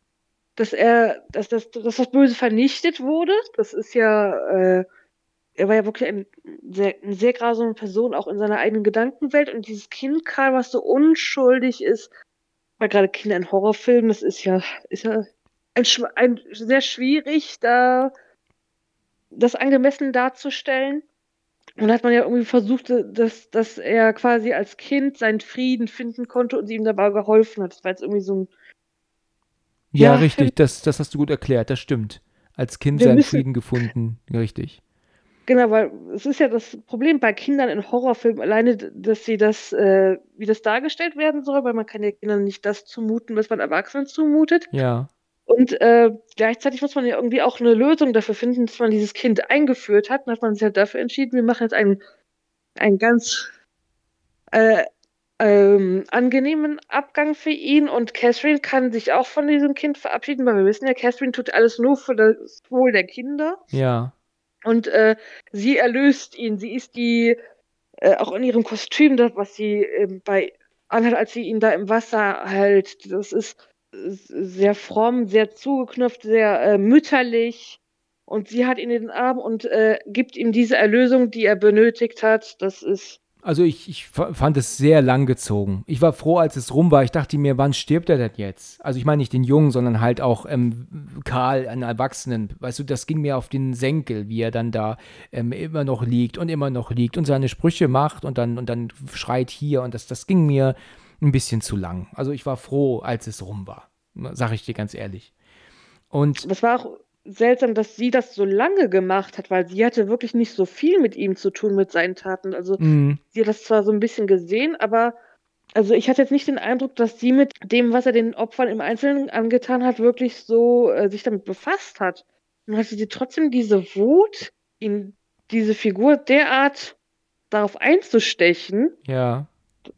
dass das Böse vernichtet wurde. Das ist ja, er war ja wirklich eine sehr grausame Person, auch in seiner eigenen Gedankenwelt. Und dieses Kind Karl, was so unschuldig ist, weil gerade Kinder in Horrorfilmen, das ist ja sehr schwierig, da das angemessen darzustellen. Und da hat man ja irgendwie versucht, dass er quasi als Kind seinen Frieden finden konnte und sie ihm dabei geholfen hat. Das war jetzt irgendwie so ein, Ja, ja, richtig, das hast du gut erklärt, das stimmt. Als Kind wir seinen müssen, Frieden gefunden, richtig. genau, weil es ist ja das Problem bei Kindern in Horrorfilmen alleine, dass wie das dargestellt werden soll, weil man kann ja Kindern nicht das zumuten, was man Erwachsenen zumutet. Ja, Und gleichzeitig muss man ja irgendwie auch eine Lösung dafür finden, dass man dieses Kind eingeführt hat. Dann hat man sich halt dafür entschieden, wir machen jetzt einen ganz äh, angenehmen Abgang für ihn und Catherine kann sich auch von diesem Kind verabschieden, weil wir wissen ja, Catherine tut alles nur für das Wohl der Kinder ja, und sie erlöst ihn. Sie ist auch in ihrem Kostüm, das, was sie bei anhat, als sie ihn da im Wasser hält. Das ist sehr fromm, sehr zugeknöpft, sehr mütterlich. Und sie hat ihn in den Arm und gibt ihm diese Erlösung, die er benötigt hat. Das ist, also ich fand es sehr lang gezogen. Ich war froh, als es rum war. Ich dachte mir, wann stirbt er denn jetzt? Also ich meine nicht den Jungen, sondern halt auch Karl, einen Erwachsenen. Weißt du, das ging mir auf den Senkel, wie er dann da immer noch liegt und seine Sprüche macht und dann schreit hier und das ging mir ein bisschen zu lang. Also ich war froh, als es rum war. Sag ich dir ganz ehrlich. Und das war auch seltsam, dass sie das so lange gemacht hat, weil sie hatte wirklich nicht so viel mit ihm zu tun, mit seinen Taten. Also mh, sie hat das zwar so ein bisschen gesehen, aber also ich hatte jetzt nicht den Eindruck, dass sie mit dem, was er den Opfern im Einzelnen angetan hat, wirklich so sich damit befasst hat. Und hatte sie trotzdem diese Wut, ihn, diese Figur derart darauf einzustechen. ja,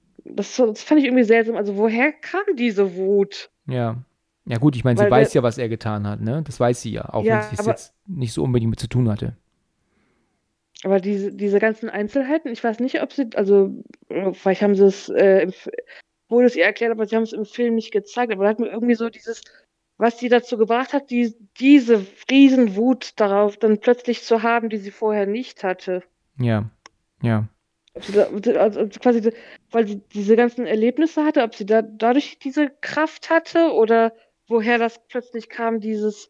Das fand ich irgendwie seltsam. Also woher kam diese Wut? ja. Ja gut, ich meine, sie Weil weiß ja, was er getan hat, ne? Das weiß sie ja, auch wenn sie ja, es jetzt nicht so unbedingt mit zu tun hatte. aber diese ganzen Einzelheiten, ich weiß nicht, ob sie, also vielleicht haben sie es, wurde es ihr erklärt, aber sie haben es im Film nicht gezeigt. Aber da hat mir irgendwie so was sie dazu gebracht hat, diese Riesenwut darauf dann plötzlich zu haben, die sie vorher nicht hatte. Ja, ja. Ob sie da, also quasi, weil sie diese ganzen Erlebnisse hatte, ob sie da dadurch diese Kraft hatte oder woher das plötzlich kam,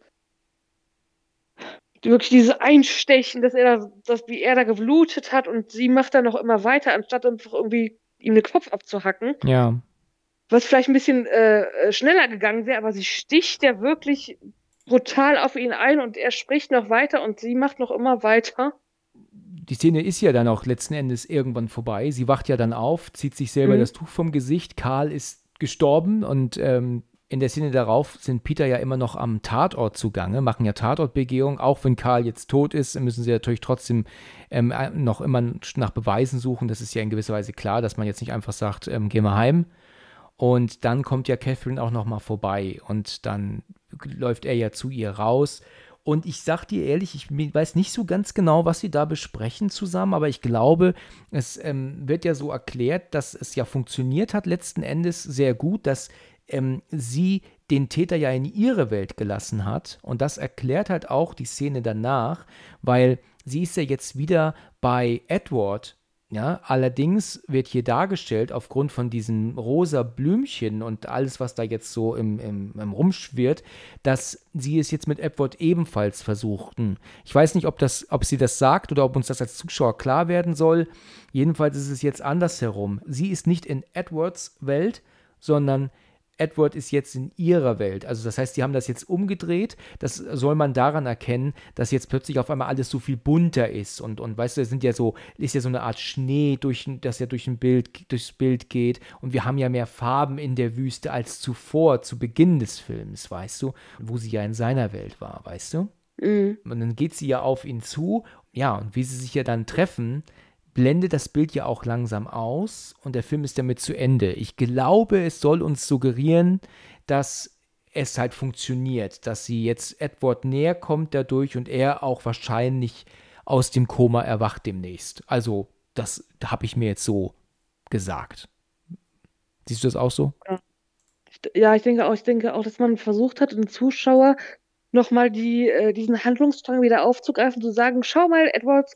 wirklich dieses Einstechen, wie er da geblutet hat und sie macht dann noch immer weiter, anstatt einfach irgendwie ihm den Kopf abzuhacken. Ja. Was vielleicht ein bisschen schneller gegangen wäre, aber sie sticht ja wirklich brutal auf ihn ein und er spricht noch weiter und sie macht noch immer weiter. Die Szene ist ja dann auch letzten Endes irgendwann vorbei. Sie wacht ja dann auf, zieht sich selber Mhm. das Tuch vom Gesicht. Karl ist gestorben und in der Szene darauf sind Peter ja immer noch am Tatort zugange, machen ja Tatortbegehung. Auch wenn Karl jetzt tot ist, müssen sie natürlich trotzdem noch immer nach Beweisen suchen. Das ist ja in gewisser Weise klar, dass man jetzt nicht einfach sagt, geh mal heim. Und dann kommt ja Catherine auch noch mal vorbei und dann läuft er ja zu ihr raus. Und ich sag dir ehrlich, ich weiß nicht so ganz genau, was sie da besprechen zusammen, aber ich glaube, es wird ja so erklärt, dass es ja funktioniert hat, letzten Endes sehr gut, dass sie den Täter ja in ihre Welt gelassen hat. Und das erklärt halt auch die Szene danach, weil sie ist ja jetzt wieder bei Edward. Ja, allerdings wird hier dargestellt, aufgrund von diesen rosa Blümchen und alles, was da jetzt so im rumschwirrt, dass sie es jetzt mit Edward ebenfalls versuchten. Ich weiß nicht, ob sie das sagt oder ob uns das als Zuschauer klar werden soll. Jedenfalls ist es jetzt andersherum. Sie ist nicht in Edwards Welt, sondern Edward ist jetzt in ihrer Welt. Also das heißt, die haben das jetzt umgedreht. Das soll man daran erkennen, dass jetzt plötzlich auf einmal alles so viel bunter ist. Und weißt du, ist ja so eine Art Schnee, das ja durchs Bild geht. Und wir haben ja mehr Farben in der Wüste als zuvor, zu Beginn des Films, weißt du, wo sie ja in seiner Welt war, weißt du? Mhm. Und dann geht sie ja auf ihn zu. Ja, und wie sie sich ja dann treffen, blendet das Bild ja auch langsam aus und der Film ist damit zu Ende. Ich glaube, es soll uns suggerieren, dass es halt funktioniert, dass sie jetzt Edward näher kommt dadurch und er auch wahrscheinlich aus dem Koma erwacht demnächst. Also, das habe ich mir jetzt so gesagt. Siehst du das auch so? Ja, ich denke auch, dass man versucht hat, den Zuschauer nochmal diesen Handlungsstrang wieder aufzugreifen, zu sagen, schau mal,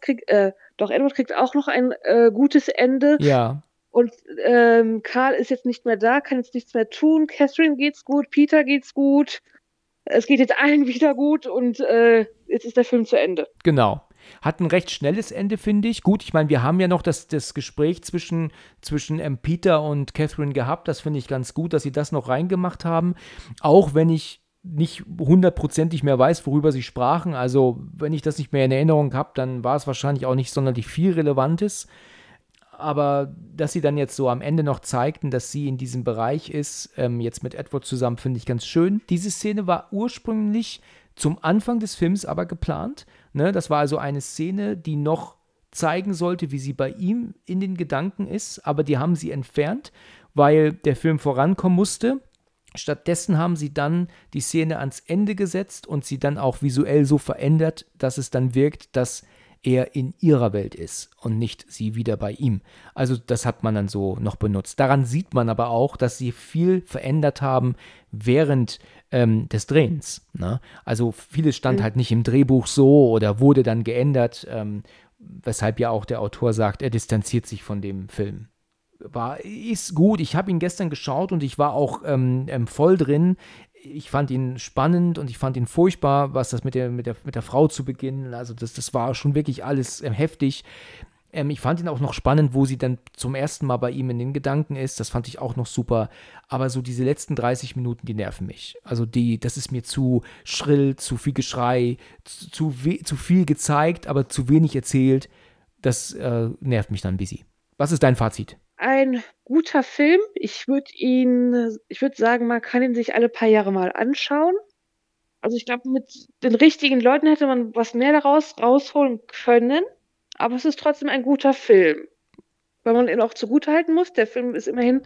Edward kriegt auch noch ein gutes Ende Ja, und Karl ist jetzt nicht mehr da, kann jetzt nichts mehr tun, Catherine geht's gut, Peter geht's gut, es geht jetzt allen wieder gut und jetzt ist der Film zu Ende. genau. Hat ein recht schnelles Ende, finde ich. Gut, ich meine, wir haben ja noch das Gespräch zwischen Peter und Catherine gehabt. Das finde ich ganz gut, dass sie das noch reingemacht haben. Auch wenn ich nicht hundertprozentig mehr weiß, worüber sie sprachen. Also, wenn ich das nicht mehr in Erinnerung habe, dann war es wahrscheinlich auch nicht sonderlich viel Relevantes. Aber dass sie dann jetzt so am Ende noch zeigten, dass sie in diesem Bereich ist, jetzt mit Edward zusammen, finde ich ganz schön. Diese Szene war ursprünglich zum Anfang des Films aber geplant. Ne? Das war also eine Szene, die noch zeigen sollte, wie sie bei ihm in den Gedanken ist, aber die haben sie entfernt, weil der Film vorankommen musste. Stattdessen haben sie dann die Szene ans Ende gesetzt und sie dann auch visuell so verändert, dass es dann wirkt, dass er in ihrer Welt ist und nicht sie wieder bei ihm. Also das hat man dann so noch benutzt. Daran sieht man aber auch, dass sie viel verändert haben während des Drehens. Ne? Also vieles stand halt nicht im Drehbuch so oder wurde dann geändert, weshalb ja auch der Autor sagt, er distanziert sich von dem Film. Ist gut. Ich habe ihn gestern geschaut und ich war auch voll drin. Ich fand ihn spannend und ich fand ihn furchtbar, was das mit der Frau zu beginnen. Also das war schon wirklich alles heftig. Ich fand ihn auch noch spannend, wo sie dann zum ersten Mal bei ihm in den Gedanken ist. Das fand ich auch noch super. Aber so diese letzten 30 Minuten, die nerven mich. Also das ist mir zu schrill, zu viel Geschrei, zu viel gezeigt, aber zu wenig erzählt. Das nervt mich dann ein bisschen. Was ist dein Fazit? Ein guter Film. Ich würde sagen, man kann ihn sich alle paar Jahre mal anschauen. Also ich glaube, mit den richtigen Leuten hätte man was mehr daraus rausholen können. Aber es ist trotzdem ein guter Film. Weil man ihn auch zugutehalten muss. Der Film ist immerhin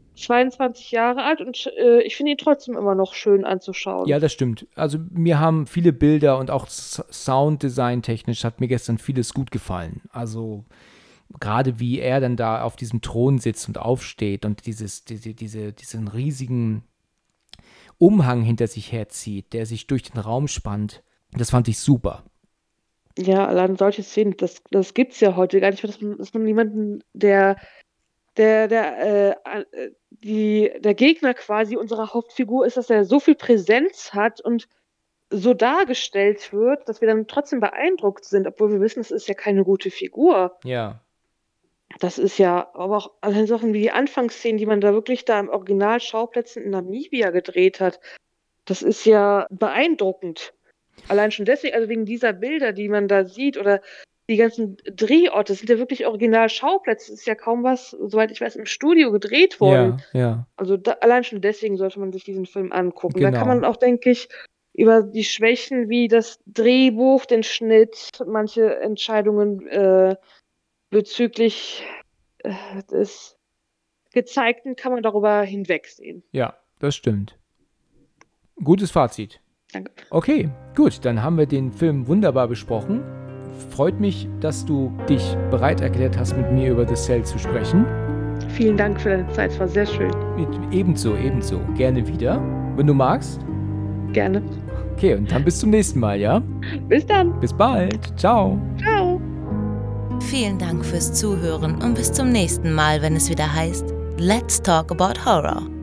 22 Jahre alt und ich finde ihn trotzdem immer noch schön anzuschauen. Ja, das stimmt. Also mir haben viele Bilder und auch Sounddesign technisch hat mir gestern vieles gut gefallen. Also gerade wie er dann da auf diesem Thron sitzt und aufsteht und diesen riesigen Umhang hinter sich herzieht, der sich durch den Raum spannt, das fand ich super. Ja, allein solche Szenen, das gibt's ja heute gar nicht mehr, dass man jemanden, der Gegner quasi unserer Hauptfigur ist, dass er so viel Präsenz hat und so dargestellt wird, dass wir dann trotzdem beeindruckt sind, obwohl wir wissen, es ist ja keine gute Figur. Ja. Das ist ja, aber auch allein Sachen wie die Anfangsszenen, die man da wirklich da im Original-Schauplätzen in Namibia gedreht hat, das ist ja beeindruckend. Allein schon deswegen, also wegen dieser Bilder, die man da sieht, oder die ganzen Drehorte, das sind ja wirklich Original-Schauplätze. Es ist ja kaum was, soweit ich weiß, im Studio gedreht worden. Ja. Also allein schon deswegen sollte man sich diesen Film angucken. Da kann Genau. man auch, denke ich, über die Schwächen wie das Drehbuch, den Schnitt, manche Entscheidungen bezüglich des Gezeigten kann man darüber hinwegsehen. Ja, das stimmt. Gutes Fazit. Danke. Okay, gut, dann haben wir den Film wunderbar besprochen. Freut mich, dass du dich bereit erklärt hast, mit mir über The Cell zu sprechen. Vielen Dank für deine Zeit, es war sehr schön. Ebenso. Gerne wieder, wenn du magst. Gerne. Okay, und dann bis zum nächsten Mal, ja? Bis dann. Bis bald. Ciao. Ciao. Vielen Dank fürs Zuhören und bis zum nächsten Mal, wenn es wieder heißt Let's Talk About Horror.